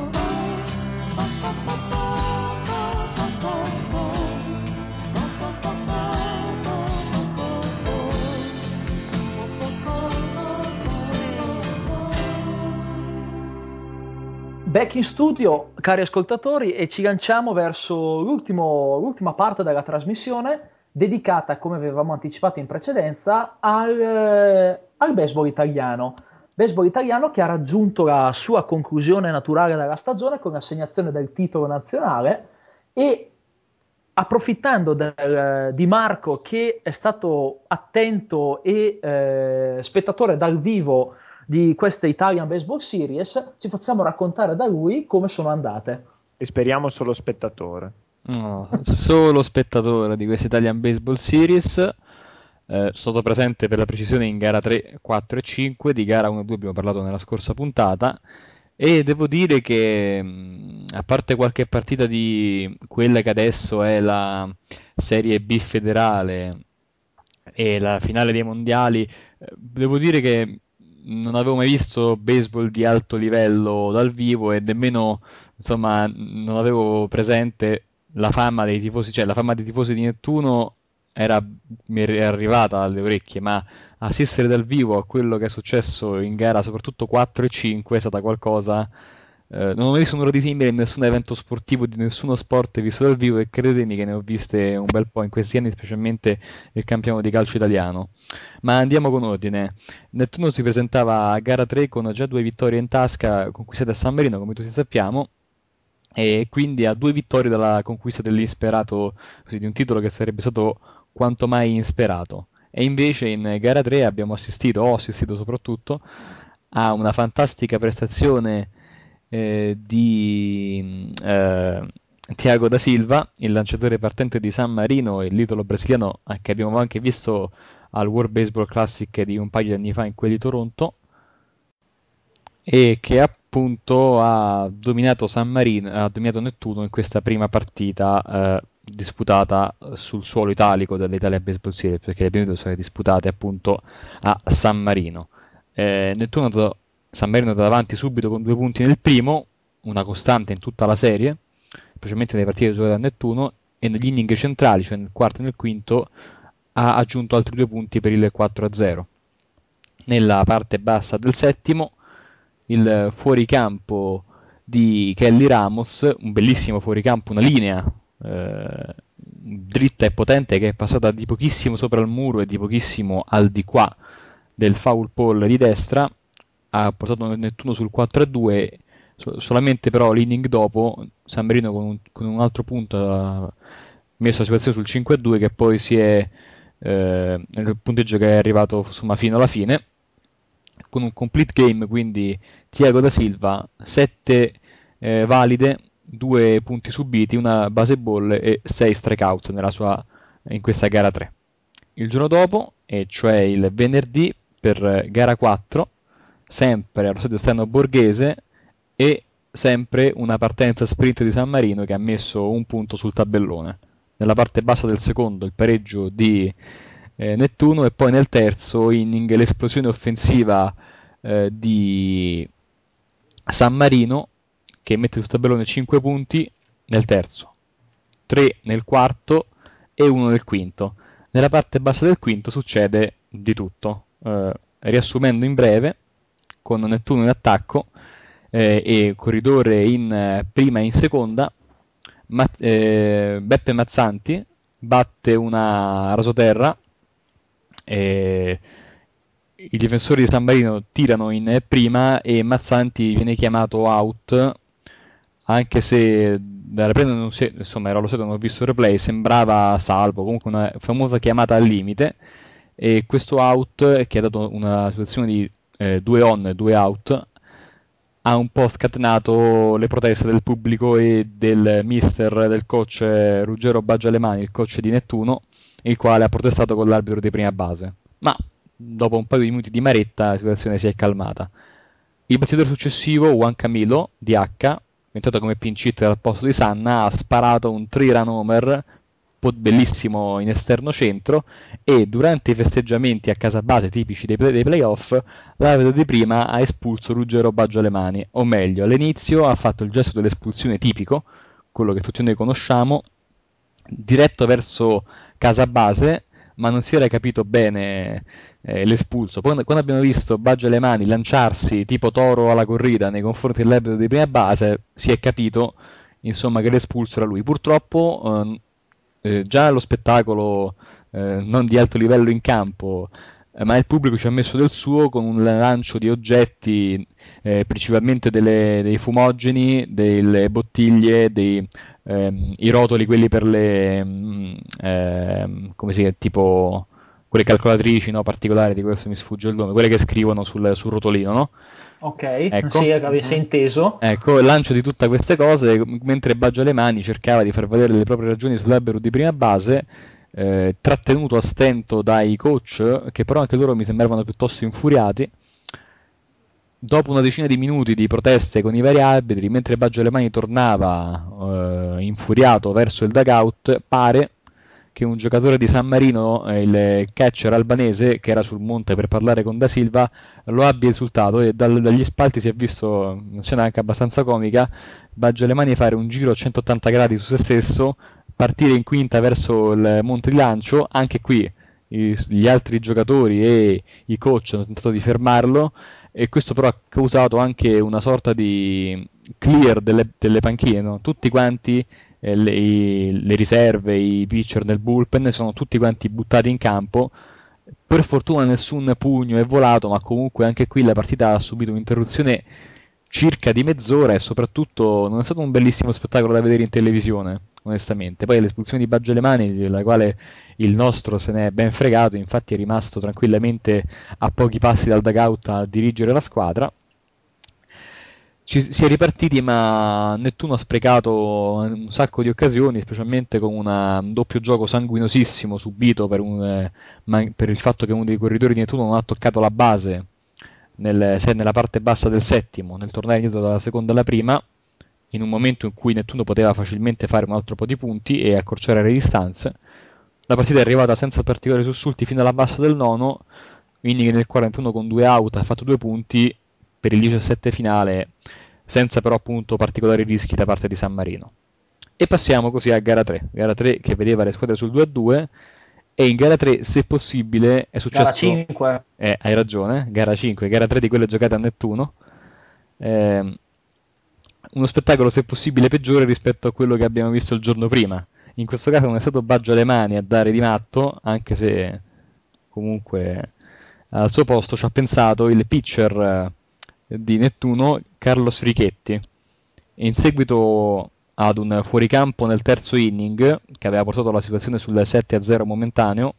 Back in studio, cari ascoltatori, e ci lanciamo verso l'ultimo, l'ultima parte della trasmissione, dedicata, come avevamo anticipato in precedenza, al, eh, al baseball italiano. Baseball italiano che ha raggiunto la sua conclusione naturale della stagione con l'assegnazione del titolo nazionale, e approfittando del, di Marco, che è stato attento e eh, spettatore dal vivo di queste Italian Baseball Series, ci facciamo raccontare da lui come sono andate. E speriamo solo spettatore. No, solo spettatore di questa Italian Baseball Series. Eh, sono stato presente per la precisione in gara tre, quattro e cinque. Di gara uno e due abbiamo parlato nella scorsa puntata, e devo dire che mh, a parte qualche partita di quella che adesso è la Serie B federale e la finale dei mondiali, eh, devo dire che non avevo mai visto baseball di alto livello dal vivo, e nemmeno, insomma, non avevo presente la fama dei tifosi, cioè la fama dei tifosi di Nettuno era, mi è arrivata alle orecchie, ma assistere dal vivo a quello che è successo in gara soprattutto quattro e cinque è stata qualcosa, eh, non ho mai visto nulla di simile in nessun evento sportivo di nessuno sport visto dal vivo, e credetemi che ne ho viste un bel po' in questi anni, specialmente il campionato di calcio italiano. Ma andiamo con ordine. Nettuno si presentava a gara tre con già due vittorie in tasca conquistate a San Marino, come tutti sappiamo, e quindi a due vittorie dalla conquista dell'insperato, così, di un titolo che sarebbe stato quanto mai insperato. E invece in gara tre abbiamo assistito, ho assistito soprattutto, a una fantastica prestazione eh, di eh, Thiago da Silva, il lanciatore partente di San Marino e l'idolo brasiliano che abbiamo anche visto al World Baseball Classic di un paio di anni fa in quelli di Toronto, e che appunto ha dominato San Marino, ha dominato Nettuno in questa prima partita eh, disputata sul suolo italico dell'Italia Baseball Series, perché le prime due sono disputate appunto a San Marino. Eh, Nettuno è andato, San Marino è andato avanti subito con due punti nel primo, una costante in tutta la serie, specialmente nelle partite giocate a Nettuno, e negli inning centrali, cioè nel quarto e nel quinto, ha aggiunto altri due punti per il quattro a zero. Nella parte bassa del settimo, il fuoricampo di Kelly Ramos, un bellissimo fuoricampo, una linea eh, dritta e potente che è passata di pochissimo sopra il muro e di pochissimo al di qua del foul pole di destra, ha portato Nettuno sul quattro a due. So- solamente però l'inning dopo San Marino con un, con un altro punto ha messo la situazione sul cinque a due, che poi si è eh, nel punteggio che è arrivato, insomma, fino alla fine, con un complete game. Quindi Thiago da Silva, sette eh, valide, due punti subiti, una base ball e sei strikeout nella sua, in questa gara tre. Il giorno dopo, e cioè il venerdì, per gara quattro, sempre allo stadio Stano Borghese, e sempre una partenza sprint di San Marino che ha messo un punto sul tabellone. Nella parte bassa del secondo il pareggio di eh, Nettuno, e poi nel terzo inning l'esplosione offensiva eh, di San Marino, che mette sul tabellone cinque punti nel terzo, tre nel quarto e uno nel quinto. Nella parte bassa del quinto succede di tutto. Eh, riassumendo in breve, con Nettuno in attacco eh, e corridore in eh, prima e in seconda, Ma- eh, Beppe Mazzanti batte una rasoterra, e i difensori di San Marino tirano in prima e Mazzanti viene chiamato out, anche se da riprendere non si, insomma, era lo stato, non ho visto il replay, sembrava salvo, comunque una famosa chiamata al limite, e questo out, che ha dato una situazione di eh, due on e due out, ha un po' scatenato le proteste del pubblico e del mister, del coach eh, Ruggero Baggialemani, il coach di Nettuno, il quale ha protestato con l'arbitro di prima base. Ma dopo un paio di minuti di maretta la situazione si è calmata. Il battitore successivo, Juan Camilo, D H, entrato come pinch hitter al posto di Sanna, ha sparato un three-run homer bellissimo in esterno centro, e durante i festeggiamenti a casa base tipici dei, play- dei playoff l'arbitro di prima ha espulso Ruggero Baggio alle mani, o meglio, all'inizio ha fatto il gesto dell'espulsione tipico, quello che tutti noi conosciamo, diretto verso casa base, ma non si era capito bene eh, l'espulso. Poi quando abbiamo visto Baggio alle mani lanciarsi tipo toro alla corrida nei confronti dell'arbitro di prima base, si è capito insomma che l'espulso era lui. Purtroppo eh, eh, già lo spettacolo eh, non di alto livello in campo, eh, ma il pubblico ci ha messo del suo con un lancio di oggetti, eh, principalmente delle, dei fumogeni, delle bottiglie, dei ehm, i rotoli, quelli per le mm, ehm, come si chiama, tipo quelle calcolatrici, no, particolari, di questo mi sfugge il nome, quelle che scrivono sul, sul rotolino, no? Ok, Ecco. sì, avessi inteso. Ecco, il lancio di tutte queste cose, mentre Baggio alle mani cercava di far vedere le proprie ragioni sull'albero di prima base, eh, trattenuto a stento dai coach, che però anche loro mi sembravano piuttosto infuriati. Dopo una decina di minuti di proteste con i vari arbitri, mentre Baggio alle mani tornava eh, infuriato verso il dugout, pare che un giocatore di San Marino, eh, il catcher albanese, che era sul monte per parlare con Da Silva, lo abbia insultato, e dal, dagli spalti si è visto una scena anche abbastanza comica: Baggio alle mani fare un giro a centottanta gradi su se stesso, partire in quinta verso il monte di lancio. Anche qui i, gli altri giocatori e i coach hanno tentato di fermarlo, e questo però ha causato anche una sorta di clear delle, delle panchine, no? Tutti quanti, eh, le, i, le riserve, i pitcher nel bullpen sono tutti quanti buttati in campo. Per fortuna nessun pugno è volato, ma comunque anche qui la partita ha subito un'interruzione circa di mezz'ora, e soprattutto non è stato un bellissimo spettacolo da vedere in televisione, onestamente. Poi l'espulsione di Baggio alle mani, della quale il nostro se ne è ben fregato, infatti è rimasto tranquillamente a pochi passi dal dugout a dirigere la squadra. Ci, si è ripartiti, ma Nettuno ha sprecato un sacco di occasioni, specialmente con una, un doppio gioco sanguinosissimo subito per, un, eh, man, per il fatto che uno dei corridori di Nettuno non ha toccato la base nel, se, nella parte bassa del settimo, nel tornare indietro dalla seconda alla prima, in un momento in cui Nettuno poteva facilmente fare un altro po' di punti e accorciare le distanze. La partita è arrivata senza particolari sussulti fino alla bassa del nono, inning nel quarantuno con due out ha fatto due punti per il diciassette finale, senza però appunto particolari rischi da parte di San Marino. E passiamo così a gara tre, gara tre che vedeva le squadre sul due a due, e in gara tre, se possibile, è successo... Gara cinque. Eh, hai ragione, gara cinque, gara tre di quelle giocate a Nettuno. Eh, uno spettacolo, se possibile, peggiore rispetto a quello che abbiamo visto il giorno prima. In questo caso non è stato Baggio alle mani a dare di matto, anche se comunque al suo posto ci ha pensato il pitcher di Nettuno, Carlos Richetti. E in seguito ad un fuoricampo nel terzo inning, che aveva portato la situazione sul sette a zero momentaneo,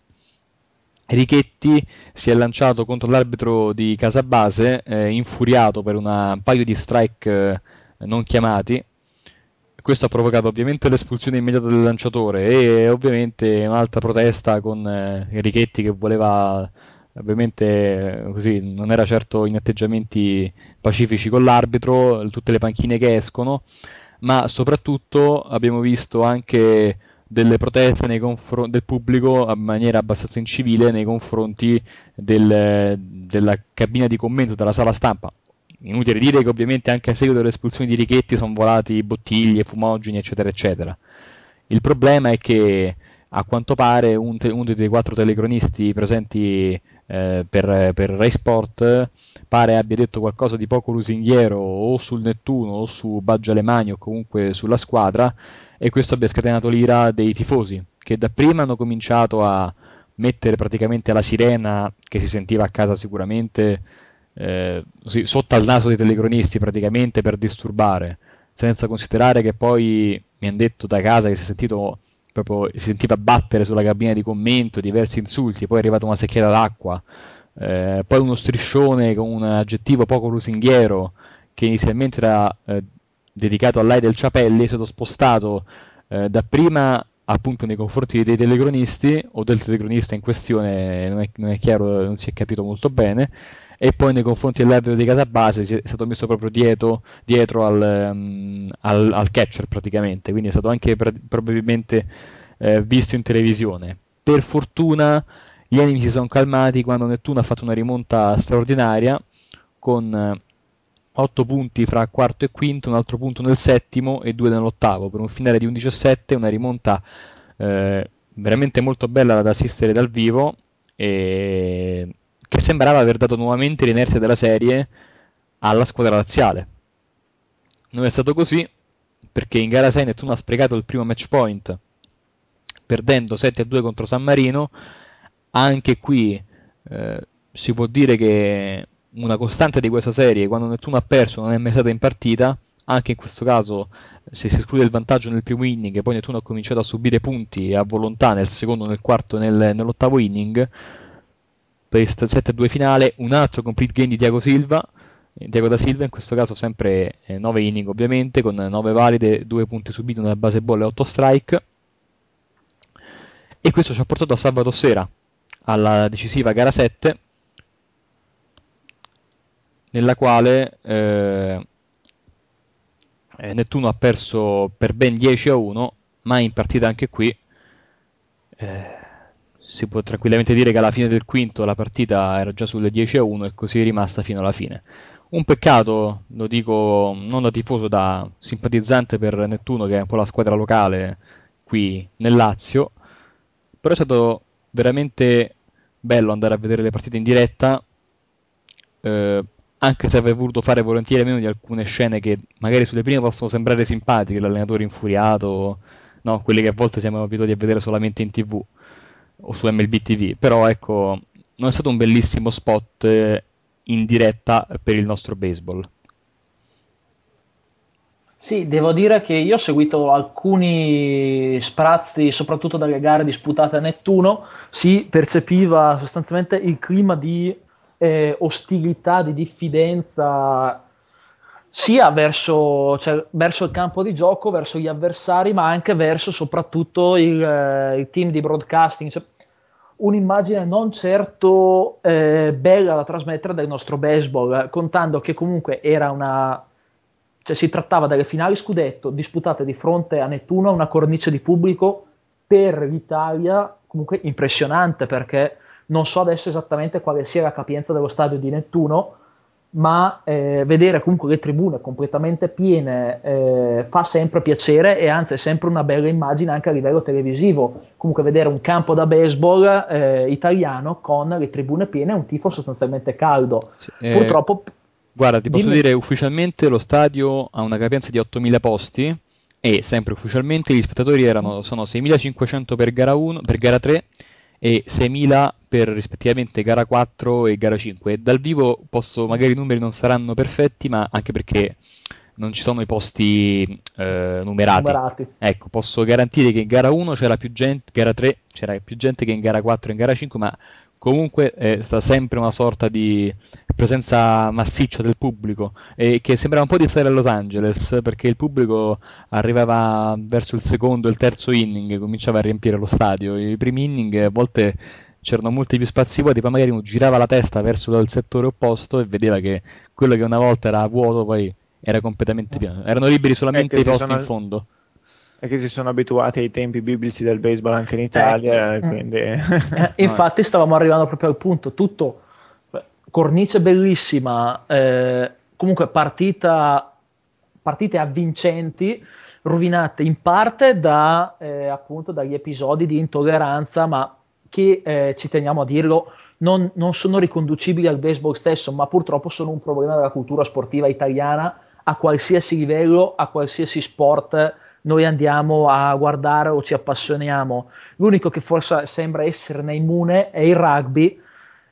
Richetti si è lanciato contro l'arbitro di Casabase, eh, infuriato per una, un paio di strike eh, non chiamati. Questo ha provocato ovviamente l'espulsione immediata del lanciatore e ovviamente un'altra protesta con eh, Richetti che voleva, ovviamente così, non era certo in atteggiamenti pacifici con l'arbitro, tutte le panchine che escono, ma soprattutto abbiamo visto anche delle proteste nei confr- del pubblico in maniera abbastanza incivile nei confronti del, della cabina di commento della sala stampa. Inutile dire che ovviamente anche a seguito delle espulsioni di Richetti sono volati bottiglie, fumogeni, eccetera, eccetera. Il problema è che a quanto pare un te- uno dei quattro telecronisti presenti eh, per, per Rai Sport pare abbia detto qualcosa di poco lusinghiero o sul Nettuno o su Baggio alle mani o comunque sulla squadra, e questo abbia scatenato l'ira dei tifosi, che dapprima hanno cominciato a mettere praticamente la sirena, che si sentiva a casa sicuramente, Eh, così, sotto al naso dei telecronisti praticamente, per disturbare, senza considerare che poi mi hanno detto da casa che si è sentito proprio, si sentiva battere sulla cabina di commento, diversi insulti, poi è arrivata una secchiata d'acqua, eh, poi uno striscione con un aggettivo poco lusinghiero che inizialmente era eh, dedicato all'Ai del Ciapelli, è stato spostato eh, dapprima appunto nei confronti dei telecronisti o del telecronista in questione non è, non è chiaro, non si è capito molto bene, e poi nei confronti dell'arbitro di casa base si è stato messo proprio dietro, dietro al, um, al, al catcher praticamente, quindi è stato anche pre- probabilmente eh, visto in televisione. Per fortuna gli animi si sono calmati quando Nettuno ha fatto una rimonta straordinaria con eh, otto punti fra quarto e quinto, un altro punto nel settimo e due nell'ottavo, per un finale di undici a sette, una rimonta eh, veramente molto bella da assistere dal vivo, e che sembrava aver dato nuovamente l'inerzia della serie alla squadra laziale. Non è stato così, perché in gara sei Nettuno ha sprecato il primo match point, perdendo sette a due contro San Marino. Anche qui eh, si può dire che una costante di questa serie, quando Nettuno ha perso non è mai stata in partita. Anche in questo caso, se si esclude il vantaggio nel primo inning, poi Nettuno ha cominciato a subire punti a volontà nel secondo, nel quarto e nel, nell'ottavo inning. Per il sette a due finale, un altro complete game di Thiago Silva, Thiago da Silva, in questo caso sempre eh, nove inning ovviamente, con nove valide, due punti subiti, una base ball e otto strike. E questo ci ha portato a sabato sera, alla decisiva gara sette, nella quale eh, Nettuno ha perso per ben dieci a uno, ma in partita anche qui eh, si può tranquillamente dire che alla fine del quinto la partita era già sulle dieci a uno, e così è rimasta fino alla fine. Un peccato, lo dico non da tifoso, da simpatizzante per Nettuno, che è un po' la squadra locale qui nel Lazio, però è stato veramente bello andare a vedere le partite in diretta, eh, anche se avrei voluto fare volentieri a meno di alcune scene che magari sulle prime possono sembrare simpatiche, l'allenatore infuriato, no, quelle che a volte siamo abituati a vedere solamente in tv o su M L B T V, però ecco, non è stato un bellissimo spot eh, in diretta per il nostro baseball. Sì, devo dire che io ho seguito alcuni sprazzi, soprattutto dalle gare disputate a Nettuno. Si percepiva sostanzialmente il clima di eh, ostilità, di diffidenza, sia verso, cioè, verso il campo di gioco, verso gli avversari, ma anche verso soprattutto il, eh, il team di broadcasting. Cioè, un'immagine non certo eh, bella da trasmettere del nostro baseball, contando che comunque era una... Cioè, si trattava delle finali scudetto disputate di fronte a Nettuno, a una cornice di pubblico per l'Italia comunque impressionante, perché non so adesso esattamente quale sia la capienza dello stadio di Nettuno, ma eh, vedere comunque le tribune completamente piene eh, fa sempre piacere, e anzi è sempre una bella immagine anche a livello televisivo. Comunque vedere un campo da baseball eh, italiano con le tribune piene, un tifo sostanzialmente caldo. Sì, eh... Purtroppo... Guarda, ti posso Dimmi. dire, ufficialmente lo stadio ha una capienza di ottomila posti, e sempre ufficialmente gli spettatori erano, sono seimilacinquecento per gara uno, per gara tre e seimila per rispettivamente gara quattro e gara cinque. Dal vivo posso, magari i numeri non saranno perfetti, ma anche perché non ci sono i posti eh, numerati. numerati. Ecco, posso garantire che in gara uno c'era più gente, gara tre c'era più gente che in gara quattro e in gara cinque, ma comunque è stata sempre una sorta di presenza massiccia del pubblico, e che sembrava un po' di stare a Los Angeles, perché il pubblico arrivava verso il secondo e il terzo inning, cominciava a riempire lo stadio. I primi inning a volte c'erano molti più spazi vuoti, poi magari uno girava la testa verso il settore opposto e vedeva che quello che una volta era vuoto poi era completamente pieno, erano liberi solamente i posti sono... in fondo. E che si sono abituati ai tempi biblici del baseball anche in Italia, eh, quindi... eh, infatti stavamo arrivando proprio al punto, tutto cornice bellissima, eh, comunque partita, partite avvincenti, rovinate in parte da eh, appunto dagli episodi di intolleranza, ma che eh, ci teniamo a dirlo, non, non sono riconducibili al baseball stesso, ma purtroppo sono un problema della cultura sportiva italiana a qualsiasi livello, a qualsiasi sport noi andiamo a guardare o ci appassioniamo. L'unico che forse sembra esserne immune è il rugby,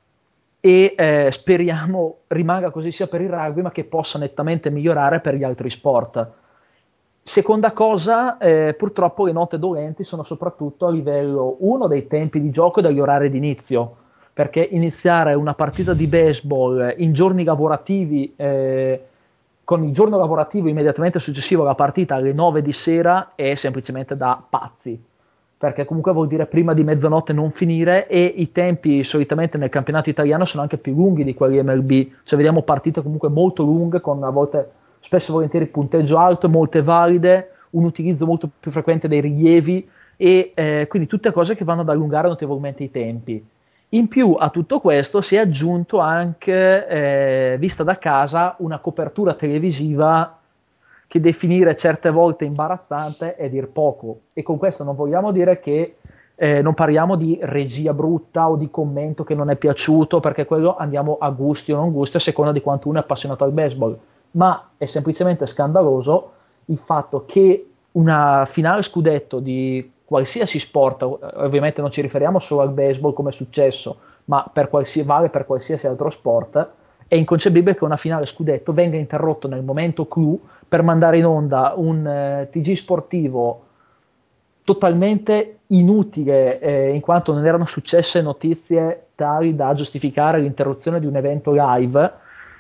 e eh, speriamo rimanga così sia per il rugby, ma che possa nettamente migliorare per gli altri sport. Seconda cosa, eh, purtroppo le note dolenti sono soprattutto a livello uno dei tempi di gioco e degli orari di inizio, perché iniziare una partita di baseball in giorni lavorativi, eh, con il giorno lavorativo immediatamente successivo alla partita alle nove di sera, è semplicemente da pazzi. perché comunque vuol dire prima di mezzanotte non finire, e i tempi solitamente nel campionato italiano sono anche più lunghi di quelli M L B, cioè vediamo partite comunque molto lunghe con a volte spesso e volentieri punteggio alto, molte valide, un utilizzo molto più frequente dei rilievi e eh, quindi tutte cose che vanno ad allungare notevolmente i tempi. In più a tutto questo si è aggiunto anche, eh, vista da casa, una copertura televisiva che definire certe volte imbarazzante è dir poco, e con questo non vogliamo dire che eh, non parliamo di regia brutta o di commento che non è piaciuto, perché quello andiamo a gusti o non gusti a seconda di quanto uno è appassionato al baseball, ma è semplicemente scandaloso il fatto che una finale scudetto di qualsiasi sport, ovviamente non ci riferiamo solo al baseball come è successo, ma per qualsiasi, vale per qualsiasi altro sport, è inconcepibile che una finale scudetto venga interrotto nel momento clou per mandare in onda un eh, T G sportivo totalmente inutile, eh, in quanto non erano successe notizie tali da giustificare l'interruzione di un evento live.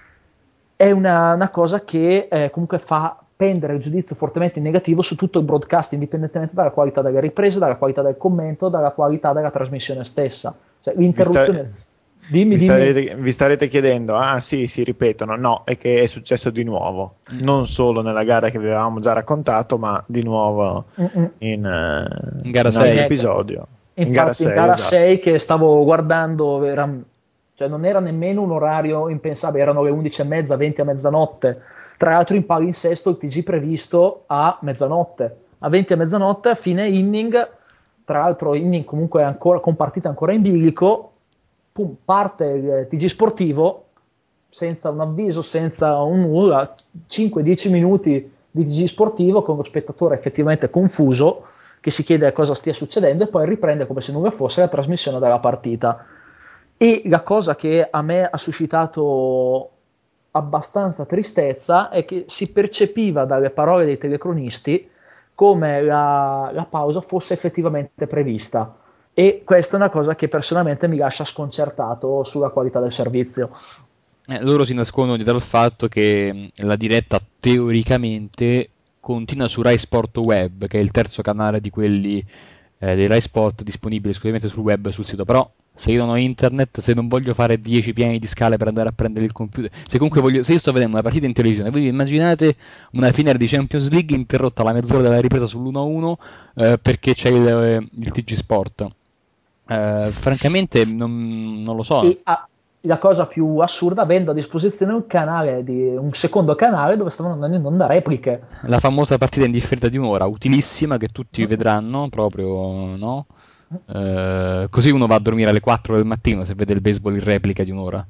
È una, una cosa che eh, comunque fa pendere il giudizio fortemente negativo su tutto il broadcast, indipendentemente dalla qualità delle riprese, dalla qualità del commento, dalla qualità della trasmissione stessa. Cioè, l'interruzione... Dimmi, vi, dimmi. starete, vi starete chiedendo, ah sì, si ripetono, no, è che è successo di nuovo, mm. non solo nella gara che vi avevamo già raccontato, ma di nuovo in, uh, in gara in sei episodio. Infatti, in gara sei, in gara esatto. sei che stavo guardando, era, cioè non era nemmeno un orario impensabile, erano le undici e mezza, venti a mezzanotte, tra l'altro in palinsesto il T G previsto a mezzanotte, a venti a mezzanotte, a fine inning, tra l'altro inning comunque ancora, con partita ancora in bilico, pum, parte il T G sportivo senza un avviso, senza un nulla, cinque dieci minuti di T G sportivo con lo spettatore effettivamente confuso che si chiede cosa stia succedendo, e poi riprende come se nulla fosse la trasmissione della partita. E la cosa che a me ha suscitato abbastanza tristezza è che si percepiva dalle parole dei telecronisti come la, la pausa fosse effettivamente prevista, e questa è una cosa che personalmente mi lascia sconcertato sulla qualità del servizio. Eh, loro si nascondono dietro al fatto che la diretta teoricamente continua su Rai Sport Web, che è il terzo canale di quelli eh, dei Rai Sport disponibili esclusivamente sul web e sul sito. Però se io non ho internet, se non voglio fare dieci piani di scale per andare a prendere il computer, se comunque voglio, se io sto vedendo una partita in televisione, voi immaginate una finale di Champions League interrotta alla mezz'ora della ripresa sull'uno a uno eh, perché c'è il, il T G Sport. Eh, francamente non, non lo so. E, ah, la cosa più assurda, avendo a disposizione un canale di, un secondo canale dove stavano andando in onda repliche, la famosa partita in differita di un'ora, utilissima, che tutti vedranno proprio, no? Eh, così uno va a dormire alle quattro del mattino se vede il baseball in replica di un'ora.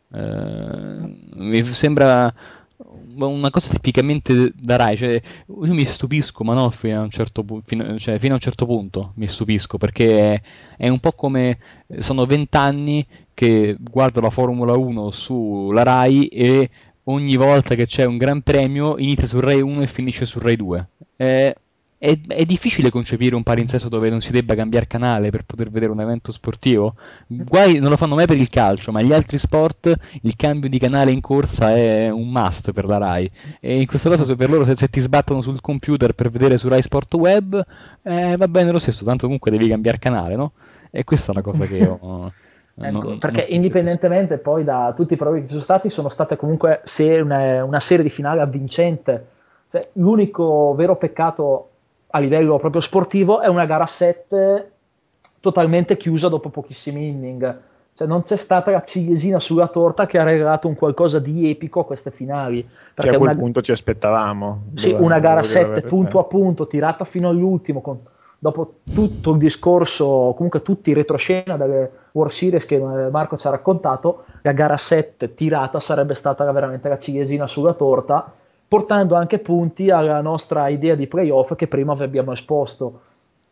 Eh, mi sembra una cosa tipicamente da Rai, cioè io mi stupisco, ma no, fino a un certo, pu- fino, cioè, fino a un certo punto mi stupisco, perché è, è un po' come, sono vent'anni che guardo la Formula uno sulla Rai e ogni volta che c'è un gran premio inizia su Rai uno e finisce su Rai due. È, è, è difficile concepire un palinsesto dove non si debba cambiare canale per poter vedere un evento sportivo. Guai non lo fanno mai per il calcio, ma gli altri sport il cambio di canale in corsa è un must per la Rai, e in questo caso se per loro se, se ti sbattono sul computer per vedere su Rai Sport Web eh, va bene lo stesso, tanto comunque devi cambiare canale, no? E questa è una cosa che io ecco, non, perché non indipendentemente poi da tutti i problemi che ci sono stati, sono state comunque se una, una serie di finale avvincente. Cioè, l'unico vero peccato a livello proprio sportivo è una gara sette totalmente chiusa dopo pochissimi inning, cioè non c'è stata la ciliegina sulla torta che ha regalato un qualcosa di epico a queste finali, perché che a quel una, punto ci aspettavamo. sì, Dove, una gara dove sette punto a punto tirata fino all'ultimo con, dopo tutto il discorso, comunque tutti i retroscena delle World Series che Marco ci ha raccontato, la gara sette tirata sarebbe stata veramente la ciliegina sulla torta, portando anche punti alla nostra idea di playoff che prima vi abbiamo esposto.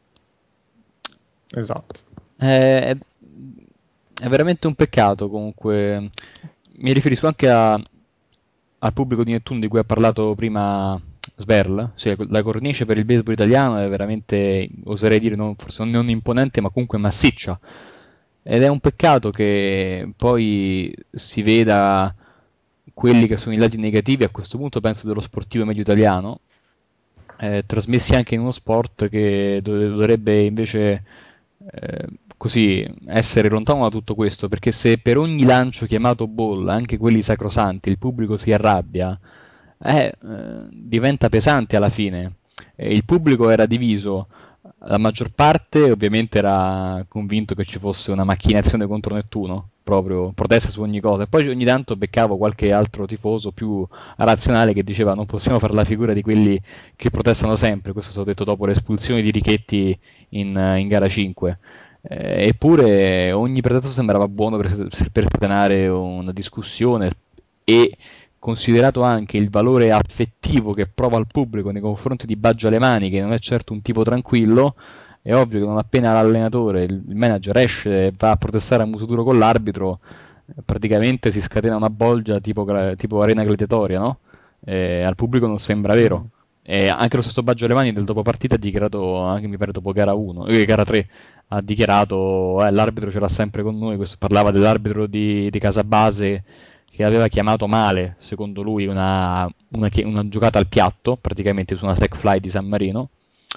Esatto. È, è veramente un peccato, comunque. Mi riferisco anche a, al pubblico di Nettuno di cui ha parlato prima Sverl. Sì, la cornice per il baseball italiano è veramente, oserei dire, non, forse non imponente, ma comunque massiccia. Ed è un peccato che poi si veda quelli che sono i lati negativi, a questo punto penso dello sportivo medio italiano, eh, trasmessi anche in uno sport che dov- dovrebbe invece eh, così essere lontano da tutto questo, perché se per ogni lancio chiamato ball, anche quelli sacrosanti, il pubblico si arrabbia, eh, eh, diventa pesante alla fine. Eh, il pubblico era diviso, la maggior parte ovviamente era convinto che ci fosse una macchinazione contro Nettuno, proprio protesta su ogni cosa, e poi ogni tanto beccavo qualche altro tifoso più razionale che diceva non possiamo fare la figura di quelli che protestano sempre. Questo è stato detto dopo l'espulsione di Richetti in, in gara cinque. Eh, eppure ogni pretesto sembrava buono per, per scatenare una discussione, e considerato anche il valore affettivo che prova il pubblico nei confronti di Baggio Alemani, che non è certo un tipo tranquillo, è ovvio che non appena l'allenatore, il manager esce e va a protestare a muso duro con l'arbitro, praticamente si scatena una bolgia tipo, tipo arena gladiatoria, no? E al pubblico non sembra vero. E anche lo stesso Baggio Alemani del dopo partita ha dichiarato, anche mi pare dopo gara uno, eh, gara tre, ha dichiarato eh, l'arbitro ce l'ha sempre con noi. Questo parlava dell'arbitro di, di Casabase, che aveva chiamato male, secondo lui, una, una, una giocata al piatto, praticamente su una sack fly di San Marino.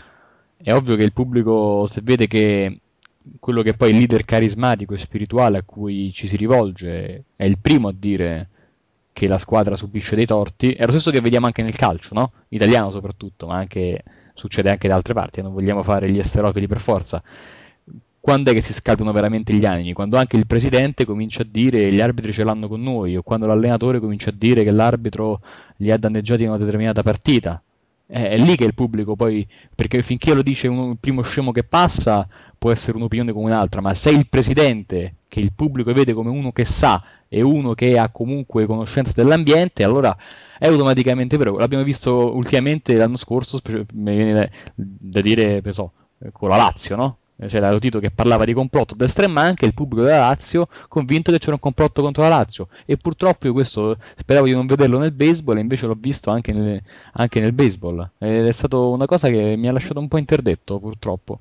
È ovvio che il pubblico, se vede che quello che poi è il leader carismatico e spirituale a cui ci si rivolge è il primo a dire che la squadra subisce dei torti, è lo stesso che vediamo anche nel calcio, no? Italiano soprattutto, ma anche succede anche da altre parti, non vogliamo fare gli esterofili per forza. Quando è che si scaldano veramente gli animi? Quando anche il presidente comincia a dire gli arbitri ce l'hanno con noi, o quando l'allenatore comincia a dire che l'arbitro li ha danneggiati in una determinata partita. È lì che il pubblico poi, perché finché lo dice uno, il primo scemo che passa, può essere un'opinione come un'altra, ma se il presidente, che il pubblico vede come uno che sa e uno che ha comunque conoscenza dell'ambiente, allora è automaticamente vero. L'abbiamo visto ultimamente l'anno scorso, specie, mi viene da dire, so, con la Lazio, no? C'era Lotito che parlava di complotto a destra e manca, il pubblico della Lazio convinto che c'era un complotto contro la Lazio, e purtroppo io questo speravo di non vederlo nel baseball, e invece l'ho visto anche nel, anche nel baseball, ed è stata una cosa che mi ha lasciato un po' interdetto, purtroppo.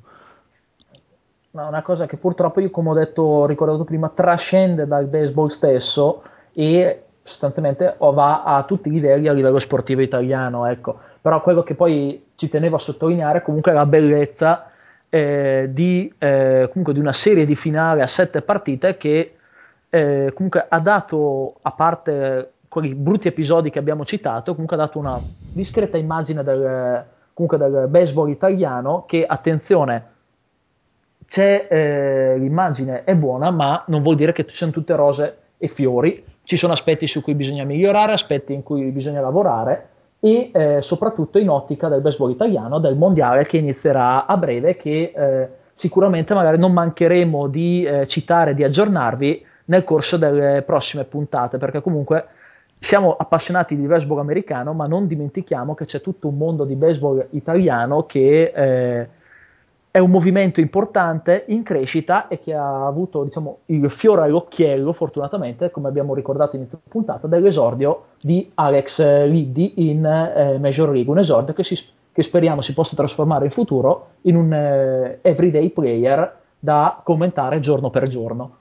No, una cosa che purtroppo io, come ho detto, ricordato prima, trascende dal baseball stesso e sostanzialmente va a tutti i livelli a livello sportivo italiano, ecco. Però quello che poi ci tenevo a sottolineare comunque è la bellezza Eh, di, eh, comunque di una serie di finale a sette partite che eh, comunque ha dato, a parte quei brutti episodi che abbiamo citato, comunque ha dato una discreta immagine del, comunque del baseball italiano, che, attenzione, c'è, eh, l'immagine è buona, ma non vuol dire che siano tutte rose e fiori. Ci sono aspetti su cui bisogna migliorare, aspetti in cui bisogna lavorare, e eh, soprattutto in ottica del baseball italiano, del mondiale che inizierà a breve, che eh, sicuramente magari non mancheremo di eh, citare, di aggiornarvi nel corso delle prossime puntate, perché comunque siamo appassionati di baseball americano, ma non dimentichiamo che c'è tutto un mondo di baseball italiano che eh, è un movimento importante, in crescita, e che ha avuto, diciamo, il fiore all'occhiello, fortunatamente, come abbiamo ricordato inizio puntata, dell'esordio di Alex Liddy in eh, Major League, un esordio che, si, che speriamo si possa trasformare in futuro in un eh, everyday player da commentare giorno per giorno.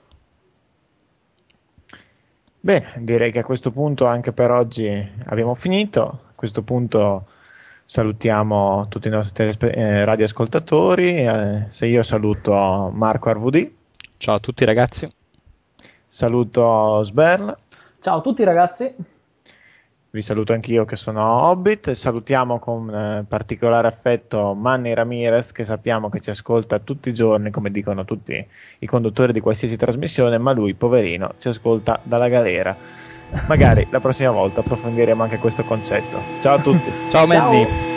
Bene, direi che a questo punto anche per oggi abbiamo finito. A questo punto salutiamo tutti i nostri telespe- eh, radioascoltatori. Eh, se io saluto Marco Arvudì. Ciao a tutti ragazzi. Saluto Sberl. Ciao a tutti ragazzi. Vi saluto anch'io che sono Hobbit. Salutiamo con eh, particolare affetto Manny Ramirez, che sappiamo che ci ascolta tutti i giorni, come dicono tutti i conduttori di qualsiasi trasmissione, ma lui, poverino, ci ascolta dalla galera. Magari la prossima volta approfondiremo anche questo concetto. Ciao a tutti. Ciao Manny.